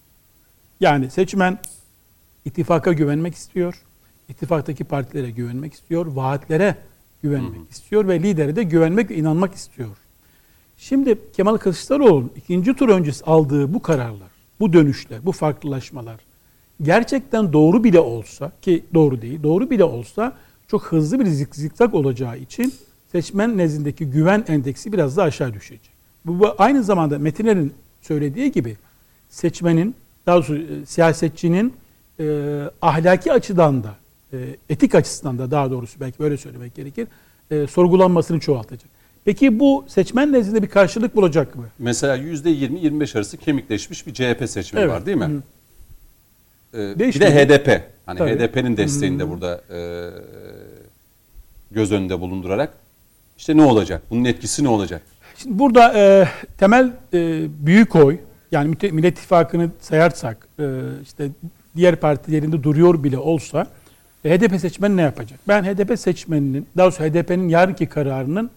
Yani seçmen ittifaka güvenmek istiyor, ittifaktaki partilere güvenmek istiyor, vaatlere güvenmek istiyor ve lidere de güvenmek ve inanmak istiyor. Şimdi Kemal Kılıçdaroğlu'nun ikinci tur öncesi aldığı bu kararlar, bu dönüşler, bu farklılaşmalar gerçekten doğru bile olsa, ki doğru değil, doğru bile olsa çok hızlı bir zikzak olacağı için seçmen nezdindeki güven endeksi biraz daha aşağı düşecek. Bu aynı zamanda Metinler'in söylediği gibi seçmenin, daha doğrusu siyasetçinin ahlaki açıdan da, etik açısından da daha doğrusu belki böyle söylemek gerekir, sorgulanmasını çoğaltacak. Peki bu seçmen nezdinde bir karşılık bulacak mı? Mesela %20-25 arası kemikleşmiş bir CHP seçmeni Evet. var değil mi? Bir Değişti. de HDP. Hani Tabii. HDP'nin desteğini de burada göz önünde bulundurarak işte ne olacak? Bunun etkisi ne olacak? Şimdi burada temel büyük oy, yani Millet İttifakı'nı sayarsak işte diğer partilerinde duruyor bile olsa HDP seçmeni ne yapacak? Ben HDP seçmeninin, daha doğrusu HDP'nin yarınki kararının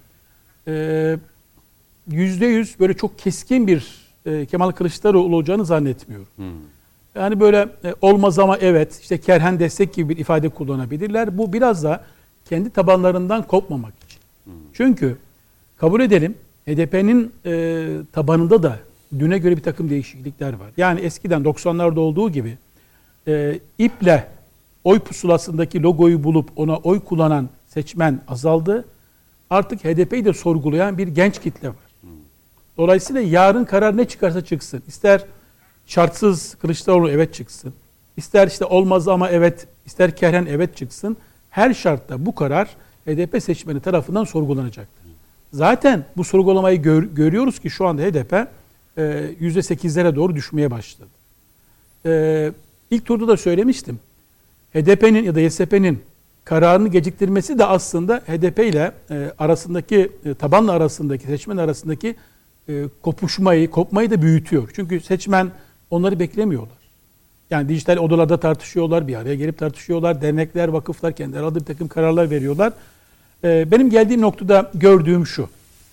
%100 böyle çok keskin bir Kemal Kılıçdaroğlu olacağını zannetmiyorum. Yani böyle olmaz ama evet, işte kerhen destek gibi bir ifade kullanabilirler. Bu biraz da kendi tabanlarından kopmamak için. Çünkü kabul edelim HDP'nin tabanında da düne göre bir takım değişiklikler var. Yani eskiden 90'larda olduğu gibi iple oy pusulasındaki logoyu bulup ona oy kullanan seçmen azaldı. Artık HDP'yi de sorgulayan bir genç kitle var. Dolayısıyla yarın karar ne çıkarsa çıksın. İster şartsız Kılıçdaroğlu evet çıksın. İster işte olmaz ama evet, ister kerhen evet çıksın. Her şartta bu karar HDP seçmeni tarafından sorgulanacaktır. Zaten bu sorgulamayı görüyoruz ki şu anda HDP %8'lere doğru düşmeye başladı. İlk turda da söylemiştim. HDP'nin ya da YSP'nin kararını geciktirmesi de aslında HDP ile arasındaki tabanla arasındaki seçmen arasındaki kopmayı da büyütüyor. Çünkü seçmen onları beklemiyorlar. Yani dijital odalarda tartışıyorlar, bir araya gelip tartışıyorlar. Dernekler, vakıflar kendi aralarında bir takım kararlar veriyorlar. Benim geldiğim noktada gördüğüm şu.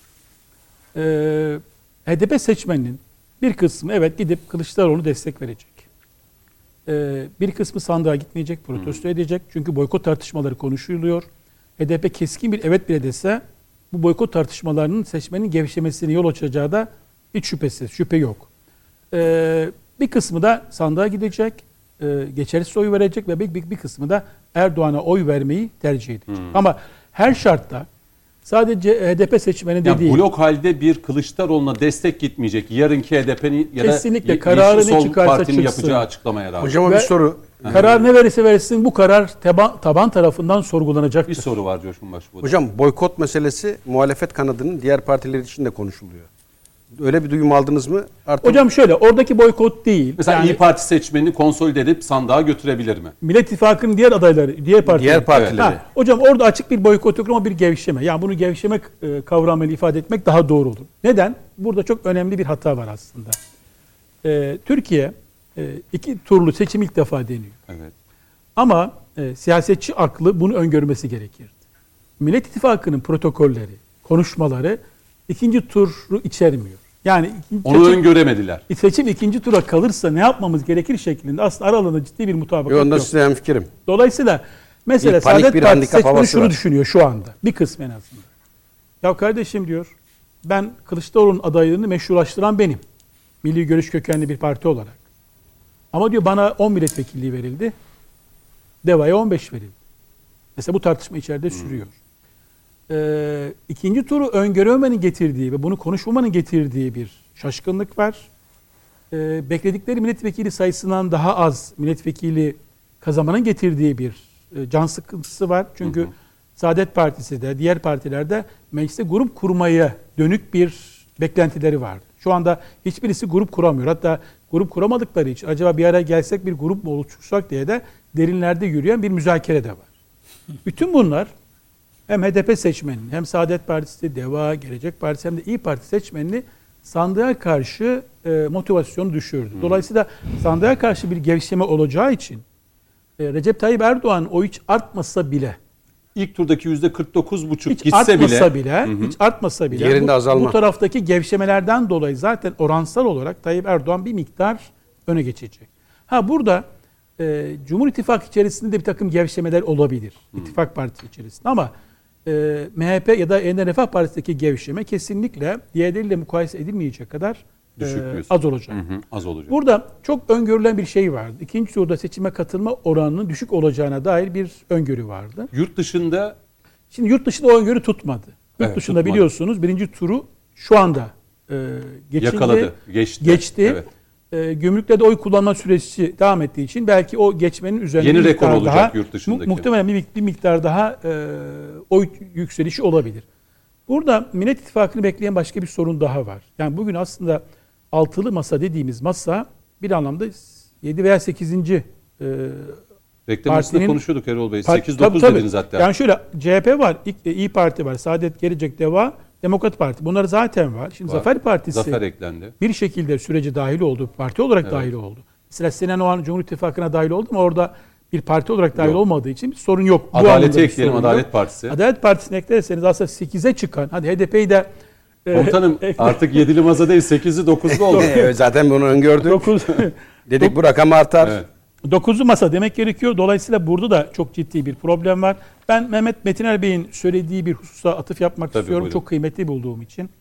HDP seçmeninin bir kısmı evet gidip Kılıçdaroğlu'na destek verecek. Bir kısmı sandığa gitmeyecek, protesto edecek. Çünkü boykot tartışmaları konuşuluyor. HDP keskin bir evet bile dese bu boykot tartışmalarının seçmenin gevşemesine yol açacağı da hiç şüphe yok. Bir kısmı da sandığa gidecek, geçersiz oy verecek ve bir kısmı da Erdoğan'a oy vermeyi tercih edecek. Ama her şartta sadece HDP seçmeni de değil. Blok halde bir Kılıçdaroğlu'na destek gitmeyecek. Yarınki HDP'nin ya kesinlikle da kararı Yeşil ne Sol çıkarsa Parti'nin çıksın. yapacağı açıklamaya rağmen. Hocama bir soru. Karar ne verirse versin bu karar taban tarafından sorgulanacaktır. Bir soru var Coşkun Başbuğ'da. Hocam boykot meselesi muhalefet kanadının diğer partiler için de konuşuluyor. Öyle bir duyum aldınız mı? Artık Hocam şöyle, oradaki boykot değil. Mesela Yani İYİ Parti seçmenini konsolide edip sandığa götürebilir mi? Millet İttifakı'nın diğer adayları, diğer partileri. Evet. Hocam orada açık bir boykot yok ama bir gevşeme. Yani bunu gevşeme kavramıyla ifade etmek daha doğru olur. Neden? Burada çok önemli bir hata var aslında. Türkiye 2 turlu seçim ilk defa deniyor. Evet. Ama siyasetçi aklı bunu öngörmesi gerekirdi. Millet İttifakı'nın protokolleri, konuşmaları 2. turu içermiyor. Yani Onu öngöremediler. seçim 2. tura kalırsa ne yapmamız gerekir şeklinde aslında aralarında ciddi bir mutabakat onda yok. size hemfikirim. Dolayısıyla mesela Bir panik, Saadet bir Partisi handikap seçmeni havası şunu var. düşünüyor şu anda. Bir kısmı en azından. Ya kardeşim diyor, ben Kılıçdaroğlu'nun adaylığını meşrulaştıran benim. Milli Görüş kökenli bir parti olarak. Ama diyor bana 10 milletvekilliği verildi. DEVA'ya 15 verildi. Mesela bu tartışma içeride sürüyor. İkinci turu öngörememenin getirdiği ve bunu konuşmamanın getirdiği bir şaşkınlık var. Bekledikleri milletvekili sayısından daha az milletvekili kazanmanın getirdiği bir can sıkıntısı var. Çünkü Saadet Partisi de diğer partilerde mecliste grup kurmaya dönük bir beklentileri vardı. Şu anda hiçbirisi grup kuramıyor. Hatta grup kuramadıkları için acaba bir araya gelsek bir grup mu oluştursak diye de derinlerde yürüyen bir müzakere de var. Bütün bunlar hem HDP seçmenini hem Saadet Partisi, DEVA, Gelecek Partisi hem de İYİ Parti seçmenini sandığa karşı motivasyonu düşürdü. Dolayısıyla sandığa karşı bir gevşeme olacağı için Recep Tayyip Erdoğan o hiç artmasa bile İlk turdaki %49,5 hiç gitse artmasa bile Yerinde azalma. bu taraftaki gevşemelerden dolayı zaten oransal olarak Tayyip Erdoğan bir miktar öne geçecek. Burada Cumhur İttifakı içerisinde de bir takım gevşemeler olabilir. İttifak Partisi içerisinde ama MHP ya da Yeniden Refah Partisi'ndeki gevşeme kesinlikle diğerleriyle mukayese edilmeyecek kadar az olacak. Az olacak. Burada çok öngörülen bir şey vardı. İkinci turda seçime katılma oranının düşük olacağına dair bir öngörü vardı. Yurt dışında Şimdi yurt dışında o öngörü tutmadı. Yurt dışında tutmadı. Biliyorsunuz birinci turu şu anda yakaladı, geçti. Evet. Gümrüklerde oy kullanma süresi devam ettiği için belki o geçmenin üzerinde Yeni bir rekor miktar olacak daha, yurt dışındaki. Muhtemelen bir miktar daha oy yükselişi olabilir. Burada Millet İttifakı'nı bekleyen başka bir sorun daha var. Yani bugün aslında altılı masa dediğimiz masa bir anlamda 7 veya 8. reklam arasında partinin- konuşuyorduk Erol Bey. Tabii, 8-9 tabii. dediniz hatta. Yani şöyle CHP var, İYİ Parti var, Saadet, Gelecek, DEVA, Demokrat Parti. Bunlar zaten var. Şimdi Var. Zafer Partisi Zafer eklendi. bir şekilde sürece dahil oldu. Parti olarak dahil oldu. Mesela Sinan Oğan Cumhur İttifakı'na dahil oldu ama orada bir parti olarak dahil Yok. olmadığı için bir sorun yok. Bu anlamda Adaleti bir ekleyelim, sorun Adalet yok. Partisi. Adalet Partisi'ni eklerseniz aslında 8'e çıkan, hadi HDP'yi de Komutanım artık 7'li masa değil 8'li 9'lu oldu. Zaten bunu öngördük. 9 Dedik bu rakam artar. Evet. 9'lu masa demek gerekiyor. Dolayısıyla burada da çok ciddi bir problem var. Ben Mehmet Metiner Bey'in söylediği bir hususa atıf yapmak Tabii, istiyorum. buyurun. Çok kıymetli bulduğum için.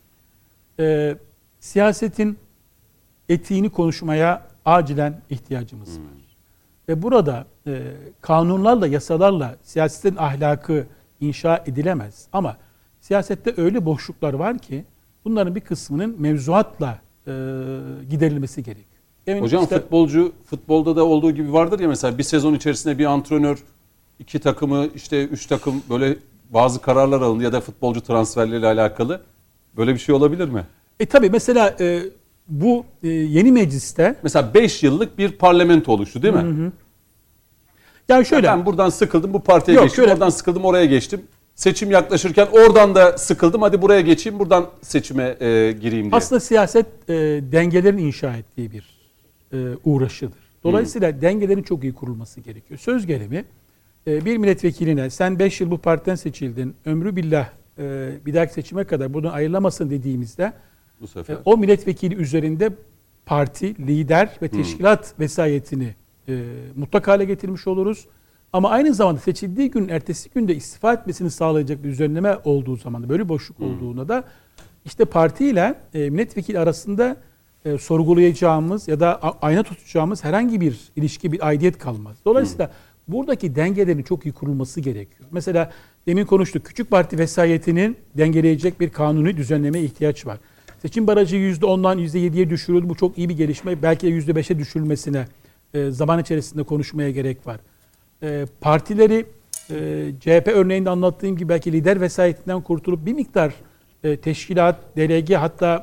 Siyasetin etiğini konuşmaya acilen ihtiyacımız var. Ve burada kanunlarla, yasalarla siyasetin ahlakı inşa edilemez. Ama siyasette öyle boşluklar var ki bunların bir kısmının mevzuatla giderilmesi gerekiyor. Hocam futbolda da olduğu gibi vardır ya, mesela bir sezon içerisinde bir antrenör 2 takımı 3 takım böyle bazı kararlar alındı ya da futbolcu transferleriyle alakalı böyle bir şey olabilir mi? Tabii mesela bu yeni mecliste Mesela 5 yıllık bir parlamento oluştu değil mi? yani şöyle Ben buradan sıkıldım bu partiye Yok, geçtim, şöyle- oradan sıkıldım oraya geçtim. Seçim yaklaşırken oradan da sıkıldım, hadi buraya geçeyim, buradan seçime gireyim diye. aslında siyaset dengelerin inşa ettiği bir uğraşıdır. Dolayısıyla dengelerin çok iyi kurulması gerekiyor. Söz gelimi bir milletvekiline sen 5 yıl bu partiden seçildin, ömrü billah bir dahaki seçime kadar buradan ayrılamasın dediğimizde Bu sefer. o milletvekili üzerinde parti, lider ve teşkilat vesayetini mutlak hale getirmiş oluruz. Ama aynı zamanda seçildiği gün ertesi günde istifa etmesini sağlayacak bir düzenleme olduğu zaman da, böyle boşluk olduğunda da işte parti ile milletvekili arasında sorgulayacağımız ya da ayna tutacağımız herhangi bir ilişki, bir aidiyet kalmaz. Dolayısıyla buradaki dengelerin çok iyi kurulması gerekiyor. Mesela demin konuştuk, küçük parti vesayetinin dengeleyecek bir kanuni düzenlemeye ihtiyaç var. Seçim barajı %10'dan %7'ye düşürüldü. Bu çok iyi bir gelişme. Belki de %5'e düşürülmesine zaman içerisinde konuşmaya gerek var. Partileri CHP örneğinde anlattığım gibi belki lider vesayetinden kurtulup bir miktar teşkilat, delege hatta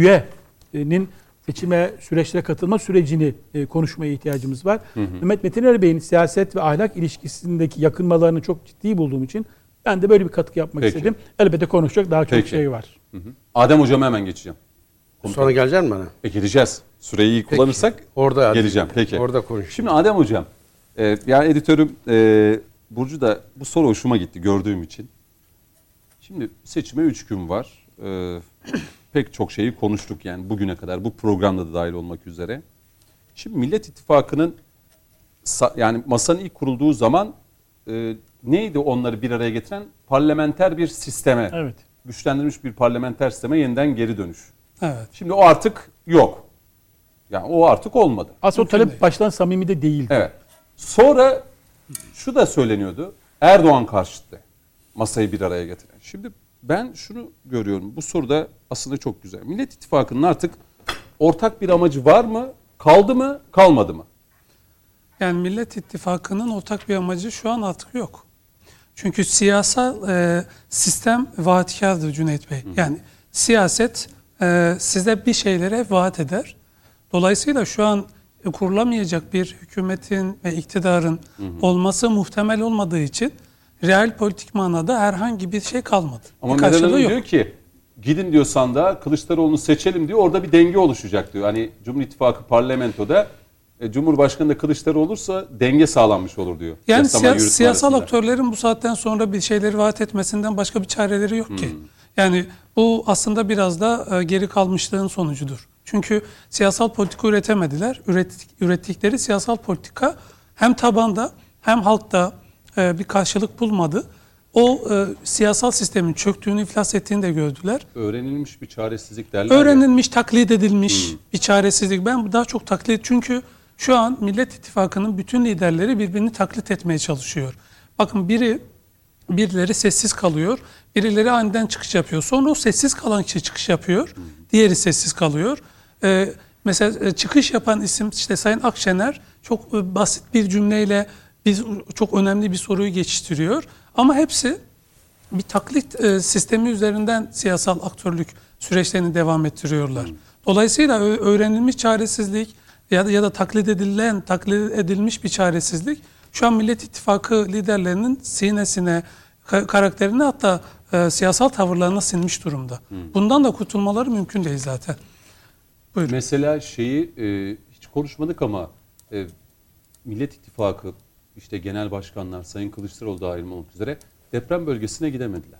üyenin seçime süreçlere katılma sürecini konuşmaya ihtiyacımız var. Mehmet Metiner Bey'in siyaset ve ahlak ilişkisindeki yakınmalarını çok ciddi bulduğum için ben de böyle bir katkı yapmak istedim. Elbette konuşacak daha çok şey var. Adem Hocam'a hemen geçeceğim. Sonra geleceksin bana. Geleceğiz. Süreyi iyi kullanırsak orada geleceğim. Peki. Orada konuş. Şimdi Adem Hocam, yani editörüm Burcu da bu soru hoşuma gitti gördüğüm için. Şimdi seçime 3 gün var. Pek çok şeyi konuştuk yani bugüne kadar bu programda da dahil olmak üzere. Şimdi Millet İttifakı'nın yani masanın ilk kurulduğu zaman neydi onları bir araya getiren? Parlamenter bir sisteme. Evet. Güçlendirilmiş bir parlamenter sisteme yeniden geri dönüş. Evet. Şimdi o artık yok. Yani o artık olmadı. Aslında o talep baştan samimi de değildi. Evet. Sonra şu da söyleniyordu. Erdoğan karşıtı masayı bir araya getiren. Şimdi ben şunu görüyorum. Bu soruda aslında çok güzel. Millet İttifakı'nın artık ortak bir amacı var mı? Kaldı mı? Kalmadı mı? Yani Millet İttifakı'nın ortak bir amacı şu an artık yok. Çünkü siyasal sistem vaatkardır Cüneyt Bey. Yani siyaset size bir şeylere vaat eder. Dolayısıyla şu an kurulamayacak bir hükümetin ve iktidarın olması muhtemel olmadığı için real politik manada herhangi bir şey kalmadı. Ama Meral Hanım diyor ki gidin diyor sandığa Kılıçdaroğlu'nu seçelim diyor. Orada bir denge oluşacak diyor. Hani Cumhur İttifakı parlamentoda Cumhurbaşkanı da Kılıçdaroğlu olursa denge sağlanmış olur diyor. Yani siyasal aktörlerin bu saatten sonra bir şeyleri vaat etmesinden başka bir çareleri yok ki. Yani bu aslında biraz da geri kalmışlığın sonucudur. Çünkü siyasal politika üretemediler. Ürettikleri siyasal politika hem tabanda hem halkta bir karşılık bulmadı. O siyasal sistemin çöktüğünü, iflas ettiğini de gördüler. Öğrenilmiş bir çaresizlik derler. Öğrenilmiş, taklit edilmiş bir çaresizlik. Ben daha çok taklit çünkü şu an Millet İttifakı'nın bütün liderleri birbirini taklit etmeye çalışıyor. Bakın birileri sessiz kalıyor, birileri aniden çıkış yapıyor. Sonra o sessiz kalan kişi çıkış yapıyor, diğeri sessiz kalıyor. Mesela çıkış yapan isim işte Sayın Akşener çok basit bir cümleyle çok önemli bir soruyu geçiştiriyor. Ama hepsi bir taklit sistemi üzerinden siyasal aktörlük süreçlerini devam ettiriyorlar. Dolayısıyla öğrenilmiş çaresizlik ya da taklit edilmiş bir çaresizlik şu an Millet İttifakı liderlerinin sinesine, karakterine hatta siyasal tavırlarına sinmiş durumda. Bundan da kurtulmaları mümkün değil zaten. Buyurun. Mesela hiç konuşmadık ama Millet İttifakı işte genel başkanlar Sayın Kılıçdaroğlu dahil olmak üzere deprem bölgesine gidemediler.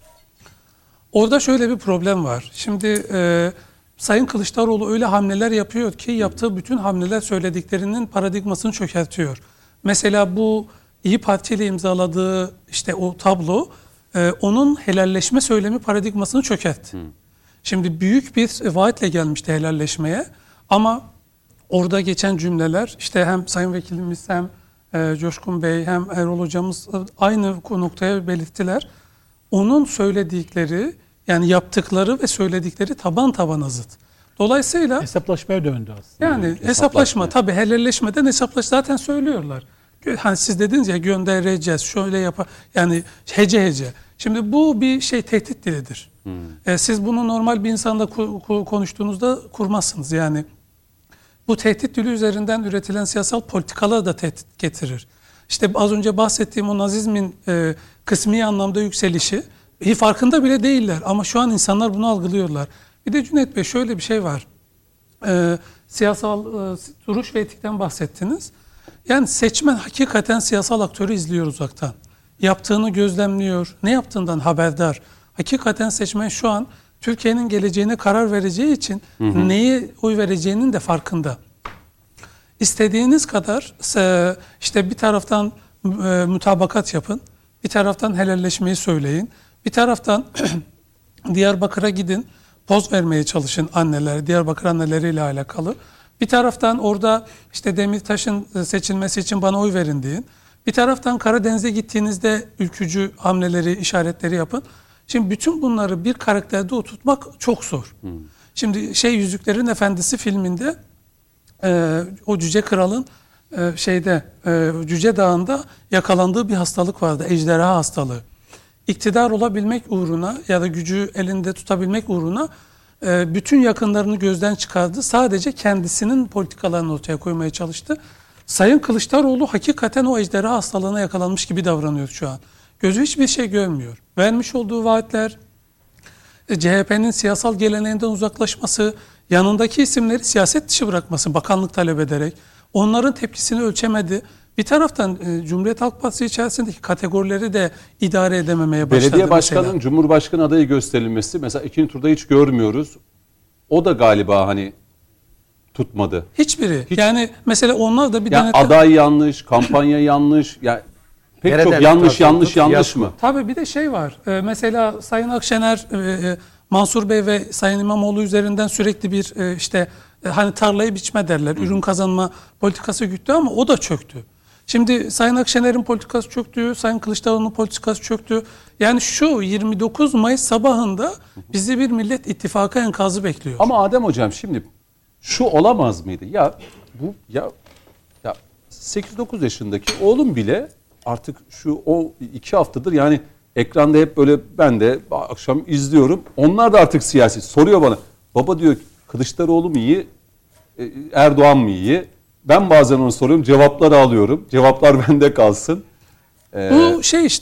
Orada şöyle bir problem var. Şimdi Sayın Kılıçdaroğlu öyle hamleler yapıyor ki yaptığı bütün hamleler söylediklerinin paradigmasını çökertiyor. Mesela bu İYİ Parti ile imzaladığı işte o tablo onun helalleşme söylemi paradigmasını çökertti. Şimdi büyük bir vaatle gelmişti helalleşmeye ama orada geçen cümleler işte hem Sayın Vekilimiz hem Coşkun Bey hem Erol Hocamız aynı noktaya belirttiler. Onun söyledikleri yani yaptıkları ve söyledikleri taban zıt. Dolayısıyla hesaplaşmaya döndü aslında. Yani hesaplaşma tabii helalleşmeden zaten söylüyorlar. Hani siz dediniz ya göndereceğiz şöyle yapar yani hece. Şimdi bu bir tehdit dilidir. Siz bunu normal bir insanla konuştuğunuzda kurmazsınız yani. Bu tehdit dili üzerinden üretilen siyasal politikalar da tehdit getirir. İşte az önce bahsettiğim o nazizmin kısmi anlamda yükselişi farkında bile değiller ama şu an insanlar bunu algılıyorlar. Bir de Cüneyt Bey şöyle bir şey var. Siyasal duruş ve etikten bahsettiniz. Yani seçmen hakikaten siyasal aktörü izliyor uzaktan. Yaptığını gözlemliyor, ne yaptığından haberdar. Hakikaten seçmen şu an Türkiye'nin geleceğine karar vereceği için neye oy vereceğinin de farkında. İstediğiniz kadar işte bir taraftan mütabakat yapın, bir taraftan helalleşmeyi söyleyin, bir taraftan Diyarbakır'a gidin, poz vermeye çalışın anneler, Diyarbakır anneleriyle alakalı. Bir taraftan orada işte Demirtaş'ın seçilmesi için bana oy verin deyin. Bir taraftan Karadeniz'e gittiğinizde ülkücü hamleleri, işaretleri yapın. Şimdi bütün bunları bir karakterde oturtmak çok zor. Şimdi Yüzüklerin Efendisi filminde o Cüce Kral'ın Cüce Dağı'nda yakalandığı bir hastalık vardı. Ejderha hastalığı. İktidar olabilmek uğruna ya da gücü elinde tutabilmek uğruna bütün yakınlarını gözden çıkardı. Sadece kendisinin politikalarını ortaya koymaya çalıştı. Sayın Kılıçdaroğlu hakikaten o ejderha hastalığına yakalanmış gibi davranıyor şu an. Gözü hiçbir şey görmüyor. Vermiş olduğu vaatler, CHP'nin siyasal geleneğinden uzaklaşması, yanındaki isimleri siyaset dışı bırakması, bakanlık talep ederek onların tepkisini ölçemedi. Bir taraftan Cumhuriyet Halk Partisi içerisindeki kategorileri de idare edememeye başladı. Belediye başkanının mesela. Cumhurbaşkanı adayı gösterilmesi mesela ikinci turda hiç görmüyoruz. O da galiba hani tutmadı. Hiçbiri. Yani mesela onlar da bir Yani aday yanlış, kampanya yanlış. Yani pek Nereden çok yanlış tutarsanız mı? Tabii bir de şey var. Mesela Sayın Akşener, Mansur Bey ve Sayın İmamoğlu üzerinden sürekli bir hani tarlayı biçme derler. Ürün kazanma politikası güttü ama o da çöktü. Şimdi Sayın Akşener'in politikası çöktü, Sayın Kılıçdaroğlu'nun politikası çöktü. Yani şu 29 Mayıs sabahında bizi bir Millet İttifakı enkazı bekliyor. Ama Adem Hocam şimdi şu olamaz mıydı? Ya 8-9 yaşındaki oğlum bile artık o 2 haftadır yani ekranda hep böyle ben de akşam izliyorum. Onlar da artık siyasi. Soruyor bana. Baba diyor Kılıçdaroğlu mu iyi? Erdoğan mı iyi? Ben bazen onu soruyorum. Cevapları alıyorum. Cevaplar bende kalsın. Bu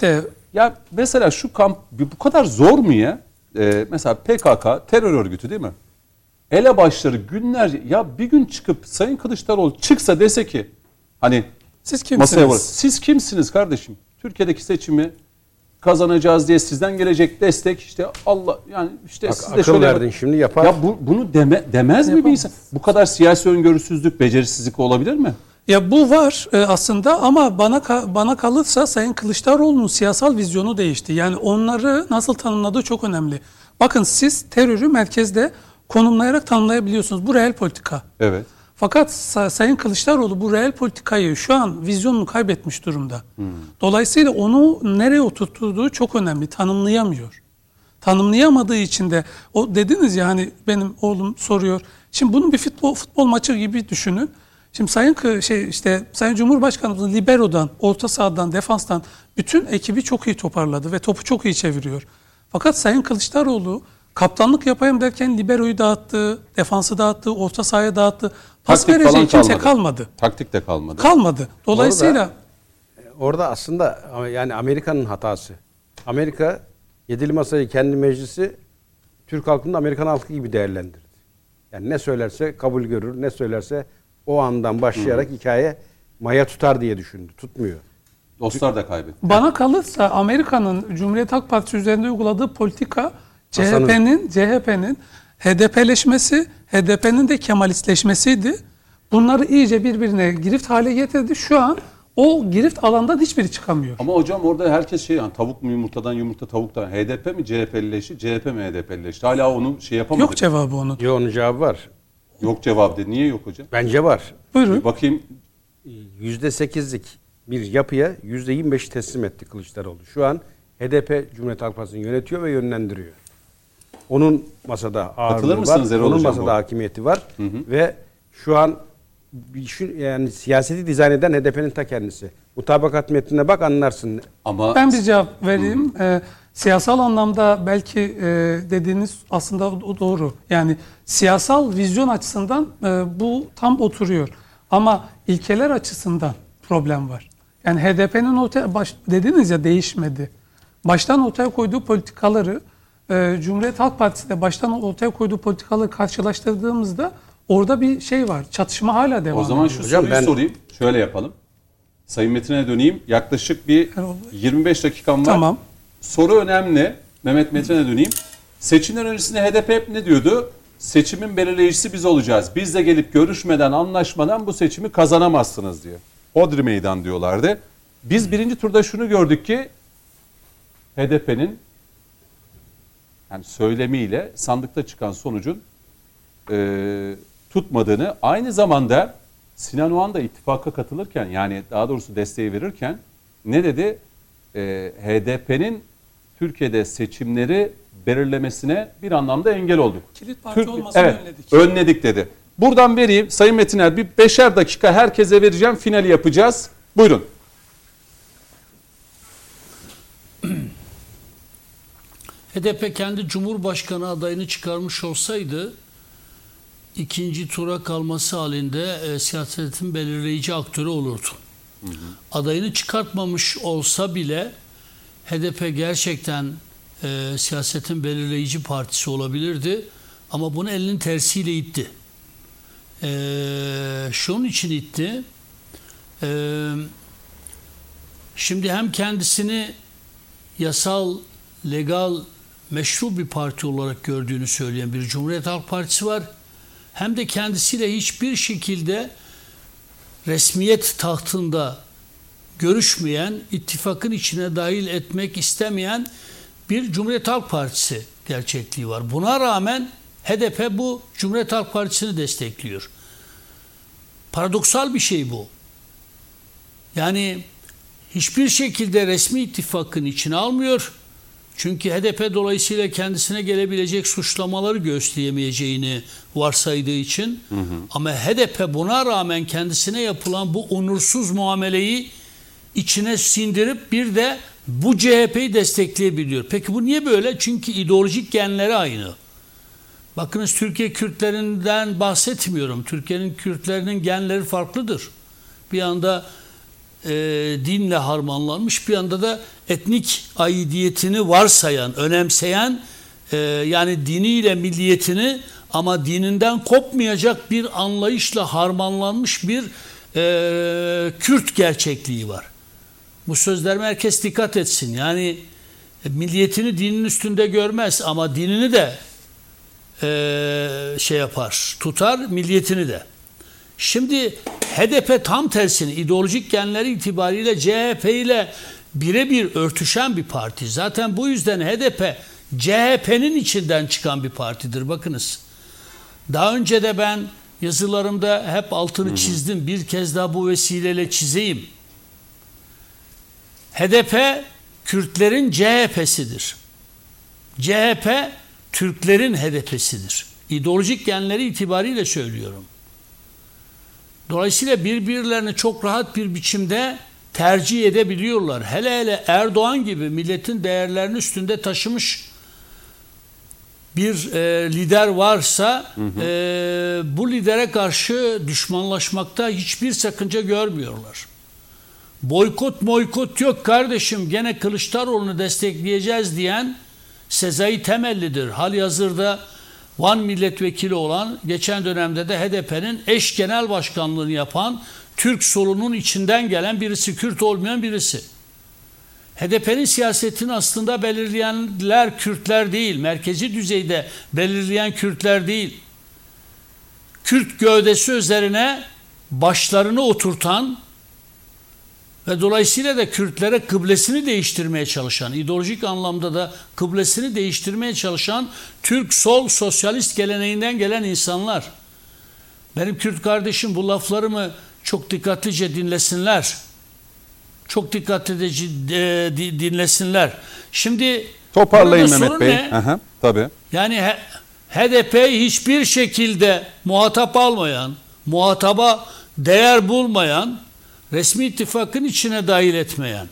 Ya mesela şu kamp bu kadar zor mu ya? Mesela PKK terör örgütü değil mi? Elebaşları günlerce ya bir gün çıkıp Sayın Kılıçdaroğlu çıksa dese ki hani siz kimsiniz? Masaya vurun. Siz kimsiniz kardeşim? Türkiye'deki seçimi kazanacağız diye sizden gelecek destek işte Allah yani işte Bak, siz de akıl şöyle verdin şimdi yapar. Ya bunu demez mi bir insan? Bu kadar siyasi öngörüsüzlük, becerisizlik olabilir mi? Ya bu var aslında ama bana kalırsa Sayın Kılıçdaroğlu'nun siyasal vizyonu değişti. Yani onları nasıl tanımladığı çok önemli. Bakın siz terörü merkezde konumlayarak tanımlayabiliyorsunuz. Bu reel politika. Evet. Fakat Sayın Kılıçdaroğlu bu reel politikayı şu an vizyonunu kaybetmiş durumda. Dolayısıyla onu nereye oturttuğu çok önemli. Tanımlayamıyor. Tanımlayamadığı için de o dediniz ya hani benim oğlum soruyor. Şimdi bunun bir futbol maçı gibi düşünün. Şimdi Sayın Cumhurbaşkanımız libero'dan, orta sahadan, defanstan bütün ekibi çok iyi toparladı ve topu çok iyi çeviriyor. Fakat Sayın Kılıçdaroğlu kaptanlık yapayım derken libero'yu dağıttı, defansı dağıttı, orta sahaya dağıttı. Pas Taktik vereceği falan kimse kalmadı. Taktik de kalmadı. Kalmadı. Dolayısıyla Orada aslında yani Amerika'nın hatası. Amerika yedili masayı kendi meclisi Türk halkını Amerikan halkı gibi değerlendirdi. Yani ne söylerse kabul görür, ne söylerse o andan başlayarak hikaye maya tutar diye düşündü. Tutmuyor. Dostlar da kaybetti. bana kalırsa Amerika'nın Cumhuriyet Halk Partisi üzerinde uyguladığı politika CHP'nin HDP'leşmesi, HDP'nin de Kemalistleşmesiydi. Bunları iyice birbirine girift hale getirdi. Şu an o girift alandan hiçbiri çıkamıyor. Ama hocam orada herkes yani tavuk mu yumurtadan yumurta tavuktan HDP mi CHP'lileşti, CHP mi HDP'lileşti? Hala onu yapamadık. Yok cevabı onun. Yok onun cevabı var. Yok cevap dedi. Niye yok hocam? Bence var. Buyurun. Bir bakayım. %8'lik bir yapıya %25'i teslim etti Kılıçdaroğlu. Şu an HDP Cumhuriyet Halk Partisi'ni yönetiyor ve yönlendiriyor. Onun masada Katılır ağırlığı mısınız var. Erol Onun Hocam masada bu? hakimiyeti var. Ve şu an yani siyaseti dizayn eden HDP'nin ta kendisi. Mutabakat metnine bak anlarsın. Ama Ben bir cevap vereyim. Siyasal anlamda belki dediğiniz aslında o doğru. Yani siyasal vizyon açısından bu tam oturuyor. Ama ilkeler açısından problem var. Yani HDP'nin dediniz ya değişmedi. Baştan ortaya koyduğu politikaları Cumhuriyet Halk Partisi de baştan ortaya koyduğu politikaları karşılaştırdığımızda orada bir şey var. Çatışma hala devam ediyor. o zaman şu Hocam soruyu sorayım. Şöyle yapalım. Sayın Metin'e döneyim. Yaklaşık bir Erol Bey. 25 dakikam var. Tamam. Soru önemli. Mehmet Metin'e döneyim. Seçimler öncesinde HDP hep ne diyordu? Seçimin belirleyicisi biz olacağız. Biz de gelip görüşmeden, anlaşmadan bu seçimi kazanamazsınız diye. Hodri meydan diyorlardı. Biz birinci turda şunu gördük ki HDP'nin yani söylemiyle sandıkta çıkan sonucun tutmadığını, aynı zamanda Sinan Oğan da ittifaka katılırken yani daha doğrusu desteği verirken ne dedi? HDP'nin Türkiye'de seçimleri belirlemesine bir anlamda engel olduk. Kilit parti olmasını evet, önledik. önledik dedi. Buradan vereyim Sayın Metiner, bir 5'er dakika herkese vereceğim, finali yapacağız. Buyurun. HDP kendi Cumhurbaşkanı adayını çıkarmış olsaydı ikinci tura kalması halinde siyasetin belirleyici aktörü olurdu. Adayını çıkartmamış olsa bile HDP gerçekten siyasetin belirleyici partisi olabilirdi. Ama bunu elinin tersiyle itti. Şunun için itti. Şimdi hem kendisini yasal, legal, meşru bir parti olarak gördüğünü söyleyen bir Cumhuriyet Halk Partisi var. Hem de kendisiyle hiçbir şekilde resmiyet tahtında görüşmeyen, ittifakın içine dahil etmek istemeyen bir Cumhuriyet Halk Partisi gerçekliği var. Buna rağmen HDP bu Cumhuriyet Halk Partisi'ni destekliyor. Paradoksal bir şey bu. Yani hiçbir şekilde resmi ittifakın içine almıyor. Çünkü HDP dolayısıyla kendisine gelebilecek suçlamaları göğüsleyemeyeceğini varsaydığı için. Ama HDP buna rağmen kendisine yapılan bu onursuz muameleyi içine sindirip bir de bu CHP'yi destekleyebiliyor. Peki bu niye böyle? Çünkü ideolojik genleri aynı. Bakınız, Türkiye Kürtlerinden bahsetmiyorum. Türkiye'nin Kürtlerinin genleri farklıdır. Bir yanda dinle harmanlanmış, bir yanda da etnik aidiyetini varsayan, önemseyen, yani diniyle milliyetini ama dininden kopmayacak bir anlayışla harmanlanmış bir Kürt gerçekliği var. Bu sözlerime herkes dikkat etsin. Yani milliyetini dinin üstünde görmez ama dinini de tutar, milliyetini de. Şimdi HDP tam tersini, ideolojik genleri itibariyle CHP ile birebir örtüşen bir parti. Zaten bu yüzden HDP CHP'nin içinden çıkan bir partidir. Bakınız, daha önce de ben yazılarımda hep altını çizdim. Bir kez daha bu vesileyle çizeyim. HDP Kürtlerin CHP'sidir. CHP Türklerin HDP'sidir. İdeolojik genleri itibariyle söylüyorum. Dolayısıyla birbirlerini çok rahat bir biçimde tercih edebiliyorlar. Hele hele Erdoğan gibi milletin değerlerini üstünde taşımış bir lider varsa bu lidere karşı düşmanlaşmakta hiçbir sakınca görmüyorlar. Boykot yok kardeşim, gene Kılıçdaroğlu'nu destekleyeceğiz diyen Sezai Temelli'dir. Halihazırda Van milletvekili olan, geçen dönemde de HDP'nin eş genel başkanlığını yapan, Türk solunun içinden gelen birisi, Kürt olmayan birisi. HDP'nin siyasetini aslında belirleyenler Kürtler değil, merkezi düzeyde belirleyen Kürtler değil. Kürt gövdesi üzerine başlarını oturtan ve dolayısıyla da Kürtlere kıblesini değiştirmeye çalışan, ideolojik anlamda da kıblesini değiştirmeye çalışan Türk sol sosyalist geleneğinden gelen insanlar. Benim Kürt kardeşim bu laflarımı çok dikkatlice dinlesinler. Çok dikkatlice dinlesinler. Şimdi toparlayın Mehmet Bey. Aha, tabii. Yani HDP hiçbir şekilde muhatap almayan, muhataba değer bulmayan, resmi ittifakın içine dahil etmeyen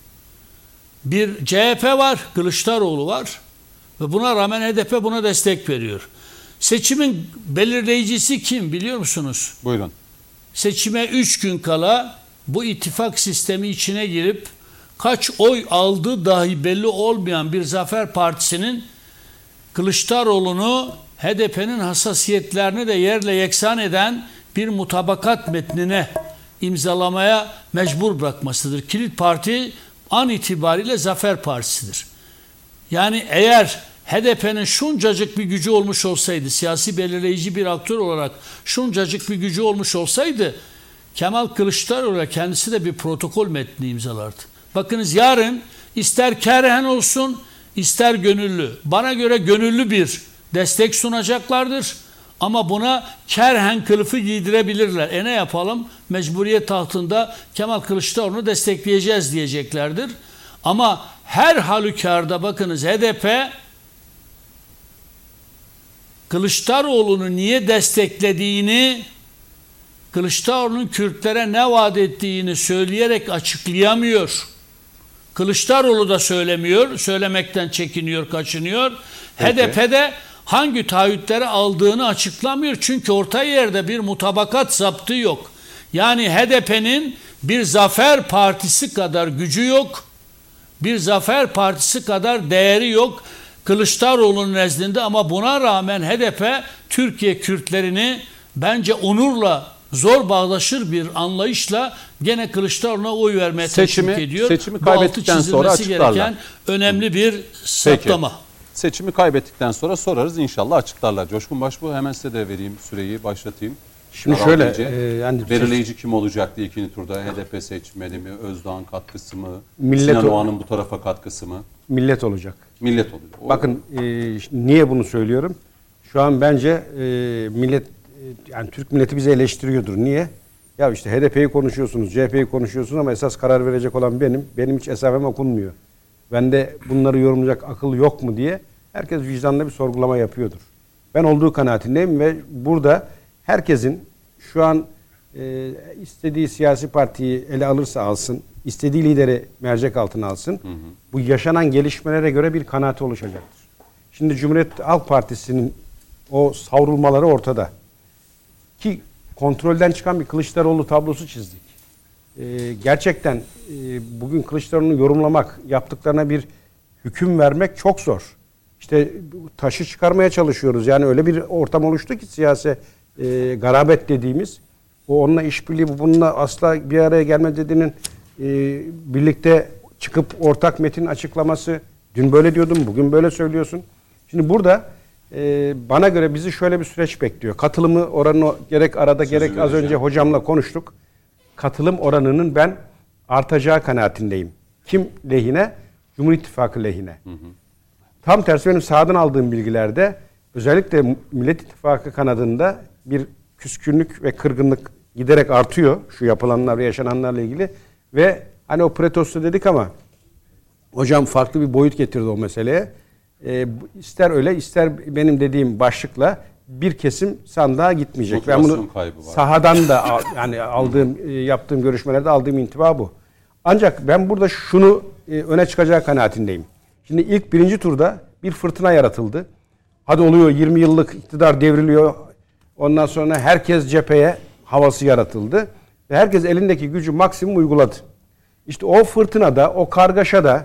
bir CHP var, Kılıçdaroğlu var ve buna rağmen HDP buna destek veriyor. Seçimin belirleyicisi kim biliyor musunuz? Buyurun. Seçime 3 gün kala bu ittifak sistemi içine girip kaç oy aldığı dahi belli olmayan bir Zafer Partisi'nin Kılıçdaroğlu'nu HDP'nin hassasiyetlerini de yerle yeksan eden bir mutabakat metnine imzalamaya mecbur bırakmasıdır. Kilit parti an itibariyle Zafer Partisi'dir. Yani eğer HDP'nin şuncacık bir gücü olmuş olsaydı, siyasi belirleyici bir aktör olarak şuncacık bir gücü olmuş olsaydı, Kemal Kılıçdaroğlu kendisi de bir protokol metni imzalardı. Bakınız, yarın ister kerhen olsun, ister gönüllü. Bana göre gönüllü bir destek sunacaklardır. Ama buna kerhen kılıfı giydirebilirler. Ne yapalım? Mecburiyet tahtında Kemal Kılıçdaroğlu'nu destekleyeceğiz diyeceklerdir. Ama her halükarda bakınız, HDP Kılıçdaroğlu'nu niye desteklediğini, Kılıçdaroğlu'nun Kürtlere ne vaat ettiğini söyleyerek açıklayamıyor. Kılıçdaroğlu da söylemiyor, söylemekten çekiniyor, kaçınıyor. Peki. HDP de hangi taahhütleri aldığını açıklamıyor. Çünkü orta yerde bir mutabakat zaptı yok. Yani HDP'nin bir zafer partisi kadar gücü yok. Bir zafer partisi kadar değeri yok Kılıçdaroğlu'nun nezdinde, ama buna rağmen HDP Türkiye Kürtlerini bence onurla, zor bağdaşır bir anlayışla gene Kılıçdaroğlu'na oy vermeye teşvik ediyor. Seçimi Bu altı kaybettikten sonra çizilmesi açıklarlar. gereken önemli bir saptama. Seçimi kaybettikten sonra sorarız, inşallah açıklarlar. Coşkun Başbuğ, hemen size de vereyim süreyi, başlatayım. Şimdi Karar şöyle, verici. yani belirleyici kim olacaktı ikinci turda? HDP seçmeni mi? Özdağ'ın katkısı mı? Millet Sinan o- Oğan'ın bu tarafa katkısı mı? millet olacak. Millet oluyor. Bakın niye bunu söylüyorum? Şu an bence millet, yani Türk milleti bizi eleştiriyordur. Niye? Ya işte HDP'yi konuşuyorsunuz, CHP'yi konuşuyorsunuz ama esas karar verecek olan benim. Benim hiç esamem okunmuyor. Bende bunları yorumlayacak akıl yok mu diye herkes vicdanlı bir sorgulama yapıyordur. Ben olduğu kanaatindeyim ve burada herkesin şu an istediği siyasi partiyi ele alırsa alsın, istediği lideri mercek altına alsın, bu yaşanan gelişmelere göre bir kanaati oluşacaktır. Şimdi Cumhuriyet Halk Partisi'nin o savrulmaları ortada. Ki kontrolden çıkan bir Kılıçdaroğlu tablosu çizdik. Gerçekten bugün Kılıçdaroğlu'nu yorumlamak, yaptıklarına bir hüküm vermek çok zor. İşte taşı çıkarmaya çalışıyoruz. Yani öyle bir ortam oluştu ki siyasi garabet dediğimiz, o onunla işbirliği, bununla asla bir araya gelme dediğinin birlikte çıkıp ortak metin açıklaması. Dün böyle diyordum, bugün böyle söylüyorsun. Şimdi burada bana göre bizi şöyle bir süreç bekliyor. Katılımı oranı gerek arada gerek az önce hocamla konuştuk. Katılım oranının ben artacağı kanaatindeyim. Kim lehine? Cumhur İttifakı lehine. Tam tersi benim sahadan aldığım bilgilerde özellikle Millet İttifakı kanadında bir küskünlük ve kırgınlık giderek artıyor. Şu yapılanlar ve yaşananlarla ilgili. Ve hani o pretosta dedik ama hocam farklı bir boyut getirdi o meseleye. İster öyle ister benim dediğim başlıkla bir kesim sandığa gitmeyecek. Ben bunu sahadan da yani yaptığım görüşmelerde aldığım intiba bu. Ancak ben burada şunu öne çıkacağı kanaatindeyim. Şimdi ilk birinci turda bir fırtına yaratıldı. Hadi oluyor 20 yıllık iktidar devriliyor. Ondan sonra herkes cepheye havası yaratıldı. Ve herkes elindeki gücü maksimum uyguladı. İşte o fırtınada, o kargaşada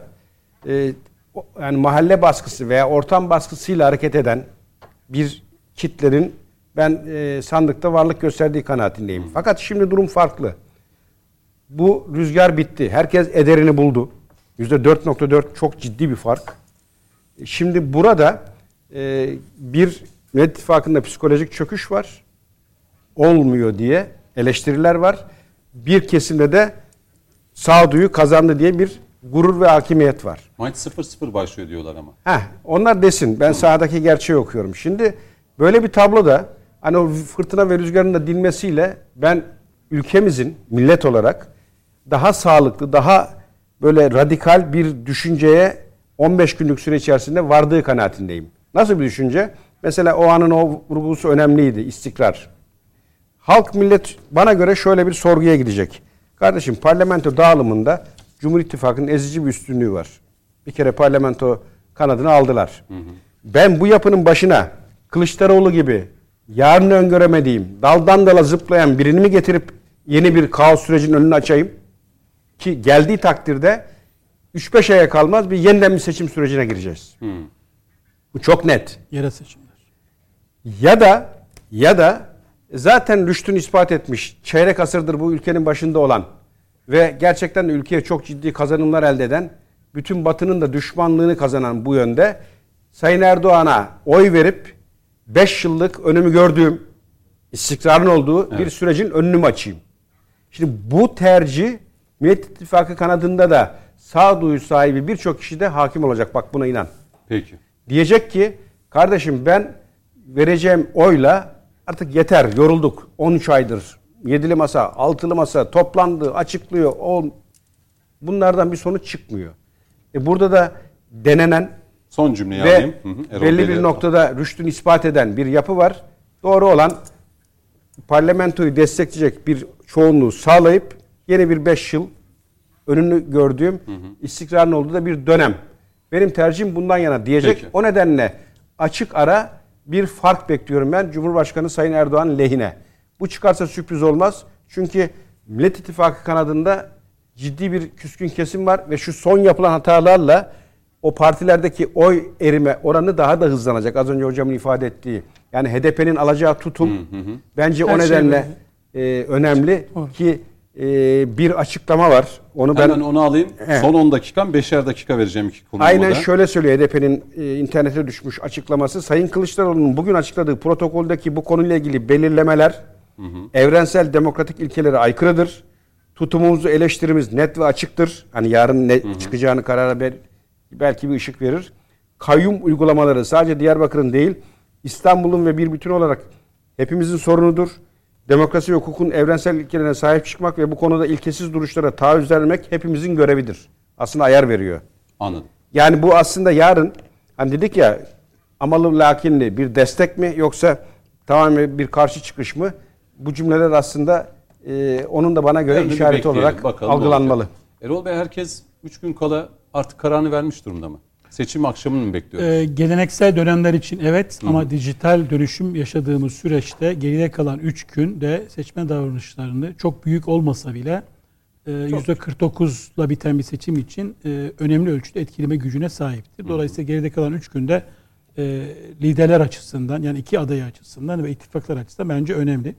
yani mahalle baskısı veya ortam baskısıyla hareket eden bir kitlerin ben sandıkta varlık gösterdiği kanaatindeyim. Fakat şimdi durum farklı. Bu rüzgar bitti. Herkes ederini buldu. %4.4 çok ciddi bir fark. Şimdi burada bir Millet İttifakı'nda psikolojik çöküş var. Olmuyor diye eleştiriler var. Bir kesimde de sağduyu kazandı diye bir gurur ve hakimiyet var. Maç 0-0 başlıyor diyorlar ama. Onlar desin. Ben sahadaki gerçeği okuyorum. Şimdi böyle bir tabloda hani o fırtına ve rüzgarın da dinmesiyle ben ülkemizin millet olarak daha sağlıklı, daha böyle radikal bir düşünceye 15 günlük süre içerisinde vardığı kanaatindeyim. Nasıl bir düşünce? Mesela o anın o vurgusu önemliydi. İstikrar. Halk millet bana göre şöyle bir sorguya gidecek. Kardeşim parlamento dağılımında Cumhur İttifakı'nın ezici bir üstünlüğü var. Bir kere parlamento kanadını aldılar. Ben bu yapının başına Kılıçdaroğlu gibi yarını öngöremediğim, daldan dala zıplayan birini mi getirip yeni bir kaos sürecinin önünü açayım? Ki geldiği takdirde 3-5 aya kalmaz bir yeniden bir seçim sürecine gireceğiz. Bu çok net. Yerel seçimler. Ya da zaten rüştünü ispat etmiş, çeyrek asırdır bu ülkenin başında olan ve gerçekten de ülkeye çok ciddi kazanımlar elde eden, bütün Batı'nın da düşmanlığını kazanan bu yönde Sayın Erdoğan'a oy verip 5 yıllık önümü gördüğüm, istikrarın olduğu bir sürecin önünü mü açayım? Şimdi bu tercih Millet İttifakı kanadında da sağduyu sahibi birçok kişi de hakim olacak. Bak buna inan. Peki. Diyecek ki kardeşim ben vereceğim oyla artık yeter, yorulduk. 13 aydır 7'li masa, 6'lı masa toplandı, açıklıyor. Bunlardan bir sonuç çıkmıyor. Burada da denenen Son cümleyi Ve alayım. Erol belli Bey'le- bir noktada rüştünü ispat eden bir yapı var. Doğru olan parlamentoyu destekleyecek bir çoğunluğu sağlayıp yeni bir 5 yıl önünü gördüğüm istikrarın olduğu da bir dönem. Benim tercihim bundan yana diyecek. Peki. O nedenle açık ara bir fark bekliyorum ben Cumhurbaşkanı Sayın Erdoğan lehine. Bu çıkarsa sürpriz olmaz. Çünkü Millet İttifakı kanadında ciddi bir küskün kesim var ve şu son yapılan hatalarla o partilerdeki oy erime oranı daha da hızlanacak. Az önce hocamın ifade ettiği. Yani HDP'nin alacağı tutum bence o Her şey nedenle önemli Doğru. ki bir açıklama var. Onu Hemen ben onu alayım. Evet. Son 10 dakikam 5'er dakika vereceğim iki konuma aynen da. şöyle söylüyor HDP'nin internete düşmüş açıklaması. Sayın Kılıçdaroğlu'nun bugün açıkladığı protokoldeki bu konuyla ilgili belirlemeler evrensel demokratik ilkelere aykırıdır. Tutumumuzu eleştirimiz net ve açıktır. Hani yarın ne çıkacağını karara belki bir ışık verir. Kayyum uygulamaları sadece Diyarbakır'ın değil İstanbul'un ve bir bütün olarak hepimizin sorunudur. Demokrasi ve hukukun evrensel ilkelerine sahip çıkmak ve bu konuda ilkesiz duruşlara taahhüt vermek hepimizin görevidir. Aslında ayar veriyor. Anladım. Yani bu aslında yarın hani dedik ya amalı lakinli bir destek mi yoksa tamamen bir karşı çıkış mı? Bu cümleler aslında onun da bana göre Yarın bir işareti bekleyelim, olarak bakalım ne algılanmalı. olacak. Erol Bey herkes 3 gün kala artık kararını vermiş durumda mı? Seçim akşamını mı bekliyoruz? Geleneksel dönemler için evet ama dijital dönüşüm yaşadığımız süreçte geride kalan 3 günde seçmen davranışlarını çok büyük olmasa bile %49'la biten bir seçim için önemli ölçüde etkileme gücüne sahiptir. Dolayısıyla geride kalan 3 günde liderler açısından yani iki aday açısından ve ittifaklar açısından bence önemli.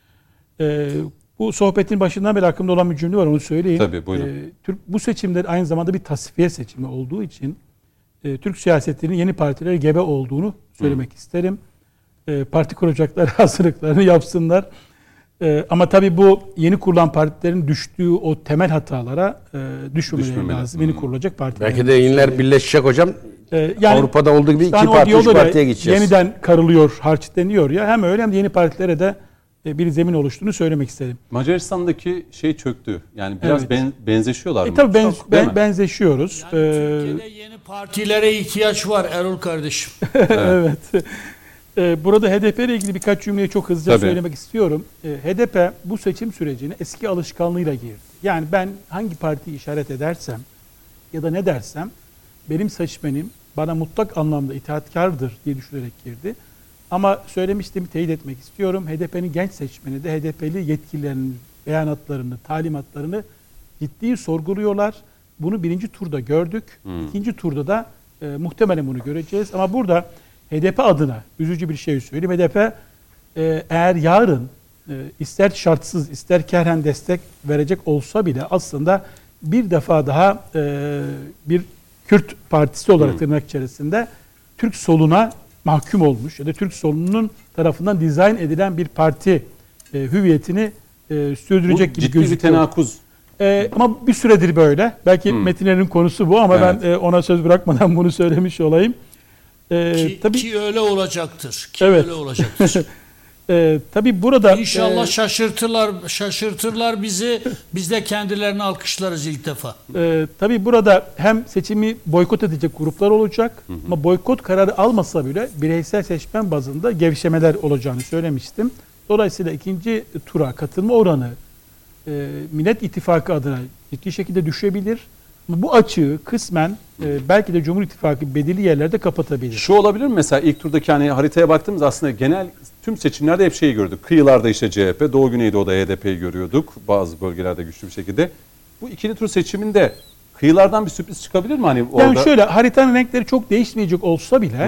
Bu sohbetin başından beri aklımda olan bir cümle var onu söyleyeyim. Tabii, buyurun. Bu seçimler aynı zamanda bir tasfiye seçimi olduğu için Türk siyasetinin yeni partilere gebe olduğunu söylemek isterim. Parti kuracaklar hazırlıklarını yapsınlar. Ama tabii bu yeni kurulan partilerin düştüğü o temel hatalara düşmemeleri lazım. Yeni kurulacak partiler. Belki de yeniler birleşecek hocam. Yani Avrupa'da olduğu gibi iki hani o parti, üç diyorlar ya, partiye geçeceğiz. yeniden karılıyor, harç deniyor ya. Hem öyle hem de yeni partilere de bir zemin oluştuğunu söylemek isterim. Macaristan'daki şey çöktü. Yani biraz Evet. benzeşiyorlar mı? Tabii Değil mi? benzeşiyoruz. Türkiye'de yeni partilere ihtiyaç var Erol kardeşim. Evet. Burada HDP ile ilgili birkaç cümleyi çok hızlıca Tabii. söylemek istiyorum. HDP bu seçim sürecine eski alışkanlığıyla girdi. Yani ben hangi partiyi işaret edersem ya da ne dersem benim seçmenim bana mutlak anlamda itaatkardır diye düşünerek girdi. Ama söylemiştim, teyit etmek istiyorum. HDP'nin genç seçmeni de HDP'li yetkililerinin beyanatlarını, talimatlarını ciddi sorguluyorlar. Bunu birinci turda gördük. İkinci turda da muhtemelen bunu göreceğiz. Ama burada HDP adına üzücü bir şey söyleyeyim. HDP eğer yarın ister şartsız ister kerhen destek verecek olsa bile aslında bir defa daha bir Kürt partisi olarak tırnak içerisinde Türk soluna mahkum olmuş ya da Türk solunun tarafından dizayn edilen bir parti hüviyetini sürdürecek Bu gibi ciddi bir gözüküyor. tenakuz. Ama bir süredir böyle. Belki metinlerin konusu bu ama Evet. ben ona söz bırakmadan bunu söylemiş olayım. Ki öyle olacaktır. Evet. Öyle olacaktır. Tabii burada İnşallah şaşırtırlar bizi. Biz de kendilerini alkışlarız ilk defa. tabii burada hem seçimi boykot edecek gruplar olacak ama boykot kararı almasa bile bireysel seçmen bazında gevşemeler olacağını söylemiştim. Dolayısıyla ikinci tura katılma oranı Millet İttifakı adına ciddi şekilde düşebilir. Ama bu açığı kısmen belki de Cumhur İttifakı belirli yerlerde kapatabilir. Şu olabilir mi mesela ilk turdaki hani haritaya baktığımız aslında genel tüm seçimlerde hep şeyi gördük. Kıyılarda işte CHP, Doğu Güneydoğu'da HDP'yi görüyorduk. Bazı bölgelerde güçlü bir şekilde. Bu ikili tur seçiminde kıyılardan bir sürpriz çıkabilir mi? Hani orada... Yani şöyle haritanın renkleri çok değişmeyecek olsa bile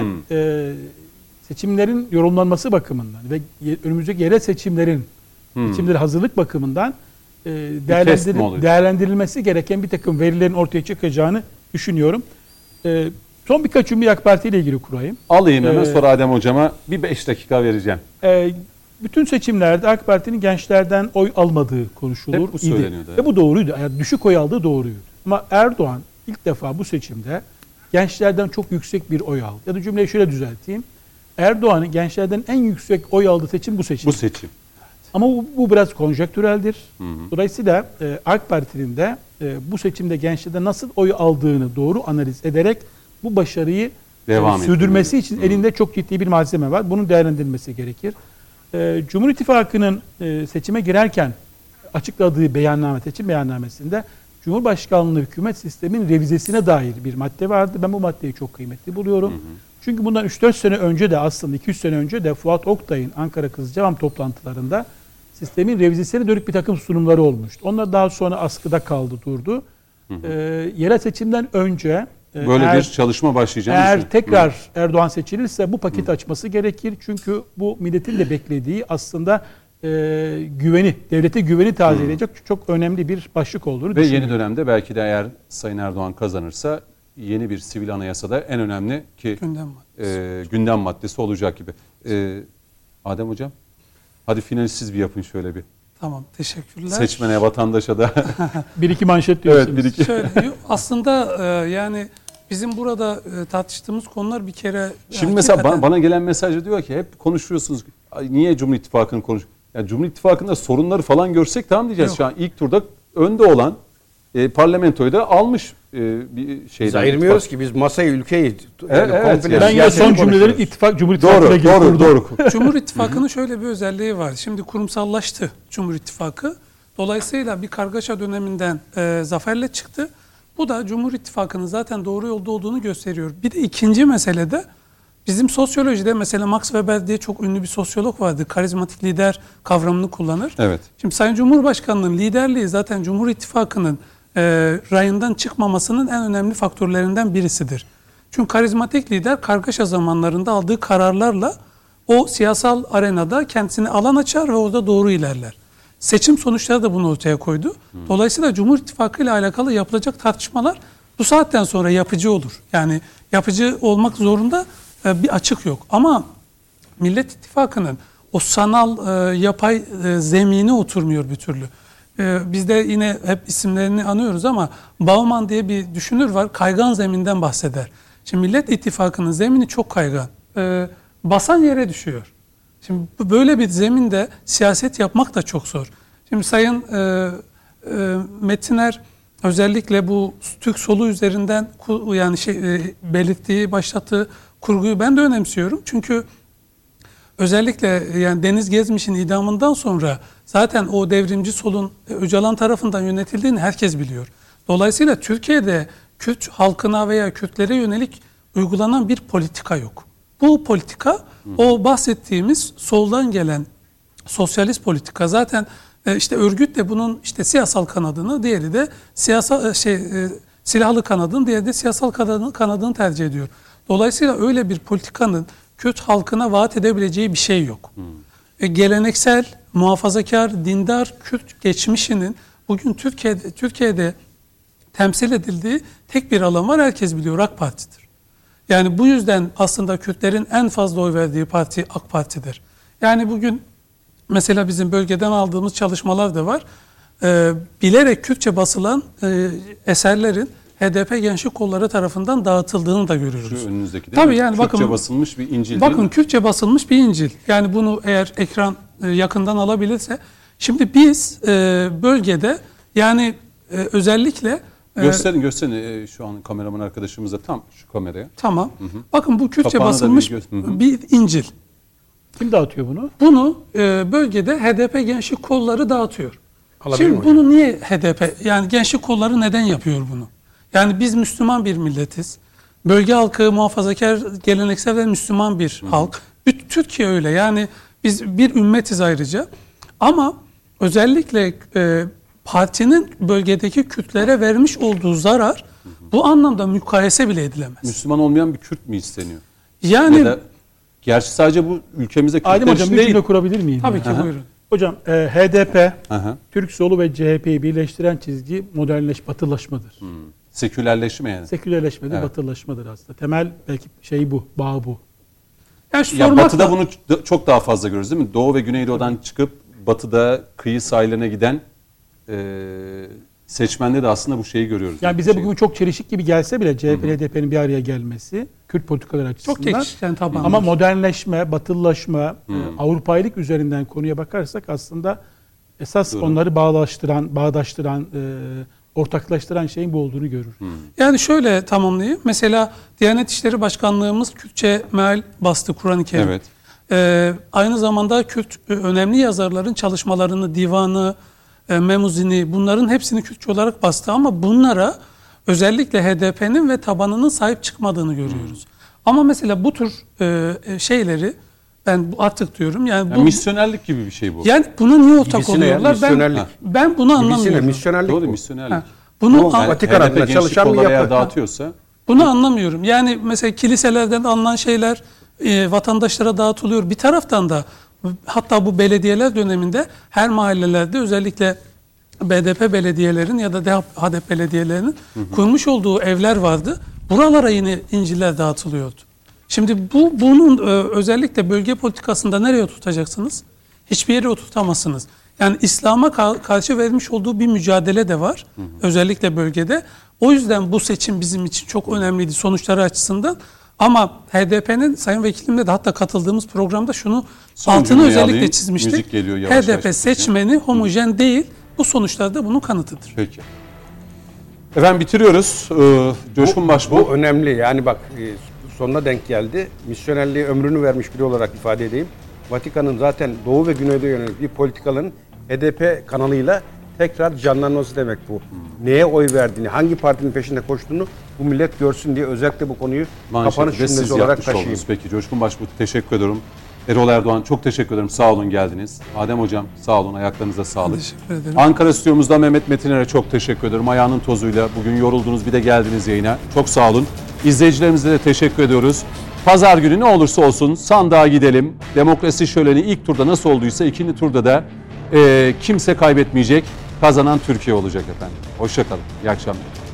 seçimlerin yorumlanması bakımından ve önümüzdeki yerel seçimlerin seçimlere hazırlık bakımından test mi oluyor? değerlendirilmesi gereken bir takım verilerin ortaya çıkacağını düşünüyorum. Son birkaç cümle AK Parti ile ilgili kurayım. Alayım hemen sonra Adem Hocam'a bir 5 dakika vereceğim. Bütün seçimlerde AK Parti'nin gençlerden oy almadığı konuşulur Hep bu idi. söyleniyordu, Ve bu doğruydu. Yani düşük oy aldığı doğruydu. Ama Erdoğan ilk defa bu seçimde gençlerden çok yüksek bir oy aldı. Ya da cümleyi şöyle düzelteyim. Erdoğan'ın gençlerden en yüksek oy aldığı seçim bu seçim. Bu seçim. Ama bu biraz konjektüreldir. Dolayısıyla AK Parti'nin de bu seçimde gençlerden nasıl oy aldığını doğru analiz ederek bu başarıyı Devam sürdürmesi için elinde çok ciddi bir malzeme var. Bunun değerlendirilmesi gerekir. Cumhur İttifakı'nın seçime girerken açıkladığı beyanname, seçim beyannamesinde Cumhurbaşkanlığı hükümet sistemin revizesine dair bir madde vardı. Ben bu maddeyi çok kıymetli buluyorum. Çünkü bundan 3-4 sene önce de aslında 2-3 sene önce de Fuat Oktay'ın Ankara Kızılcahamam toplantılarında sistemin revizesine dönük bir takım sunumları olmuştu. Onlar daha sonra askıda kaldı, durdu. Yerel seçimden önce böyle bir çalışma başlayacağını eğer tekrar Erdoğan seçilirse bu paketi açması gerekir. Çünkü bu milletin de beklediği aslında güveni, devlete güveni tazeleyecek çok önemli bir başlık olduğunu düşünüyorum. Ve yeni dönemde belki de eğer Sayın Erdoğan kazanırsa yeni bir sivil anayasada en önemli ki gündem maddesi olacak gibi. Adem Hocam, hadi finalist siz bir yapın şöyle bir. Tamam, teşekkürler. Seçmene, vatandaşa da. Bir iki manşet diyorsunuz. Evet, bir iki. Şöyle, aslında yani bizim burada tartıştığımız konular bir kere... Şimdi mesela bana gelen mesajda diyor ki hep konuşuyorsunuz. Niye Cumhur İttifakı'nı konuşuyorsunuz? Yani Cumhur İttifakı'nda sorunları falan görsek tamam diyeceğiz. Yok. Şu an ilk turda önde olan parlamentoyu da almış bir şeyden. Biz ayırmıyoruz ki biz masayı, ülkeyi Evet, komple Ben yine son cümleleri Cumhur İttifakı'na getirdim. Doğru. Cumhur İttifakı'nın şöyle bir özelliği var. Şimdi kurumsallaştı Cumhur İttifakı. Dolayısıyla bir kargaşa döneminden zaferle çıktı. Bu da Cumhur İttifakı'nın zaten doğru yolda olduğunu gösteriyor. Bir de ikinci mesele de bizim sosyolojide mesela Max Weber diye çok ünlü bir sosyolog vardı. Karizmatik lider kavramını kullanır. Evet. Şimdi Sayın Cumhurbaşkanı'nın liderliği zaten Cumhur İttifakı'nın rayından çıkmamasının en önemli faktörlerinden birisidir. Çünkü karizmatik lider kargaşa zamanlarında aldığı kararlarla o siyasal arenada kendisine alan açar ve orada doğru ilerler. Seçim sonuçları da bunu ortaya koydu. Dolayısıyla Cumhur İttifakı ile alakalı yapılacak tartışmalar bu saatten sonra yapıcı olur. Yani yapıcı olmak zorunda bir açık yok. Ama Millet İttifakı'nın o sanal yapay zemini oturmuyor bir türlü. Biz de yine hep isimlerini anıyoruz ama Bauman diye bir düşünür var. Kaygan zeminden bahseder. Şimdi Millet İttifakı'nın zemini çok kaygan. Basan yere düşüyor. Şimdi böyle bir zeminde siyaset yapmak da çok zor. Şimdi Sayın Metiner özellikle bu Türk solu üzerinden yani belirttiği, başlattığı kurguyu ben de önemsiyorum. Çünkü özellikle yani Deniz Gezmiş'in idamından sonra zaten o devrimci solun Öcalan tarafından yönetildiğini herkes biliyor. Dolayısıyla Türkiye'de Kürt halkına veya Kürtlere yönelik uygulanan bir politika yok. Bu politika o bahsettiğimiz soldan gelen sosyalist politika. Zaten işte örgüt de bunun işte siyasal kanadını, diğeri de siyasal silahlı kanadını, diğeri de siyasal kanadını tercih ediyor. Dolayısıyla öyle bir politikanın Kürt halkına vaat edebileceği bir şey yok. Geleneksel, muhafazakar, dindar Kürt geçmişinin bugün Türkiye'de temsil edildiği tek bir alan var. Herkes biliyor, AK Parti'dir. Yani bu yüzden aslında Kürtlerin en fazla oy verdiği parti AK Parti'dir. Yani bugün mesela bizim bölgeden aldığımız çalışmalar da var. Bilerek Kürtçe basılan eserlerin HDP gençlik kolları tarafından dağıtıldığını da görüyoruz. Şu önünüzdeki değil Tabii mi? yani Kürtçe bakın, basılmış bir İncil bakın değil mi? Kürtçe basılmış bir İncil. Yani bunu eğer ekran yakından alabilirse. Şimdi biz bölgede yani özellikle Gösterin şu an kameraman arkadaşımıza tam şu kameraya. tamam. Bakın bu Kürtçe Kapağını da basılmış bir İncil. Kim dağıtıyor bunu? Bunu bölgede HDP gençlik kolları dağıtıyor. Alabilir Şimdi miyim bunu niye HDP yani gençlik kolları neden yapıyor bunu? Yani biz Müslüman bir milletiz. Bölge halkı muhafazakar, geleneksel ve Müslüman bir halk. Türkiye öyle. Yani biz bir ümmetiz ayrıca. Ama özellikle partinin bölgedeki Kürtlere vermiş olduğu zarar bu anlamda mukayese bile edilemez. Müslüman olmayan bir Kürt mü isteniyor? Yani Ya da, gerçi sadece bu ülkemizde Adem Kürtler Hocam için bir değil. cümle kurabilir miyim? tabii ki ya? buyurun. Hocam HDP, Aha. Türk solu ve CHP'yi birleştiren çizgi batılaşmadır. Sekülerleşme yani. Sekülerleşmedir, Evet. batılaşmadır aslında. Temel belki bu, bağı bu. Yani şu Ya sormak batıda da- bunu çok daha fazla görürüz değil mi? Doğu ve Güneydoğu'dan çıkıp batıda kıyı sahiline giden seçmende de aslında bu şeyi görüyoruz. Yani bize bugün çok çelişik gibi gelse bile CHP ile HDP'nin bir araya gelmesi, Kürt politikaları çok açısından. geçişken tabanlı. Ama modernleşme, batılılaşma, Avrupailik üzerinden konuya bakarsak aslında esas Doğru. onları bağdaştıran ortaklaştıran şeyin bu olduğunu görür. Yani şöyle tamamlayayım. Mesela Diyanet İşleri Başkanlığımız Kürtçe meal bastı Kur'an-ı Kerim. Evet. Aynı zamanda Kürt önemli yazarların çalışmalarını, divanı, memuzini, bunların hepsini Kürtçe olarak bastı ama bunlara özellikle HDP'nin ve tabanının sahip çıkmadığını görüyoruz. Ama mesela bu tür şeyleri ben artık diyorum yani bu misyonerlik gibi bir şey bu. yani buna niye ortak Gibisine ya, oluyorlar? misyonerlik. Ben bunu anlamıyorum. Misyonerlik Doğru, bu. misyonerlik. Ha, bunu Bu an- Vatikan adına HDP çalışan gençlik bir kolları eğer yapı. dağıtıyorsa Bunu anlamıyorum. Yani mesela kiliselerden alınan şeyler vatandaşlara dağıtılıyor. Bir taraftan da hatta bu belediyeler döneminde her mahallelerde özellikle BDP belediyelerin ya da HDP belediyelerinin kurmuş olduğu evler vardı. Buralara yine İncil'ler dağıtılıyordu. Şimdi bunun özellikle bölge politikasında nereye oturtacaksınız? Hiçbir yere oturtamazsınız. Yani İslam'a karşı vermiş olduğu bir mücadele de var. Özellikle bölgede. O yüzden bu seçim bizim için çok önemliydi sonuçları açısından. Ama HDP'nin Sayın Vekilimle de hatta katıldığımız programda şunu Son altını cümleyi özellikle alayım. çizmiştik. Müzik geliyor yavaş yavaş. HDP seçmeni homojen değil. Bu sonuçlar da bunun kanıtıdır. peki. Efendim bitiriyoruz. Coşkun Başbuğ. Bu önemli. Yani bak sonuna denk geldi. Misyonerliğe ömrünü vermiş biri olarak ifade edeyim. Vatikan'ın zaten Doğu ve Güney'de yönelik bir politikaların HDP kanalıyla tekrar canlanması demek bu. Neye oy verdiğini, hangi partinin peşinde koştuğunu bu millet görsün diye özellikle bu konuyu kapanış Manşeti de siz cümlesi olarak yapmış taşıyayım. oldunuz. Peki Coşkun Başbuğ teşekkür ediyorum. Erol Erdoğan çok teşekkür ederim. Sağ olun geldiniz. Adem Hocam sağ olun. Ayaklarınıza sağlık. Teşekkür ederim. Ankara stüdyomuzda Mehmet Metiner'e çok teşekkür ederim. Ayağının tozuyla bugün yoruldunuz bir de geldiniz yayına. Çok sağ olun. İzleyicilerimize de teşekkür ediyoruz. Pazar günü ne olursa olsun sandığa gidelim. Demokrasi şöleni ilk turda nasıl olduysa ikinci turda da kimse kaybetmeyecek. Kazanan Türkiye olacak efendim. Hoşça kalın. İyi akşamlar.